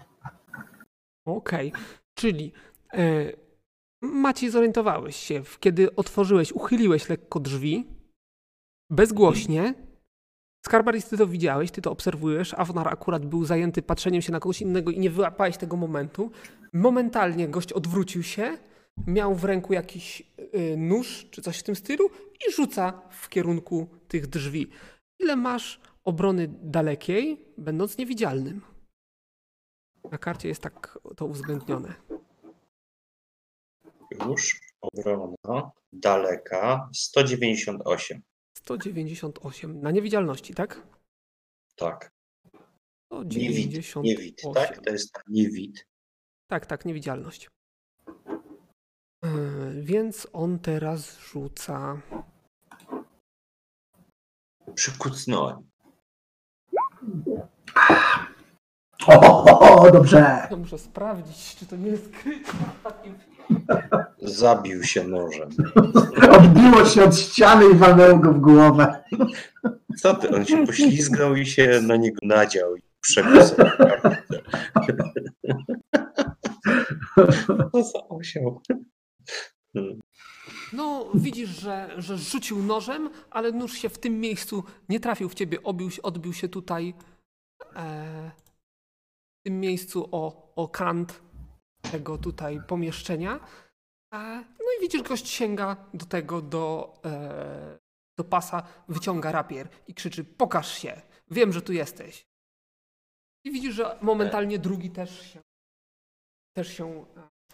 okej. Czyli Maciej, zorientowałeś się, kiedy otworzyłeś, uchyliłeś lekko drzwi, bezgłośnie. Skarbaris, ty to widziałeś, ty to obserwujesz. Awnar akurat był zajęty patrzeniem się na kogoś innego i nie wyłapałeś tego momentu. Momentalnie gość odwrócił się, miał w ręku jakiś nóż czy coś w tym stylu i rzuca w kierunku tych drzwi. Ile masz obrony dalekiej, będąc niewidzialnym? Na karcie jest tak to uwzględnione. Już obrona daleka 198. 198. Na niewidzialności, tak? Tak. Niewid, 198. tak? To jest niewid. Tak, niewidzialność. Więc on teraz rzuca. Przykucnąłem. O, dobrze. Ja muszę sprawdzić, czy to nie jest kryt. Zabił się nożem. Odbiło się od ściany i walnęło go w głowę. Co ty? On się poślizgnął i się na niego nadział i przebił sobie kartę. Co za osioł. No, widzisz, że rzucił nożem, ale nóż się w tym miejscu nie trafił w ciebie, odbił się tutaj w tym miejscu o kant tego tutaj pomieszczenia. No i widzisz, gość sięga do tego, do pasa, wyciąga rapier i krzyczy: pokaż się, wiem, że tu jesteś. I widzisz, że momentalnie drugi też się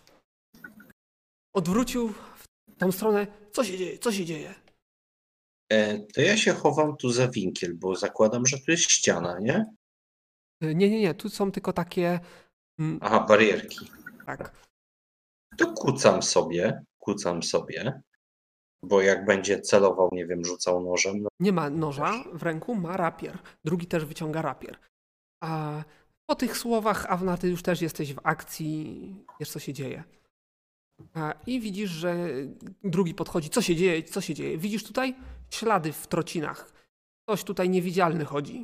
odwrócił w tą stronę. Co się dzieje? Co się dzieje? To ja się chowam tu za winkiel, bo zakładam, że tu jest ściana, nie? Nie, tu są tylko takie... Aha, barierki. Tak. To kucam sobie, bo jak będzie celował, nie wiem, rzucał nożem, no Nie ma noża w ręku, ma rapier. Drugi też wyciąga rapier. A po tych słowach, Awna, ty już też jesteś w akcji, wiesz, co się dzieje. I widzisz, że drugi podchodzi. Co się dzieje? Co się dzieje? Widzisz tutaj ślady w trocinach. Ktoś tutaj niewidzialny chodzi.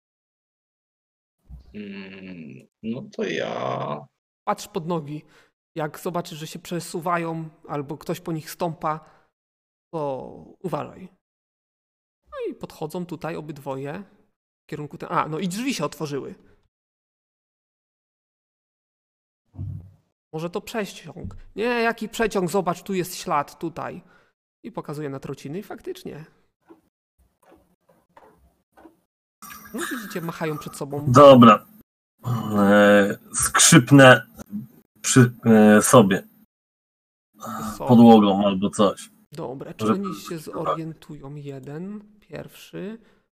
no to ja... Patrz pod nogi. Jak zobaczysz, że się przesuwają albo ktoś po nich stąpa, to uważaj. No i podchodzą tutaj obydwoje w kierunku no i drzwi się otworzyły. Może to przeciąg. Nie, jaki przeciąg? Zobacz, tu jest ślad, tutaj. I pokazuje na trociny i faktycznie. No widzicie, machają przed sobą. Dobra. Skrzypnę przy sobie. Podłogą albo coś. Dobra, czy oni się zorientują? Jeden, pierwszy.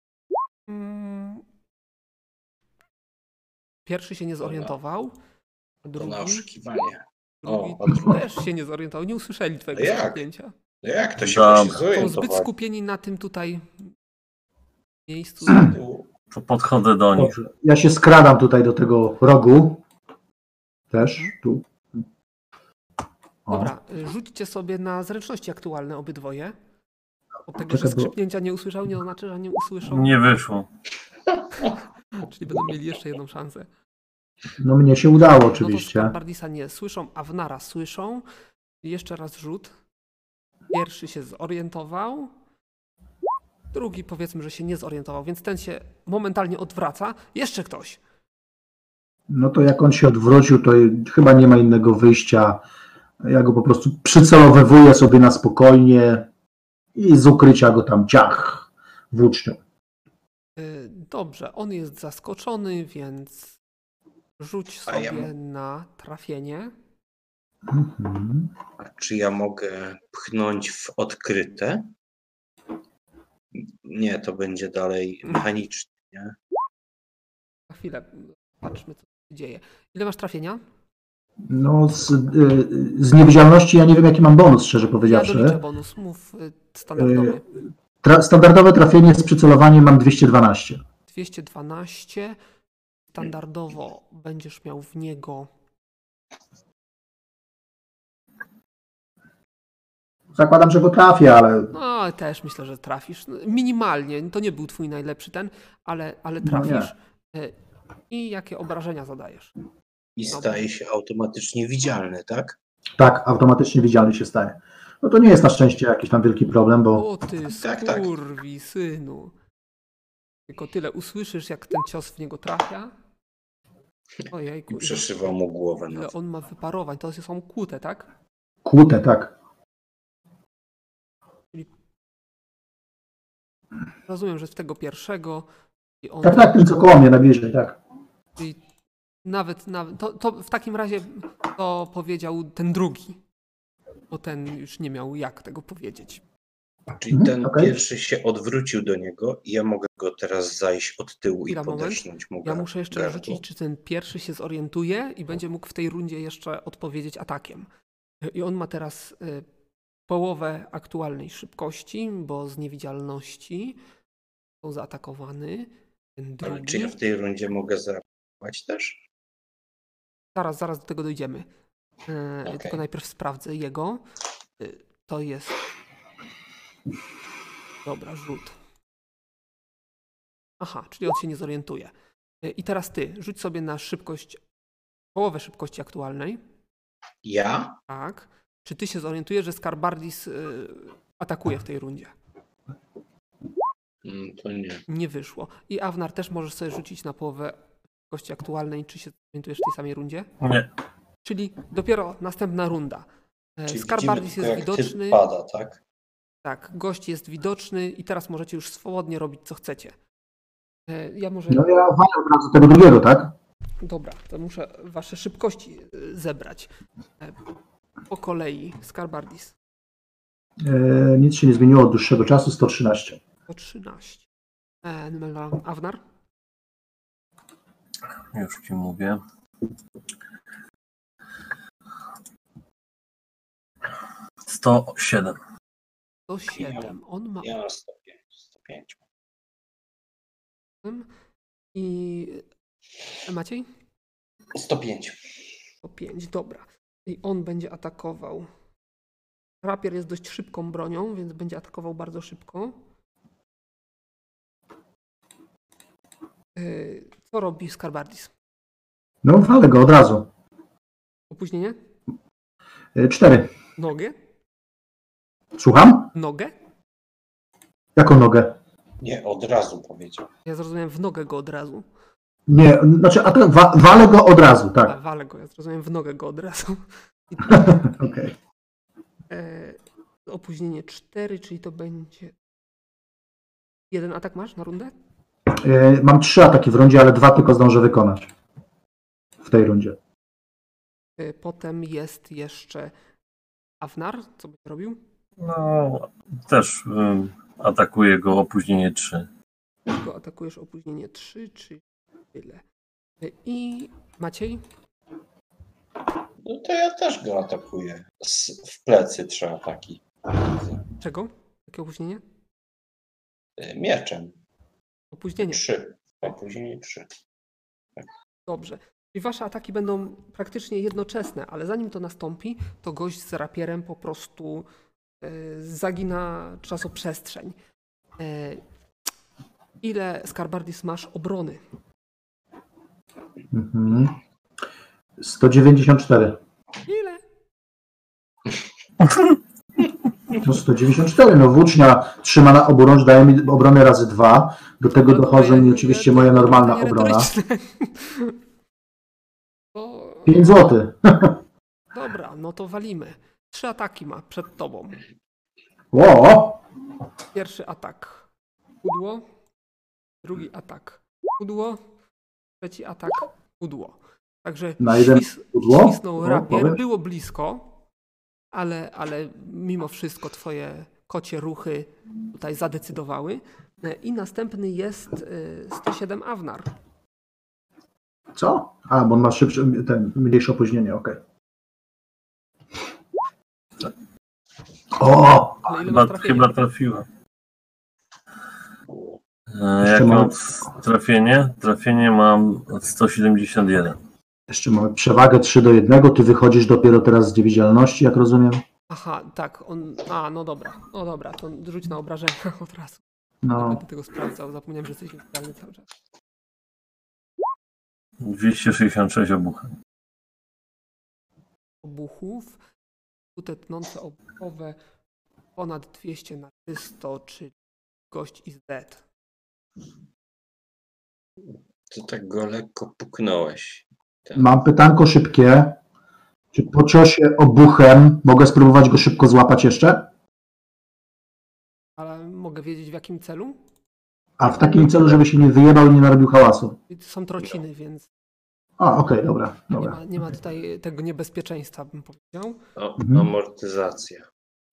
Pierwszy się nie zorientował. A To na drugi oszukiwanie. drugi też się nie zorientował. Nie usłyszeli twojego jak? skrzyknięcia. No jak to się Dobra. musi Są zorientować? zbyt skupieni na tym tutaj miejscu. To podchodzę do nich. Dobrze. Ja się skradam tutaj do tego rogu. Też tu. O. Dobra, rzućcie sobie na zręczności aktualne obydwoje. Od tego, że Czekaj, bo- skrzypnięcia nie usłyszał, nie oznacza, że nie usłyszą. Nie wyszło. Czyli będą mieli jeszcze jedną szansę. No mnie się udało No to oczywiście. Skarbardisa nie słyszą, a Wnara słyszą. Jeszcze raz rzut. Pierwszy się zorientował. Drugi powiedzmy, że się nie zorientował, więc ten się momentalnie odwraca. Jeszcze ktoś. No to jak on się odwrócił, to chyba nie ma innego wyjścia. Ja go po prostu przycelowywuję sobie na spokojnie i z ukrycia go tam ciach włócznią. Dobrze, on jest zaskoczony, więc rzuć A ja sobie na trafienie. Mhm. A czy ja mogę pchnąć w odkryte? Nie, to będzie dalej mechanicznie, nie? Na chwilę, patrzmy, co się dzieje. Ile masz trafienia? No z niewidzialności ja nie wiem jaki mam bonus, szczerze Ja powiedziawszy. doliczę bonus, mów standardowy. Standardowe trafienie z przycelowaniem mam 212. 212. Standardowo będziesz miał w niego. Zakładam, że go trafię, ale No, też myślę, że trafisz. Minimalnie, to nie był twój najlepszy ten, ale No trafisz. I jakie obrażenia zadajesz? I staje się automatycznie widzialny, tak? tak, automatycznie widzialny się staje. No to nie jest na szczęście jakiś tam wielki problem, bo O ty Tak. skurwi, synu. Tylko tyle usłyszysz, jak ten cios w niego trafia. Ojejku. I przeszywa mu głowę. Ile on ma wyparowań? To są kłute, tak? kłute, tak. Rozumiem, że z tego pierwszego. I on Tak, ten co koło mnie najbliżej, tak. I nawet to w takim razie to powiedział ten drugi. Bo ten już nie miał jak tego powiedzieć. Czyli ten okej. pierwszy się odwrócił do niego i ja mogę go teraz zajść od tyłu Chwila, i moment. podesznąć mu Ja muszę jeszcze gardło. rzucić, czy ten pierwszy się zorientuje i będzie mógł w tej rundzie jeszcze odpowiedzieć atakiem. I on ma teraz połowę aktualnej szybkości, bo z niewidzialności są zaatakowany. Ten Ale drugi. czy ja w tej rundzie mogę zarapować też? Zaraz do tego dojdziemy. Okej. Tylko najpierw sprawdzę jego. To jest... Dobra, rzut. Aha, czyli on się nie zorientuje. I teraz ty, rzuć sobie na szybkość, połowę szybkości aktualnej. Ja? Tak. Czy ty się zorientujesz, że Skarbardis atakuje w tej rundzie? To nie. Nie wyszło. I Awnar też możesz sobie rzucić na połowę szybkości aktualnej, czy się zorientujesz w tej samej rundzie? Nie. Czyli dopiero następna runda. Czyli Skarbardis widzimy jest tylko, jak typ widoczny. pada, tak? Tak, gość jest widoczny i teraz możecie już swobodnie robić, co chcecie. Ja może... No ja walę od razu tego drugiego, tak? Dobra, to muszę wasze szybkości zebrać. Po kolei. Skarbardis. Nic się nie zmieniło od dłuższego czasu, 113. Po 13. Awnar? Już ci mówię. 107. 107. On ma Ja mam 105. i Maciej? 105. 105, dobra. I on będzie atakował. Rapier jest dość szybką bronią, więc będzie atakował bardzo szybko. Co robi Skarbardis? No walę go od razu. Opóźnienie? 4. Nogę? Słucham? Nogę? Jaką nogę? Nie, od razu powiedział. Ja zrozumiałem w nogę go od razu. Nie, znaczy walę go od razu, A, tak. walę go, ja zrozumiałem w nogę go od razu. I Okej. opóźnienie 4, czyli to będzie... Jeden atak masz na rundę? Mam 3 ataki w rundzie, ale 2 tylko zdążę wykonać. W tej rundzie. Potem jest jeszcze Awnar. Co będzie robił? No, też atakuje go opóźnienie 3. Go atakujesz opóźnienie 3, czy tyle. I Maciej? No to ja też go atakuję. W plecy 3 ataki. Czego? Jakie opóźnienie? Mieczem. Opóźnienie. 3. Opóźnienie 3. Dobrze. I wasze ataki będą praktycznie jednoczesne, ale zanim to nastąpi, to gość z rapierem po prostu zagina czasoprzestrzeń. Ile Skarbardis masz obrony? 194. Ile? No 194, no włócznia trzyma na oburącz, daje mi obronę razy 2. Do tego dochodzą mi oczywiście moja normalna obrona. 5 zł. Dobra, no to walimy. 3 ataki ma przed tobą. O! Pierwszy atak. Pudło. Drugi atak. Pudło. Trzeci atak. Pudło. Także Na jeden pudło? świsnął O, rapier. powiedz. Było blisko, ale mimo wszystko twoje kocie ruchy tutaj zadecydowały. I następny jest 107 Awnar. Co? A, bo on ma mniejsze opóźnienie, okej. O! Ale ile masz trafienia? Chyba trafiła. Jeszcze Jakie mam- mam trafienie? Trafienie mam 171. Jeszcze mamy przewagę 3-1. Ty wychodzisz dopiero teraz z niewidzialności, jak rozumiem. Aha, tak. No dobra. No dobra, to rzuć na obrażenia od razu. Nie No, będę tego sprawdzał. Zapomniałem, że jesteś niewidzialny cały czas. 266 obuchów. Obuchów. Skute tnące obuchowe ponad 200 na 300, czyli gość is dead. To tak go lekko puknąłeś. mam pytanko szybkie. Czy po ciosie obuchem mogę spróbować go szybko złapać jeszcze? Ale mogę wiedzieć w jakim celu? A w takim celu, żeby się nie wyjebał i nie narobił hałasu. I to są trociny, więc A, okej, dobra. nie ma tutaj tego niebezpieczeństwa, bym powiedział. Amortyzacja.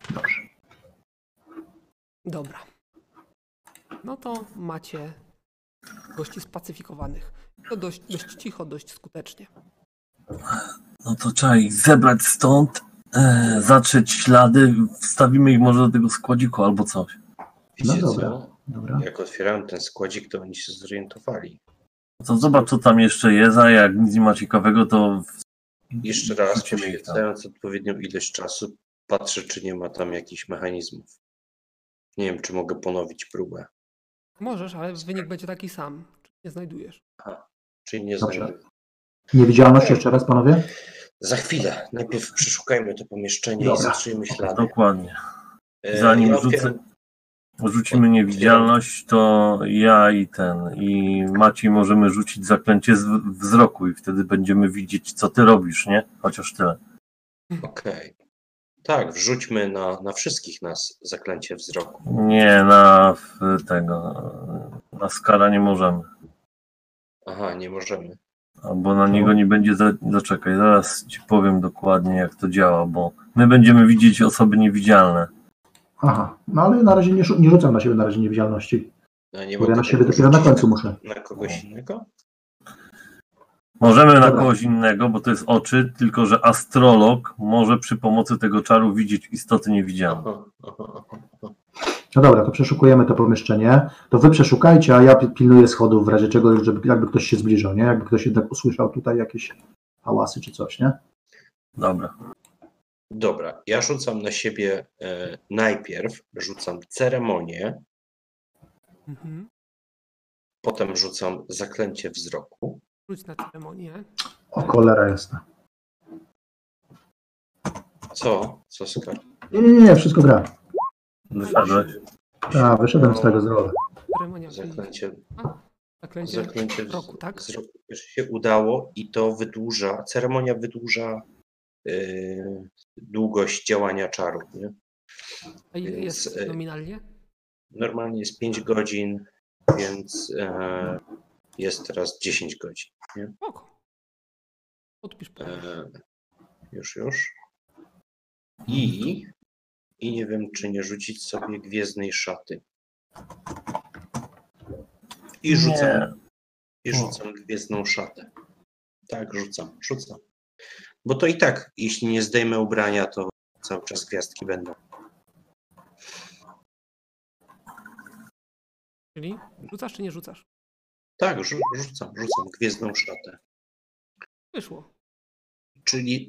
Dobra. No to macie gości spacyfikowanych. To dość cicho, dość skutecznie. No to trzeba ich zebrać stąd zatrzeć ślady, wstawimy ich może do tego składziku albo coś. Wiecie No dobra, co? dobra. Jak otwierałem ten składzik, to oni się zorientowali. To zobacz, co tam jeszcze jest, a jak nic nie ma ciekawego, to Jeszcze raz, wrzucimy ich tam. poświęcając odpowiednią ilość czasu, patrzę, czy nie ma tam jakichś mechanizmów. Nie wiem, czy mogę ponowić próbę. Możesz, ale wynik będzie taki sam. Nie znajdujesz. Czyli nie Dobrze. znajduję. Niewidzialność jeszcze raz, panowie? Za chwilę. Najpierw przeszukajmy to pomieszczenie Dobra. i zatrzyjmy ślady. Dokładnie. E, Zanim ja otwieram- rzucimy niewidzialność, to ja i Maciej możemy rzucić zaklęcie wzroku i wtedy będziemy widzieć, co ty robisz, nie? Chociaż tyle. Okej. Tak, wrzućmy na wszystkich nas zaklęcie wzroku. Nie, na skala nie możemy. Aha, nie możemy. Bo na niego nie będzie, zaczekaj, zaraz ci powiem dokładnie, jak to działa, bo my będziemy widzieć osoby niewidzialne. Aha, no ale na razie nie rzucam na siebie na razie niewidzialności. No, nie Bo ja mogę na siebie tego dopiero na rzucić końcu muszę. Na kogoś innego? Możemy na Dobra. kogoś innego, bo to jest oczy, tylko że astrolog może przy pomocy tego czaru widzieć istoty niewidzialne. Aha. No dobra, to przeszukujemy to pomieszczenie. To wy przeszukajcie, a ja pilnuję schodów w razie czego, żeby jakby ktoś się zbliżał, nie? Jakby ktoś jednak usłyszał tutaj jakieś hałasy czy coś, nie? Dobra. Dobra, ja rzucam na siebie najpierw rzucam ceremonię, Mhm. potem rzucam zaklęcie wzroku. Rzuć na ceremonię. O cholera jasna. Co? Co Skar? Nie, wszystko gra. Wyszedłeś? A, wyszedłem z tego zdrowa. Ceremonia. Zaklęcie Zaklęcie wzroku, tak? wzroku się udało i to ceremonia wydłuża długość działania czarów. Nie? A ile Więc, jest nominalnie? Normalnie jest 5 godzin, więc jest teraz 10 godzin. Nie? Oko. Odpisz pewnie. Już. I nie wiem, czy nie rzucić sobie gwiezdnej szaty. I rzucam gwiezdną szatę. Tak, rzucam. Bo to i tak, jeśli nie zdejmę ubrania, to cały czas gwiazdki będą. Czyli rzucasz czy nie rzucasz? Tak, rzucam gwiezdną szatę. Wyszło. Czyli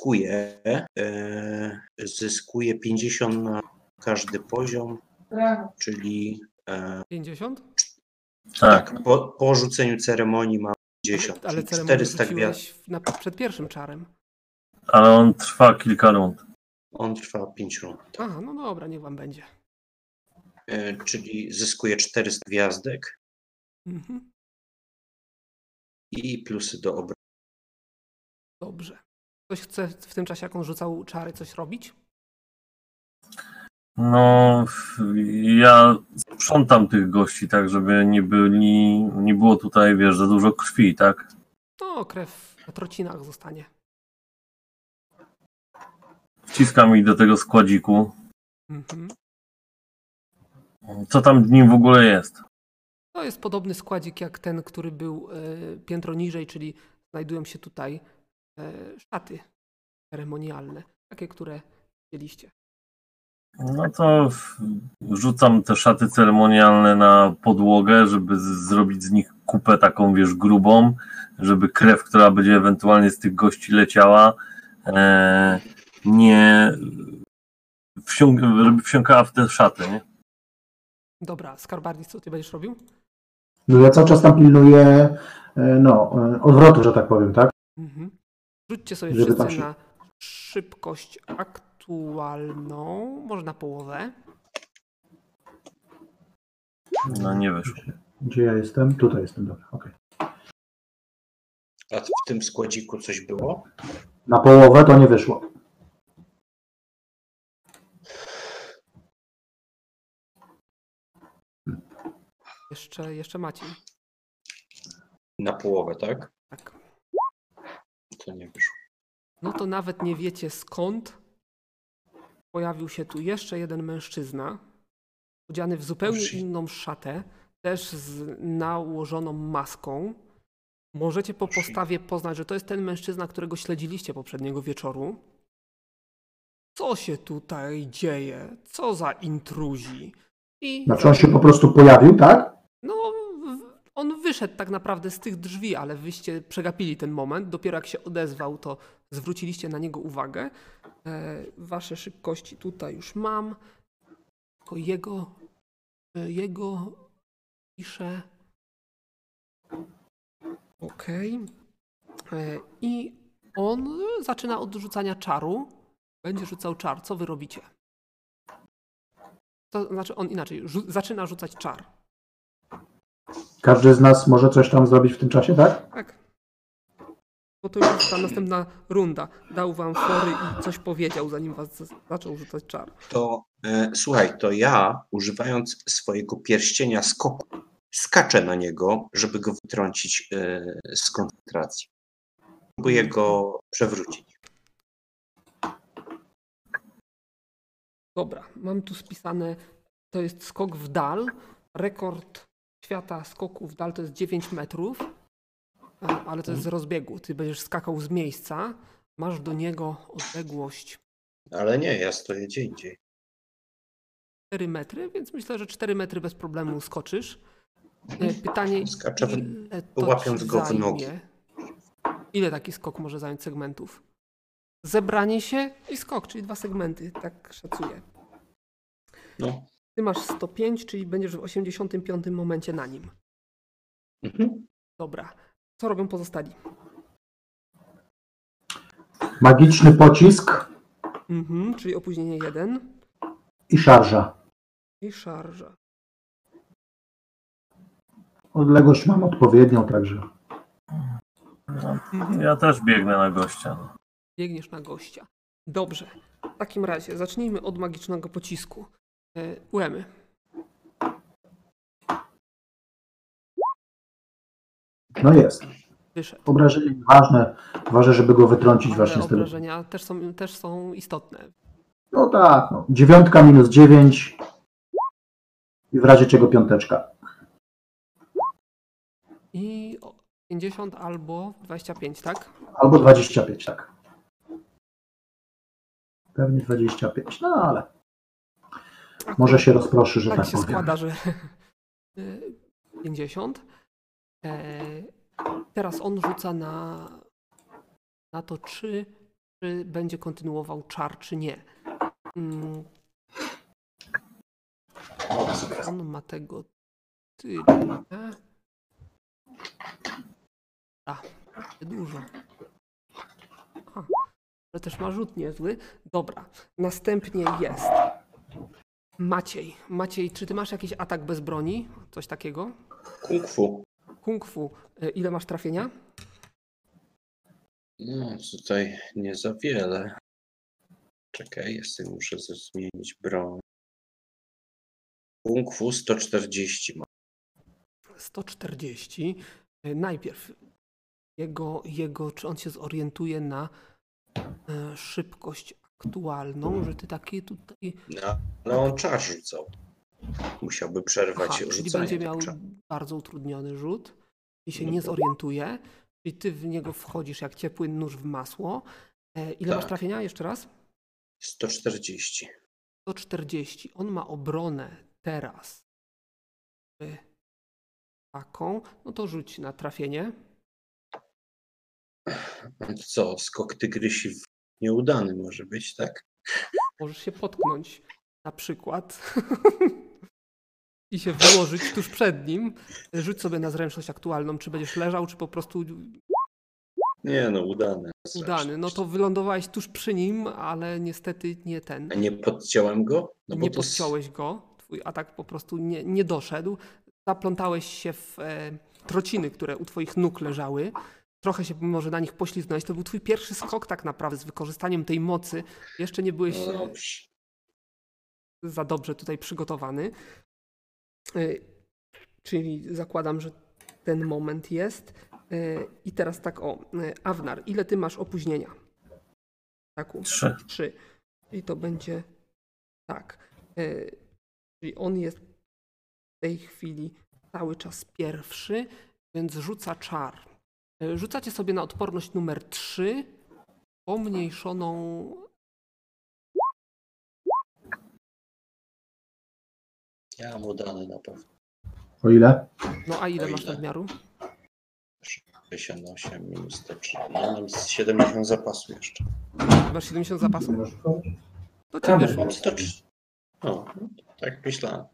zyskuję 50 na każdy poziom, czyli 50? Tak. po rzuceniu ceremonii mam 50, Ale czyli ceremonię 400 gwiazd. rzuciłeś przed pierwszym czarem. Ale on trwa kilka rund. On trwa 5 rund. Aha, no dobra, niech wam będzie. Czyli zyskuję 400 gwiazdek Mhm. i plusy do obrony. Dobrze. Ktoś chce w tym czasie, jak on rzucał czary, coś robić? No, ja sprzątam tych gości, tak, żeby nie było tutaj, wiesz, za dużo krwi, tak? No, krew na trocinach zostanie. Wciskam ich do tego składziku. Mhm. Co tam w nim w ogóle jest? To jest podobny składzik jak ten, który był piętro niżej, czyli znajdują się tutaj szaty ceremonialne, takie, które widzieliście. No to rzucam te szaty ceremonialne na podłogę, żeby zrobić z nich kupę taką, wiesz, grubą, żeby krew, która będzie ewentualnie z tych gości leciała, żeby wsiąkała w te szaty, nie? Dobra, Skarbardis, co ty będziesz robił? No ja cały czas tam pilnuję odwrotu, że tak powiem, tak? Mhm. Rzućcie sobie Żeby wszyscy tam się- na szybkość aktualną, może na połowę. No nie wyszło. Gdzie ja jestem? Tutaj jestem, dobra, okej. A w tym składziku coś było? Na połowę to nie wyszło. Jeszcze Maciej. Na połowę, tak? Tak. To nie wyszło. No to nawet nie wiecie skąd pojawił się tu jeszcze jeden mężczyzna, odziany w zupełnie inną szatę, też z nałożoną maską. Możecie po postawie poznać, że to jest ten mężczyzna, którego śledziliście poprzedniego wieczoru. co się tutaj dzieje? Co za intruzi? I Znaczy on się po prostu pojawił, tak? no, on wyszedł tak naprawdę z tych drzwi, ale wyście przegapili ten moment. Dopiero jak się odezwał, to zwróciliście na niego uwagę. Wasze szybkości tutaj już mam. Tylko jego piszę. Okej. I on zaczyna od rzucania czaru. Będzie rzucał czar. Co wy robicie? To znaczy on inaczej. Zaczyna rzucać czar. Każdy z nas może coś tam zrobić w tym czasie, tak? Tak. Bo to już jest ta następna runda. Dał wam fory i coś powiedział, zanim was zaczął rzucać czar. To słuchaj, to ja, używając swojego pierścienia skoku, skaczę na niego, żeby go wytrącić z koncentracji. Próbuję go przewrócić. Dobra, mam tu spisane, to jest skok w dal. Rekord świata skoku w dal to jest 9 metrów, ale to jest z rozbiegu. Ty będziesz skakał z miejsca, masz do niego odległość Ale nie, ja stoję gdzie indziej. 4 metry, więc myślę, że 4 metry bez problemu skoczysz. Pytanie, Skaczę, ile to łapiąc ci go w zajmie? nogi. Ile taki skok może zająć segmentów? Zebranie się i skok, czyli 2 segmenty, tak szacuję. No. Ty masz 105, czyli będziesz w 85 momencie na nim. Mhm. Dobra. Co robią pozostali? Magiczny pocisk Czyli opóźnienie 1 i szarża. i szarża. Odległość mam odpowiednią, także. No, ja też biegnę na gościa. Biegniesz na gościa. Dobrze. W takim razie zacznijmy od magicznego pocisku. Łemy. No jest. Wyszedł. Obrażenie ważne. Ważne, żeby go wytrącić Ale właśnie z tego. obrażenia też są istotne. No tak. No. 9 minus 9. I w razie czego 5. I 50 albo 25, tak? Albo 25, tak. Pewnie 25. No ale może się rozproszy, że Tak tak się powiem. składa, że 50. Teraz on rzuca na to, czy będzie kontynuował czar, czy nie. On ma tego tyle. Dużo. Ale też ma rzut niezły. Dobra. Następnie jest Maciej. Maciej, czy ty masz jakiś atak bez broni? Coś takiego? Kung fu. Kung fu. Ile masz trafienia? No, tutaj nie za wiele. Czekaj, muszę zmienić broń. Kung fu 140 ma. 140. Najpierw czy on się zorientuje na szybkość aktualną, że ty taki tutaj... No, ale on czar rzucał. Musiałby przerwać czyli rzucanie. będzie miał czaru. bardzo utrudniony rzut i się No nie to- zorientuje. Czyli ty w niego wchodzisz jak ciepły nóż w masło. Ile masz Tak. trafienia? Jeszcze raz? 140. 140. On ma obronę teraz taką. No to rzuć na trafienie. Co, skok tygrysi nieudany może być, tak? Możesz się potknąć na przykład i się wyłożyć tuż przed nim. Rzuć sobie na zręczność aktualną, czy będziesz leżał, czy po prostu Nie no, udany. udany. No to wylądowałeś tuż przy nim, ale niestety nie ten. A nie podciąłem go? No bo Nie to podciąłeś go. Twój atak po prostu nie doszedł. Zaplątałeś się w trociny, które u twoich nóg leżały. Trochę się może na nich poślizgnąłeś. To był twój pierwszy skok tak naprawdę z wykorzystaniem tej mocy. Jeszcze nie byłeś No dobrze. za dobrze tutaj przygotowany. Czyli zakładam, że ten moment jest. I teraz tak Awnar, ile ty masz opóźnienia? Taku? 3. 3. I to będzie tak. Czyli on jest w tej chwili cały czas pierwszy, więc rzuca czar. Rzucacie sobie na odporność numer 3, pomniejszoną Ja mam udane na pewno. O ile? No a ile O masz ile? nadmiaru? 68 minus 103. No, mam 70 zapasu jeszcze. Masz 70 zapasu? To ci Tam wyszło. Mam 103. O, tak myślałem.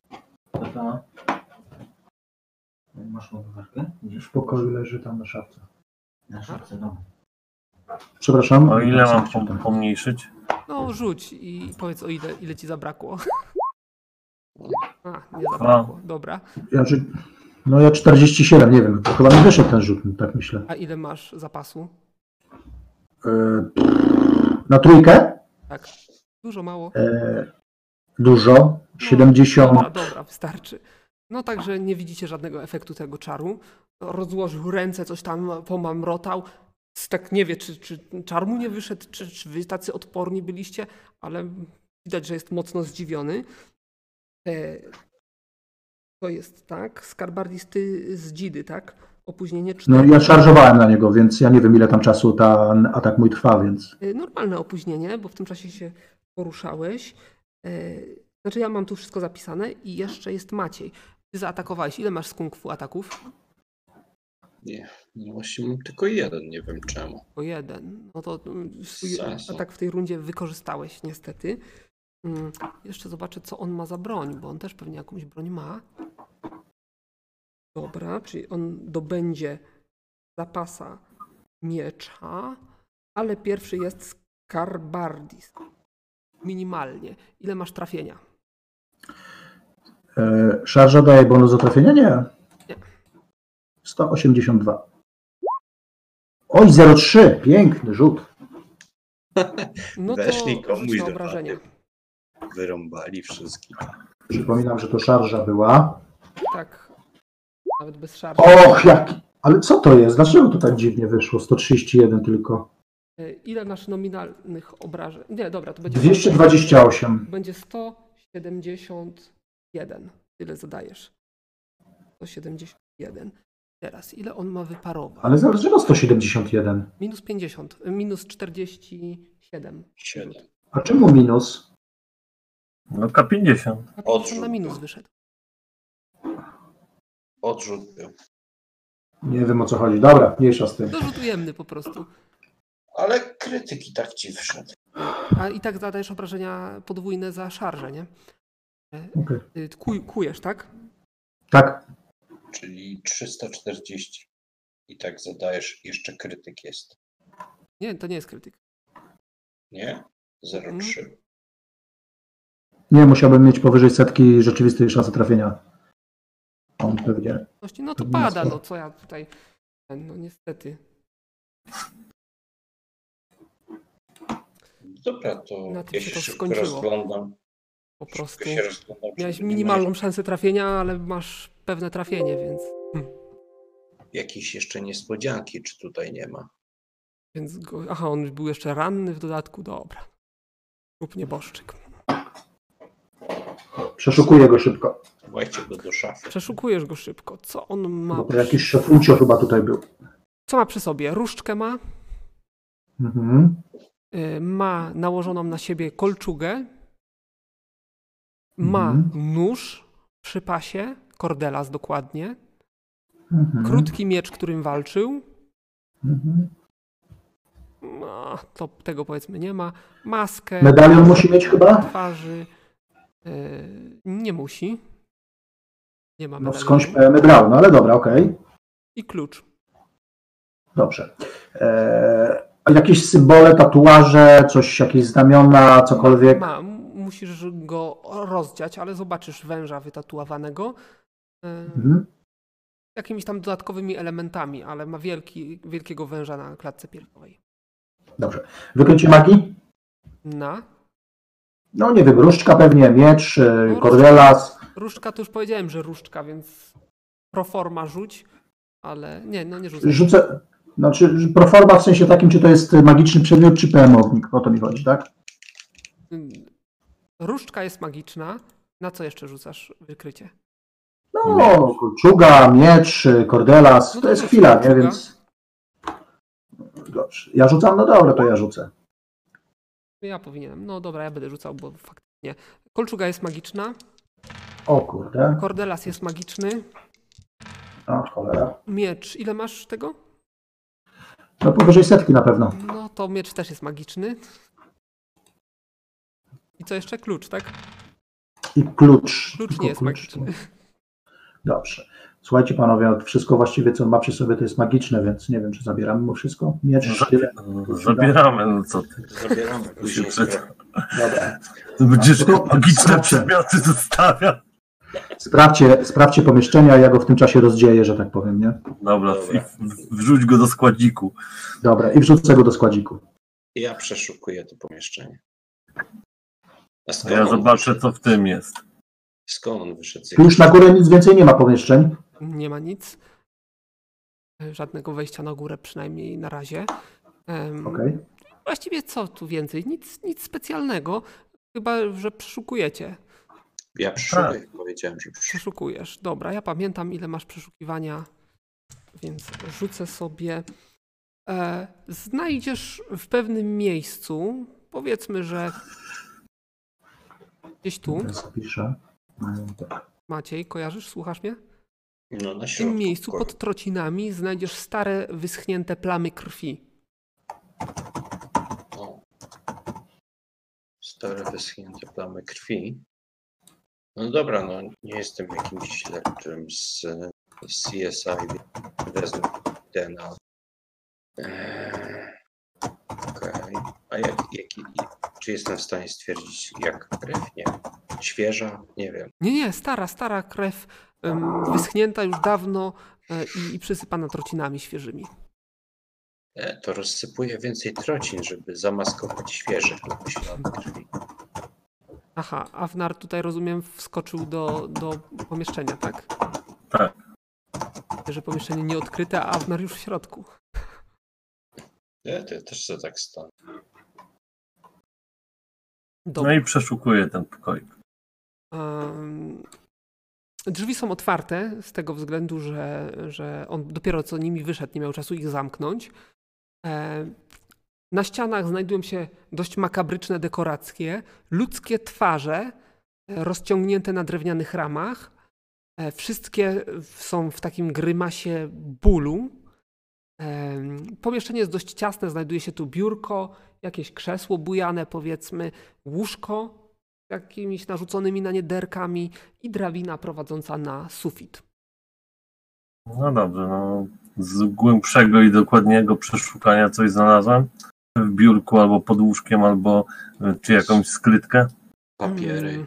Masz ładowarkę? W pokoju leży tam na szafce. Na szafce domu. Przepraszam. O ile mam pomniejszyć? No rzuć i powiedz o ile ci zabrakło. A, nie zabrakło. Dobra. No ja 47, nie wiem, to chyba mi wyszedł ten rzut, tak myślę. A ile masz zapasu? Na trójkę? Tak. Dużo, mało? Dużo. 70. Dobra, wystarczy. No także nie widzicie żadnego efektu tego czaru. Rozłożył ręce, coś tam pomamrotał. Tak nie wie, czy czar mu nie wyszedł, czy wy tacy odporni byliście, ale widać, że jest mocno zdziwiony. To jest tak, Skarbardis, ty z Dzidy, tak? Opóźnienie 4. No ja szarżowałem na niego, więc ja nie wiem ile tam czasu ten atak mój trwa, więc... Normalne opóźnienie, bo w tym czasie się poruszałeś. Znaczy ja mam tu wszystko zapisane i jeszcze jest Maciej. Ty zaatakowałeś. Ile masz z kung fu ataków? Nie, no właśnie mam tylko jeden, nie wiem czemu. O jeden. No to swój Sensu. atak w tej rundzie wykorzystałeś niestety. Jeszcze zobaczę, co on ma za broń, bo on też pewnie jakąś broń ma. Dobra, czyli on dobędzie zapasa miecza, ale pierwszy jest Skarbardis. Minimalnie. Ile masz trafienia? Szarża daje bonus do trafienia? Nie. Nie. 182. Oj, 0,3. Piękny rzut. No Weszli to rzuć komuś na do obrażenia. chaty. Wyrąbali wszystkich. Przypominam, że to szarża była. Tak. Nawet bez szarży. Och, jaki... Ale co to jest? Dlaczego to tak dziwnie wyszło? 131 tylko. Ile masz nominalnych obrażeń? Nie, dobra, to będzie 228. Będzie 171. Tyle zadajesz. 171. Teraz, ile on ma wyparować? Ale dlaczego 171? Minus 50, minus 47. 7. A czemu minus? No K50. A Odrzut na minus był. wyszedł. Odrzut był. Nie wiem o co chodzi. Dobra, mniejsza z tym. Dorzut ujemny po prostu. Ale krytyki tak ci wszedł. A i tak zadajesz obrażenia podwójne za szarżę, nie? Okej. Ty kujesz, tak? Tak. Czyli 340. I tak zadajesz, jeszcze krytyk jest. Nie, to nie jest krytyk. Nie? 0,3. Nie, musiałbym mieć powyżej setki rzeczywistej szansy trafienia. On pewnie. No to pada, no co ja tutaj... No niestety. Dobra, to Na tym ja się się to szybko skończyło. rozglądam. Po prostu Szybko się rozglądam, czy miałeś nie ma minimalną szansę trafienia, ale masz pewne trafienie, więc... jakiejś jeszcze niespodzianki, czy tutaj nie ma. Aha, on był jeszcze ranny w dodatku, dobra. Rób nieboszczyk. Przeszukuję go szybko. Chowajcie go do szafy. Przeszukujesz go szybko. Co on ma? Bo to jakiś szefuncio chyba tutaj był. Co ma przy sobie? Różdżkę ma, Mhm. ma nałożoną na siebie kolczugę, ma Mhm. nóż przy pasie, kordelas dokładnie, Mhm. krótki miecz, którym walczył, Mhm. no, to tego powiedzmy nie ma, maskę Medalion musi mieć chyba? twarzy, nie musi, nie ma No medalionu. skądś PM brał, no ale dobra, okej. I klucz. Dobrze. A jakieś symbole, tatuaże, coś, jakieś znamiona, cokolwiek? Musisz go rozdziać, ale zobaczysz węża wytatuowanego Mhm. jakimiś tam dodatkowymi elementami, ale ma wielkiego węża na klatce piersiowej. Dobrze. Wykręcie magii? No nie wiem, różdżka pewnie, miecz, kordelas. Różdżka to już powiedziałem, że różdżka, więc proforma rzuć, ale nie rzucaj. Rzucę, znaczy proforma w sensie takim, czy to jest magiczny przedmiot, czy PM-ownik, o to mi chodzi, tak? Różdżka jest magiczna. Na co jeszcze rzucasz wykrycie? No, kolczuga, miecz, kordelas, No to to jest rzuć chwila, nie? kolczuga. Więc... Dobrze. Ja rzucam? No dobra, to ja rzucę. Ja powinienem. No dobra, ja będę rzucał, bo faktycznie. Kolczuga jest magiczna. O kurde. Kordelas jest magiczny. O cholera. Miecz, ile masz tego? No powyżej 100 na pewno. No to miecz też jest magiczny. I co jeszcze? Klucz, tak? I klucz. Klucz Tylko nie jest klucz. magiczny. Dobrze. Słuchajcie panowie, wszystko właściwie co ma przy sobie to jest magiczne, więc nie wiem, czy zabieramy mimo wszystko. Miecz, tyle. Zabieramy, no co ty. Zabieramy później. Dobra. Będziesz No to magiczne sprawdźcie. przedmioty zostawia. Sprawdźcie pomieszczenia, ja go w tym czasie rozdzieję, że tak powiem, nie? Dobra, Dobra. wrzuć go do składziku. Dobra, i wrzucę go do składziku. Ja przeszukuję to pomieszczenie. A A skąd ja on zobaczę, wyszedł? co w tym jest. Skąd on wyszedł? Tu już na górę nic więcej nie ma pomieszczeń. Nie ma nic. Żadnego wejścia na górę, przynajmniej na razie. Okej. Właściwie co tu więcej? Nic specjalnego. Chyba, że przeszukujecie. Ja przeszukuję, powiedziałem, że przeszukuję. Przeszukujesz. Dobra, ja pamiętam, ile masz przeszukiwania, więc rzucę sobie. Znajdziesz w pewnym miejscu, powiedzmy, że gdzieś tu. Ja zapiszę. Tak. Maciej, kojarzysz? Słuchasz mnie? No na W tym środku. miejscu pod trocinami znajdziesz stare, wyschnięte plamy krwi. O. Stare, wyschnięte plamy krwi. No dobra, no nie jestem jakimś śledczym z CSI, wezmę DNA. Okej. A czy jestem w stanie stwierdzić, jak krew? Nie wiem. Świeża? Nie wiem. Nie, stara krew, wyschnięta już dawno i przysypana trocinami świeżymi. To rozsypuję więcej trocin, żeby zamaskować świeże ślady krwi. Aha, Awnar tutaj, rozumiem, wskoczył do pomieszczenia, tak? Tak. Że pomieszczenie nieodkryte, a Awnar już w środku. Ja też sobie tak stanę. No Dobra. i przeszukuję ten pokoik. Drzwi są otwarte z tego względu, że on dopiero co nimi wyszedł, nie miał czasu ich zamknąć. Na ścianach znajdują się dość makabryczne dekoracje, ludzkie twarze rozciągnięte na drewnianych ramach. Wszystkie są w takim grymasie bólu. Pomieszczenie jest dość ciasne, znajduje się tu biurko, jakieś krzesło bujane, powiedzmy, łóżko z jakimiś narzuconymi na nie derkami i drabina prowadząca na sufit. No dobrze, no z głębszego i dokładnego przeszukania coś znalazłem w biurku albo pod łóżkiem, albo czy jakąś skrytkę. Papiery.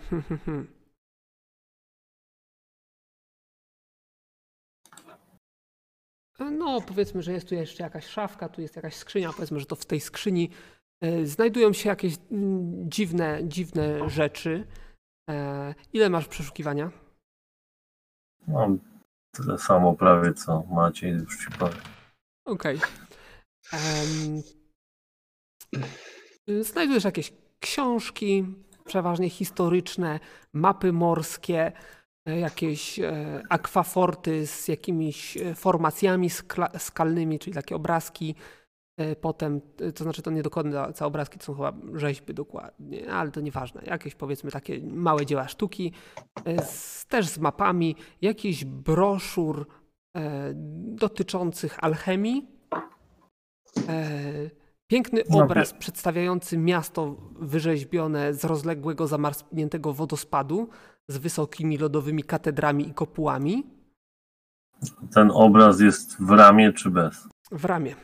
No, powiedzmy, że jest tu jeszcze jakaś szafka, tu jest jakaś skrzynia, powiedzmy, że to w tej skrzyni znajdują się jakieś dziwne rzeczy. Ile masz przeszukiwania? No, tyle samo prawie co Maciej, już ci powiem. Okej. Znajdujesz jakieś książki, przeważnie historyczne, mapy morskie, jakieś akwaforty z jakimiś formacjami skalnymi, czyli takie obrazki. Potem, to znaczy to nie dokładnie całe obrazki, to są chyba rzeźby dokładnie, ale to nieważne. Jakieś powiedzmy takie małe dzieła sztuki, też z mapami, jakiś broszur dotyczących alchemii. Piękny obraz przedstawiający miasto wyrzeźbione z rozległego, zamarzniętego wodospadu z wysokimi lodowymi katedrami i kopułami. Ten obraz jest w ramie czy bez? W ramie.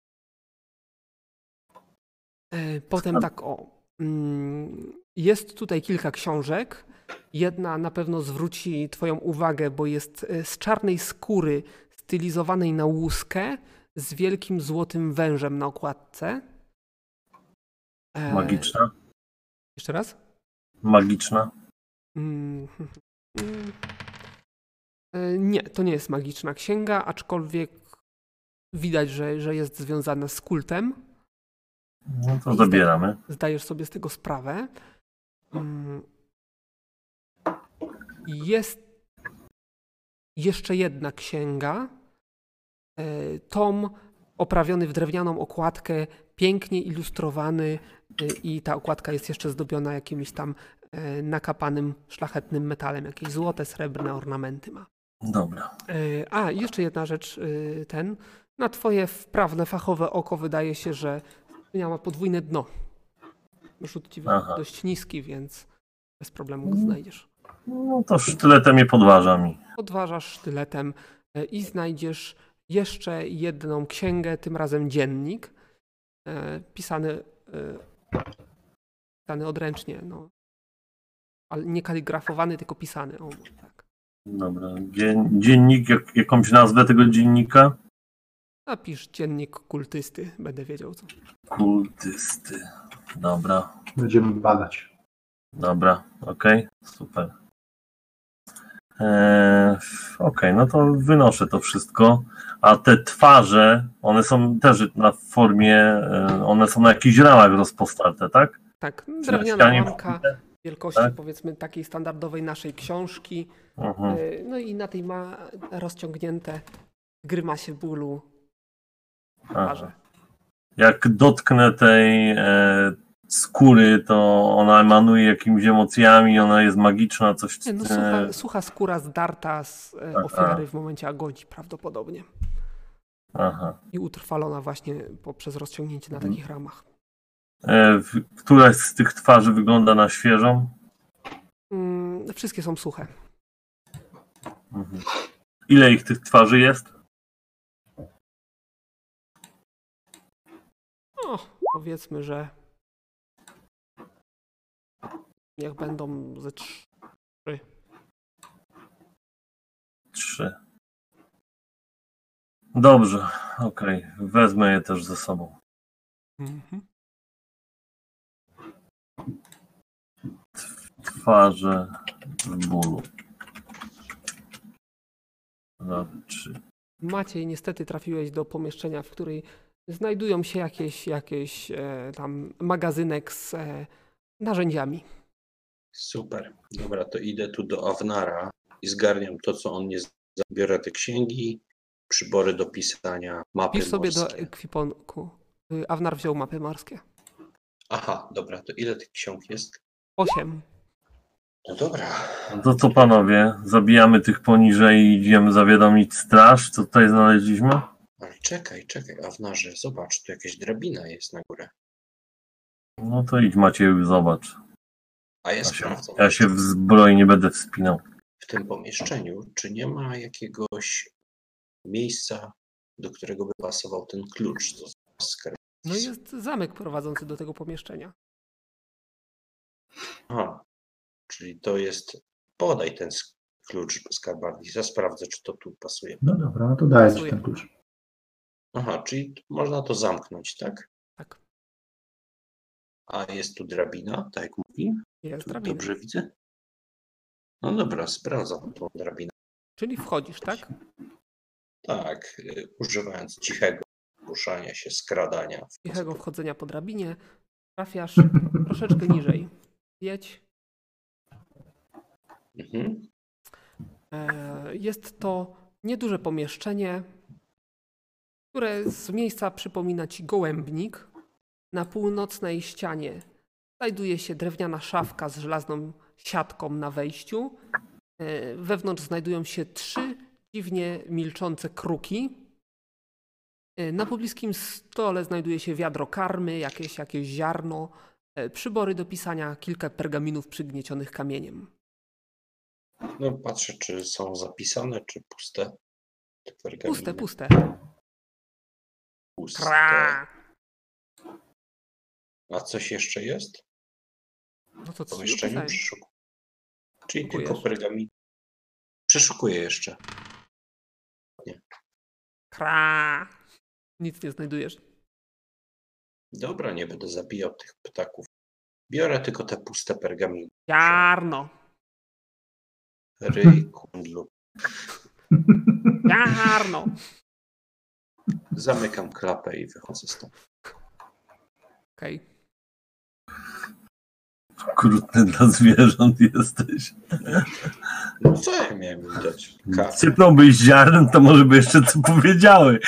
Potem tak jest tutaj kilka książek. Jedna na pewno zwróci twoją uwagę, bo jest z czarnej skóry stylizowanej na łuskę z wielkim złotym wężem na okładce. Magiczna? Jeszcze raz? Magiczna? Nie, to nie jest magiczna księga, aczkolwiek widać, że jest związana z kultem. No to zabieramy. Zdajesz sobie z tego sprawę. Jest jeszcze jedna księga. Tom oprawiony w drewnianą okładkę, pięknie ilustrowany i ta okładka jest jeszcze zdobiona jakimiś tam nakapanym szlachetnym metalem. Jakieś złote, srebrne ornamenty ma. Dobra. A, jeszcze jedna rzecz, na twoje wprawne, fachowe oko wydaje się, że skrzynia ma podwójne dno. Rzut ci dość niski, więc bez problemu go znajdziesz. No to sztyletem je podważa mi. Podważasz sztyletem i znajdziesz jeszcze jedną księgę, tym razem dziennik, pisany odręcznie, no. Ale nie kaligrafowany, tylko pisany. O, tak. Dobra. Dziennik, jakąś nazwę tego dziennika? Napisz dziennik kultysty, będę wiedział co. Kultysty. Dobra. Będziemy badać. Dobra, okej, super. Okej, no to wynoszę to wszystko. A te twarze, one są też na formie, one są na jakichś ramach rozpostarte, tak? Tak, Czy na drewniana ścianie łamka wbite? wielkości Tak? powiedzmy takiej standardowej naszej książki. Mhm. No i na tej ma rozciągnięte w grymasie bólu twarze. Jak dotknę tej skóry, to ona emanuje jakimiś emocjami, ona jest magiczna, coś... Nie, no sucha skóra zdarta z ofiary w momencie agonii prawdopodobnie. Aha. I utrwalona właśnie poprzez rozciągnięcie na takich ramach. Któraś z tych twarzy wygląda na świeżą? Wszystkie są suche. Mhm. Ile ich tych twarzy jest? No, powiedzmy, że niech będą ze 3. 3. Dobrze, okej. Wezmę je też ze sobą. Mhm. Twarze w bólu. 3. Maciej, niestety trafiłeś do pomieszczenia, w której znajdują się jakieś tam magazynek z narzędziami. Super. Dobra, to idę tu do Awnara i zgarniam to, co on nie biorę te księgi, przybory do pisania, mapy Pisz sobie do morskie. ekwipunku. Awnar wziął mapy morskie. Aha, dobra, to ile tych ksiąg jest? 8. No dobra. No to co panowie? Zabijamy tych poniżej i idziemy zawiadomić straż? Co tutaj znaleźliśmy? Ale czekaj, Awnarze, zobacz, tu jakaś drabina jest na górę. No to idź Macieju, zobacz. A ja sprawdzam Ja się w zbroi nie będę wspinał. w tym pomieszczeniu, czy nie ma jakiegoś miejsca, do którego by pasował ten klucz do skarbnicy. No i jest zamek prowadzący do tego pomieszczenia. Aha, czyli to jest, podaj ten klucz skarbnicy, ja sprawdzę, czy to tu pasuje. No dobra, no to daję ci Pasuje. ten klucz. Aha, czyli można to zamknąć, tak? Tak. A jest tu drabina, tak jak mówi? Jest Tu drabina. dobrze widzę? No dobra, sprawdzam tą drabinę. Czyli wchodzisz, tak? Tak, używając cichego poruszania się, skradania. Cichego wchodzenia po drabinie. Trafiasz troszeczkę niżej. Jedź. Mhm. Jest to nieduże pomieszczenie, które z miejsca przypomina ci gołębnik. Na północnej ścianie znajduje się drewniana szafka z żelazną siatką na wejściu. Wewnątrz znajdują się 3 dziwnie milczące kruki. Na pobliskim stole znajduje się wiadro karmy, jakieś ziarno, przybory do pisania, kilka pergaminów przygniecionych kamieniem. No patrzę, czy są zapisane, czy puste. Te pergaminy. Puste. Puste. Kra! A coś jeszcze jest? No to W co pomieszczeniu dopisałem? przeszukuję. Czyli Szukujesz. tylko pergamin. Przeszukuję jeszcze. Kra! Nic nie znajdujesz. Dobra, nie będę zabijał tych ptaków. Biorę tylko te puste pergaminy. Ziarno! Ryj, kundlu. Ziarno! Zamykam klapę i wychodzę stąd. Okej. Okrutny dla zwierząt jesteś. No co ja miałem im dać? Kawę. Sypnąłbyś ziarn, to może by jeszcze co powiedziały.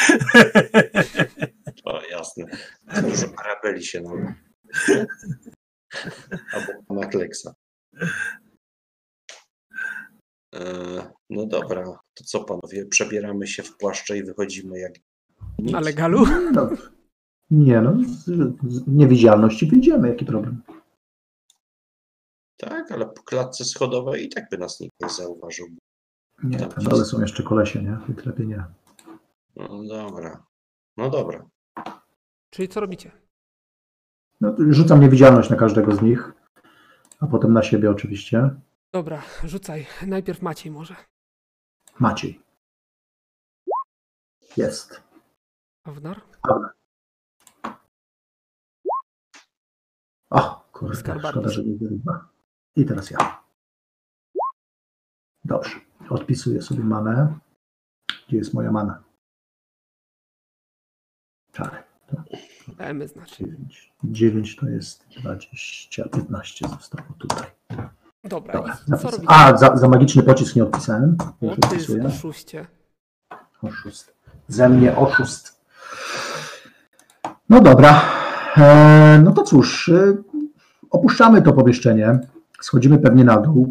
O, jasne. Dużo parabeli się na albo na kleksa. No dobra, to co panowie, przebieramy się w płaszcze i wychodzimy jak nic. Na legalu? No, nie no, z niewidzialności wyjdziemy, jaki problem. Tak, ale po klatce schodowej i tak by nas nikt nie zauważył. Nie, Tam tam dole są jeszcze kolesie, nie? Więc lepiej nie. No dobra, no dobra. Czyli co robicie? No, to rzucam niewidzialność na każdego z nich, a potem na siebie oczywiście. Dobra, rzucaj. Najpierw Maciej może. Maciej. Jest. Awnar? O, kurde, Skarbadis. szkoda, że nie wyrywa. I teraz ja. Dobrze. Odpisuję sobie manę. Gdzie jest moja mana? Czary. Dajmy znaczy. 9 to jest 20, 15 zostało tutaj. Dobra, Dobra, i co napis. robicie? A, za magiczny pocisk nie odpisałem. Już O, ty odpisuję. oszuście. Oszust. Ze mnie oszust. No dobra. No to cóż, opuszczamy to pomieszczenie. Schodzimy pewnie na dół.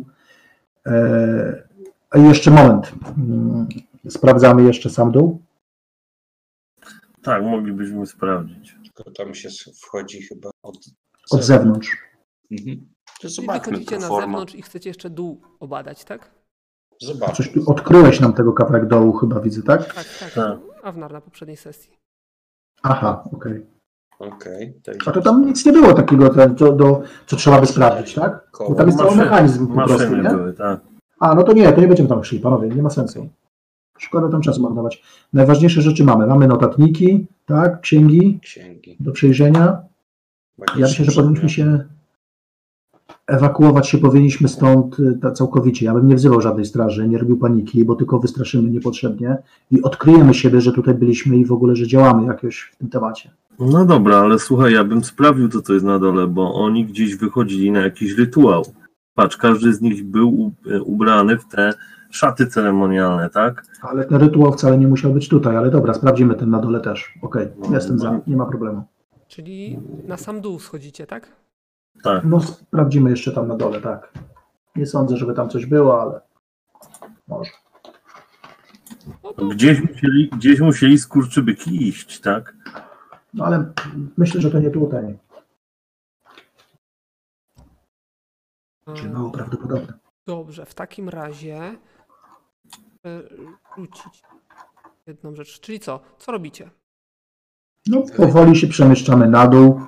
A jeszcze moment. Sprawdzamy jeszcze sam dół. Tak, moglibyśmy sprawdzić. Tylko tam się wchodzi chyba Od zewnątrz. Mhm. To Czyli zobaczmy wychodzicie na proforma. zewnątrz i chcecie jeszcze dół obadać, tak? Zobaczmy. Coś tu odkryłeś nam tego kawałek dołu chyba, widzę, tak? Tak. Tak. Awnar na poprzedniej sesji. Aha, okej. Okej. A to tam nic nie było takiego, co trzeba by sprawdzić, tak? Bo tam jest cały mechanizm po prostu, Maszyny nie? były, tak. A, no to nie będziemy tam szli, panowie, nie ma sensu. Szkoda tam czasu marnować. Najważniejsze rzeczy mamy. Mamy notatniki, tak, księgi Księgi. do przejrzenia. Ja myślę, że powinniśmy się ewakuować powinniśmy stąd całkowicie. Ja bym nie wzywał żadnej straży, nie robił paniki, bo tylko wystraszymy niepotrzebnie i odkryjemy siebie, że tutaj byliśmy i w ogóle, że działamy jakoś w tym temacie. No dobra, ale słuchaj, ja bym sprawdził to, co jest na dole, bo oni gdzieś wychodzili na jakiś rytuał. Patrz, każdy z nich był ubrany w te szaty ceremonialne, tak? Ale ten rytuał wcale nie musiał być tutaj, ale dobra, sprawdzimy ten na dole też. Okej, jestem za, nie ma problemu. Czyli na sam dół schodzicie, tak? Tak. No sprawdzimy jeszcze tam na dole, tak. Nie sądzę, żeby tam coś było, ale może. No to Gdzieś musieli skurczybyki iść, tak? No ale myślę, że to nie tutaj. Czyli mało prawdopodobne. dobrze, w takim razie rzucić jedną rzecz. Czyli co? Co robicie? No powoli się przemieszczamy na dół,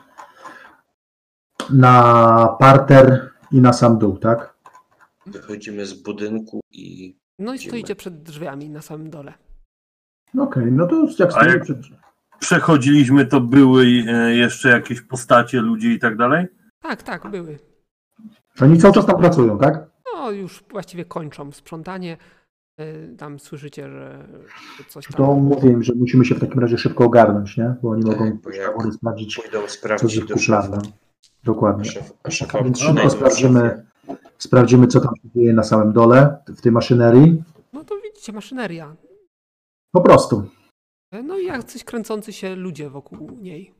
na parter i na sam dół, tak? Wychodzimy z budynku i No i Idziemy. stoicie przed drzwiami na samym dole. Okej, no to jak A stoimy jak- przed... Przechodziliśmy, to były jeszcze jakieś postacie, ludzie i tak dalej? Tak, były. Oni cały czas tam pracują, tak? No już właściwie kończą sprzątanie. Tam słyszycie, że coś tam... To mówię im, że musimy się w takim razie szybko ogarnąć, nie? Bo oni Tak, mogą bo jak pójść sprawdzić, pójdą co z sprawdzić ich do szefa. kuplami. Dokładnie. A szefa Więc przynajmniej szybko sprawdzimy, co tam się dzieje na samym dole, w tej maszynerii. No to widzicie, maszyneria. Po prostu. No i jacyś kręcący się ludzie wokół niej.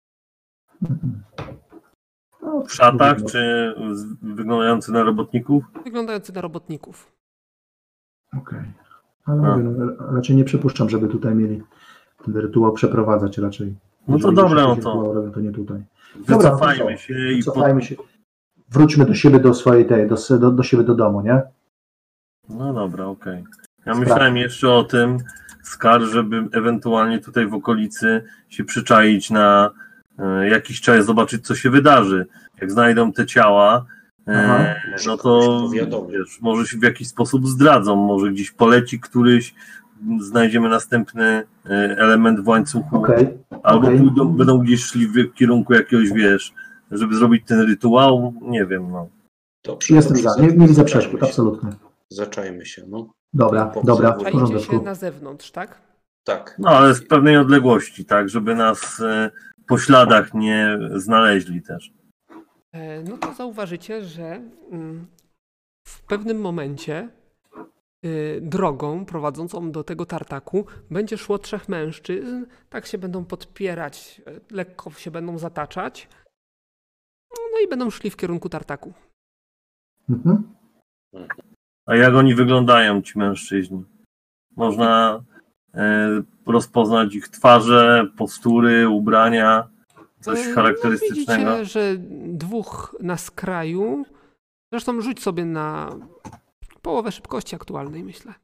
No, W szatach, mówię, czy wyglądający na robotników? Wyglądający na robotników. Okej. Ale mówię, no, raczej nie przypuszczam, żeby tutaj mieli ten rytuał przeprowadzać raczej. No to Jeżeli dobra, już no jakieś to rytuały robią, to nie tutaj. Dobra, wycofajmy to co? się i Cofajmy się. Wróćmy do siebie, do swojej do siebie do domu, nie? No dobra, okej. Ja Sprawdź. myślałem jeszcze o tym, Skar, żeby ewentualnie tutaj w okolicy się przyczaić na jakiś czas, zobaczyć, co się wydarzy. Jak znajdą te ciała, Aha. no to kogoś powiadomią. wiesz, może się w jakiś sposób zdradzą, może gdzieś poleci któryś, znajdziemy następny element w łańcuchu, Okej. albo okej. będą gdzieś szli w kierunku jakiegoś, wiesz, żeby zrobić ten rytuał, nie wiem, no. Dobrze, Jestem dobrze, za. Nie widzę zaczajmy przeszkód, się. absolutnie. Zaczajmy się, no. Dobra, w Czaicie porządku. się na zewnątrz, tak? Tak. No, ale z pewnej odległości, tak, żeby nas po śladach nie znaleźli też. No to zauważycie, że w pewnym momencie drogą prowadzącą do tego tartaku będzie szło 3 mężczyzn. Tak się będą podpierać, lekko się będą zataczać. No i będą szli w kierunku tartaku. Mhm. A jak oni wyglądają, ci mężczyźni? Można rozpoznać ich twarze, postury, ubrania, coś No, charakterystycznego? widzicie, że dwóch na skraju. Zresztą rzuć sobie na połowę szybkości aktualnej, myślę.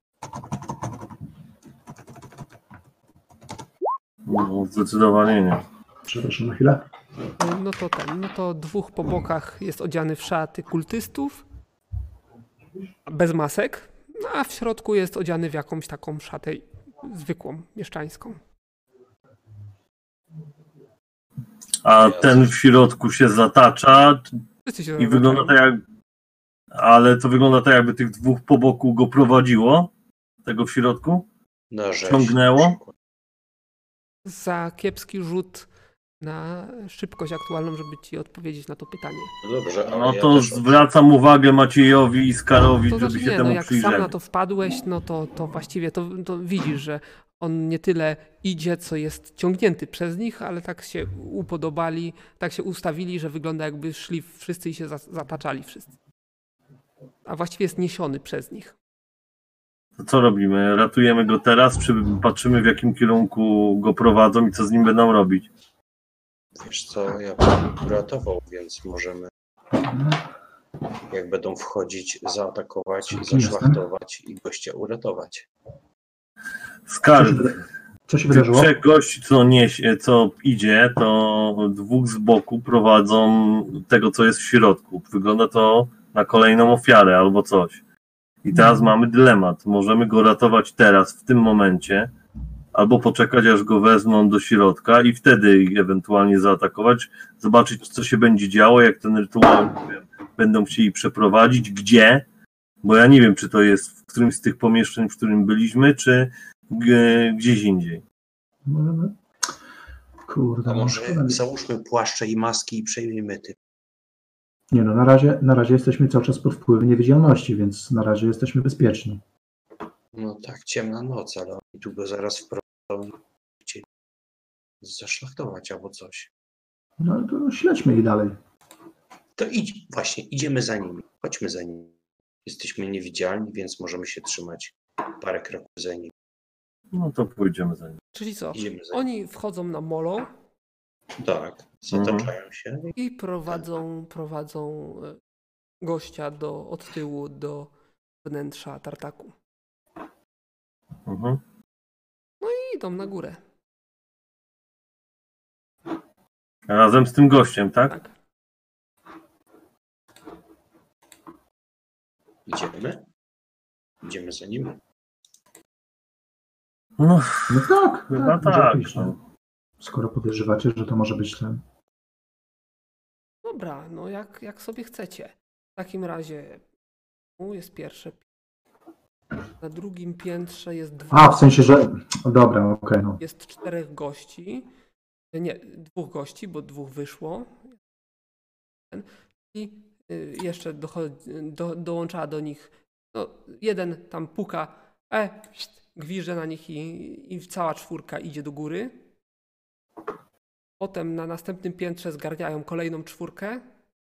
No, zdecydowanie nie. Przepraszam na chwilę. No to dwóch po bokach jest odziany w szaty kultystów, bez masek, no a w środku jest odziany w jakąś taką szatę zwykłą, mieszczańską. A ten w środku się zatacza Wszyscy się i zataczają. wygląda tak jak... Ale to wygląda tak, jakby tych dwóch po boku go prowadziło, tego w środku, Na rzeź. ciągnęło. na przykład. Za kiepski rzut na szybkość aktualną, żeby ci odpowiedzieć na to pytanie. No dobrze, ale No ja to też zwracam uwagę Maciejowi i Skarowi, To żeby znaczy się nie, temu no jak sam przyjrzeli. na to wpadłeś, no to właściwie to widzisz, że on nie tyle idzie, co jest ciągnięty przez nich, ale tak się upodobali, tak się ustawili, że wygląda jakby szli wszyscy i się zataczali wszyscy. A właściwie jest niesiony przez nich. To co robimy? Ratujemy go teraz, czy patrzymy w jakim kierunku go prowadzą i co z nim będą robić? Wiesz co, ja bym uratował, więc możemy, jak będą wchodzić, zaatakować, zaszlachtować i gościa uratować. Skarb. Co się wydarzyło? Trzech gości, co idzie, to dwóch z boku prowadzą tego, co jest w środku. Wygląda to na kolejną ofiarę albo coś. I teraz mamy dylemat. Możemy go ratować teraz, w tym momencie, albo poczekać, aż go wezmą do środka i wtedy ich ewentualnie zaatakować, zobaczyć, co się będzie działo, jak ten rytuał będą chcieli przeprowadzić, gdzie, bo ja nie wiem, czy to jest w którymś z tych pomieszczeń, w którym byliśmy, czy gdzieś indziej. Kurde, A no może szkoda mi. załóżmy płaszcze i maski i przejmijmy typ. Nie no, na razie jesteśmy cały czas pod wpływem niewidzialności, więc na razie jesteśmy bezpieczni. No tak, ciemna noc, ale oni tu go zaraz wprowadzą i chcieli zaszlachtować albo coś. No ale to śledźmy ich dalej. To właśnie, idziemy za nimi. Chodźmy za nimi. Jesteśmy niewidzialni, więc możemy się trzymać parę kroków za nimi. No to pójdziemy za nim. Czyli co? Idziemy za nimi. Oni wchodzą na molo Tak, zataczają się. i prowadzą gościa od tyłu do wnętrza tartaku. Mhm. I idą na górę. Razem z tym gościem, tak? Tak. Idziemy? Idziemy za nimi. No, No tak, chyba może tak. pójść, no. Skoro podejrzewacie, że to może być ten. Dobra, no jak sobie chcecie. W takim razie tu jest pierwsze. Na drugim piętrze jest A, w sensie, że... Dobra, okej, no. jest 4 gości. Nie, 2 gości, bo 2 wyszło. I jeszcze dołączała do nich. No, jeden tam puka, gwizże na nich i cała 4 idzie do góry. Potem na następnym piętrze zgarniają kolejną 4.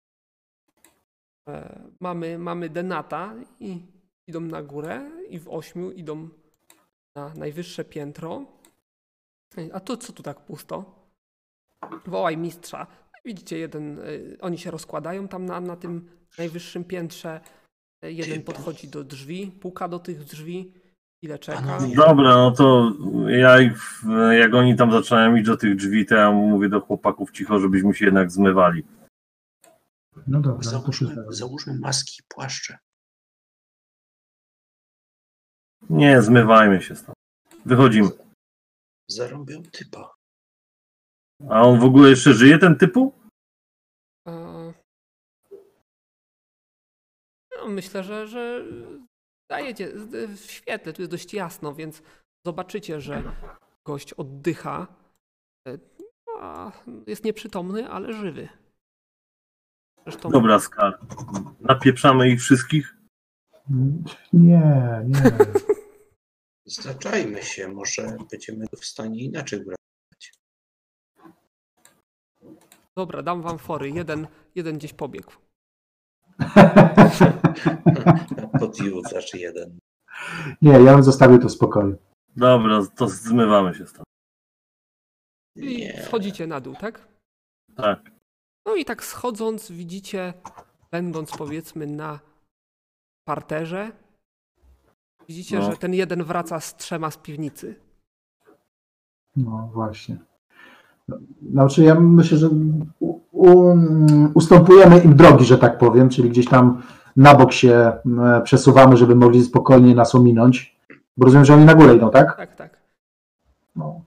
Mamy Denata i idą na górę i w 8 idą na najwyższe piętro. A to co tu tak pusto? Wołaj mistrza. Widzicie, oni się rozkładają tam na tym najwyższym piętrze. Jeden podchodzi do drzwi, puka do tych drzwi, ile czeka. Dobra, no to jak oni tam zaczynają iść do tych drzwi, to ja mówię do chłopaków cicho, żebyśmy się jednak zmywali. No dobra, to się Załóżmy maski i płaszcze. Nie, zmywajmy się stąd. Wychodzimy. Zarąbią typa. A on w ogóle jeszcze żyje, ten typu? No, myślę, że dajecie w świetle, tu jest dość jasno, więc zobaczycie, że gość oddycha. Jest nieprzytomny, ale żywy. Zresztą Dobra, Skar. Napieprzamy ich wszystkich? Nie. Zaczajmy się, może będziemy w stanie inaczej uratować. dobra, dam wam fory. Jeden gdzieś pobiegł. Podjudzacz jeden. Nie, ja bym zostawił to w spokoju. Dobra, to zmywamy się stąd. I Nie. schodzicie na dół, tak? Tak. No i tak schodząc widzicie, będąc powiedzmy na parterze, widzicie, No. że ten jeden wraca z 3 z piwnicy. No właśnie. Znaczy ja myślę, że ustępujemy im drogi, że tak powiem, czyli gdzieś tam na bok się przesuwamy, żeby mogli spokojnie nas ominąć. Bo rozumiem, że oni na górę idą, tak? Tak, tak. No.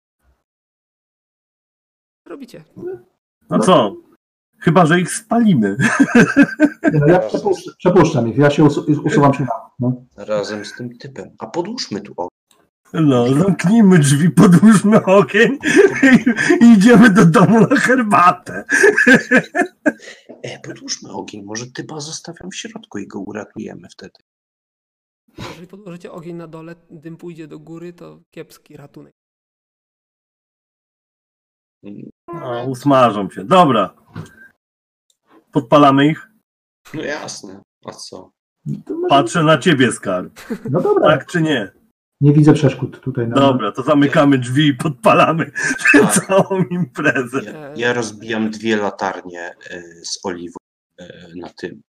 Robicie. No co? Chyba, że ich spalimy. Nie, no ja przepuszczam ich, ja się usuwam się na. No. Razem z tym typem. A podłóżmy tu ogień. No, zamknijmy drzwi, podłóżmy ogień i idziemy do domu na herbatę. Podłóżmy ogień. Może typa zostawiam w środku i go uratujemy wtedy. Jeżeli podłożycie ogień na dole, dym pójdzie do góry, to kiepski ratunek. No, usmażą się. Dobra. Podpalamy ich? No jasne. A co? To może- Patrzę na ciebie, Skarb. No dobra, Tak czy nie? nie widzę przeszkód tutaj. No. Dobra, to zamykamy drzwi i podpalamy Tak. całą imprezę. Ja rozbijam 2 latarnie z oliwą na tym,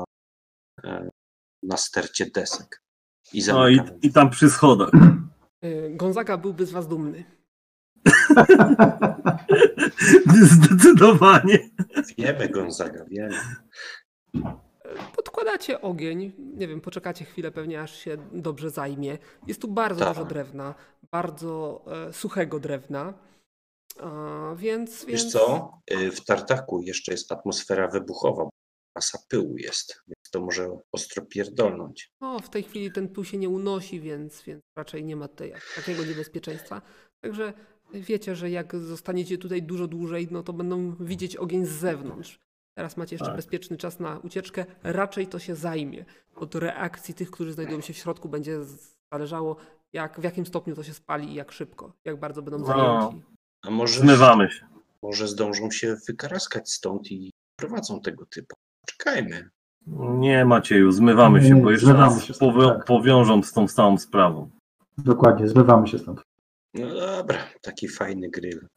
na stercie desek. I No zamykam. i tam przy schodach. Gonzaga byłby z was dumny. Zdecydowanie. Wiemy, Gonzaga, wiemy. Podkładacie ogień, nie wiem, poczekacie chwilę pewnie aż się dobrze zajmie. Jest tu bardzo Tak. dużo drewna, bardzo suchego drewna, więc... Wiesz co? W tartaku jeszcze jest atmosfera wybuchowa, bo masa pyłu jest, więc to może ostro pierdolnąć. No, w tej chwili ten pył się nie unosi, więc raczej nie ma tutaj takiego niebezpieczeństwa. Także wiecie, że jak zostaniecie tutaj dużo dłużej, no to będą widzieć ogień z zewnątrz. Teraz macie jeszcze Tak. bezpieczny czas na ucieczkę. Raczej to się zajmie. Od reakcji tych, którzy znajdują się w środku, będzie zależało, w jakim stopniu to się spali i jak szybko, jak bardzo będą No. zajęci. A może, Zmywamy się. może zdążą się wykaraskać stąd i prowadzą tego typu. Czekajmy. Nie, Macieju, zmywamy się, Nie, bo jeszcze zmywamy nas się stąd, tak. powiążą z tą całą sprawą. Dokładnie, zmywamy się stąd. No dobra, taki fajny grill.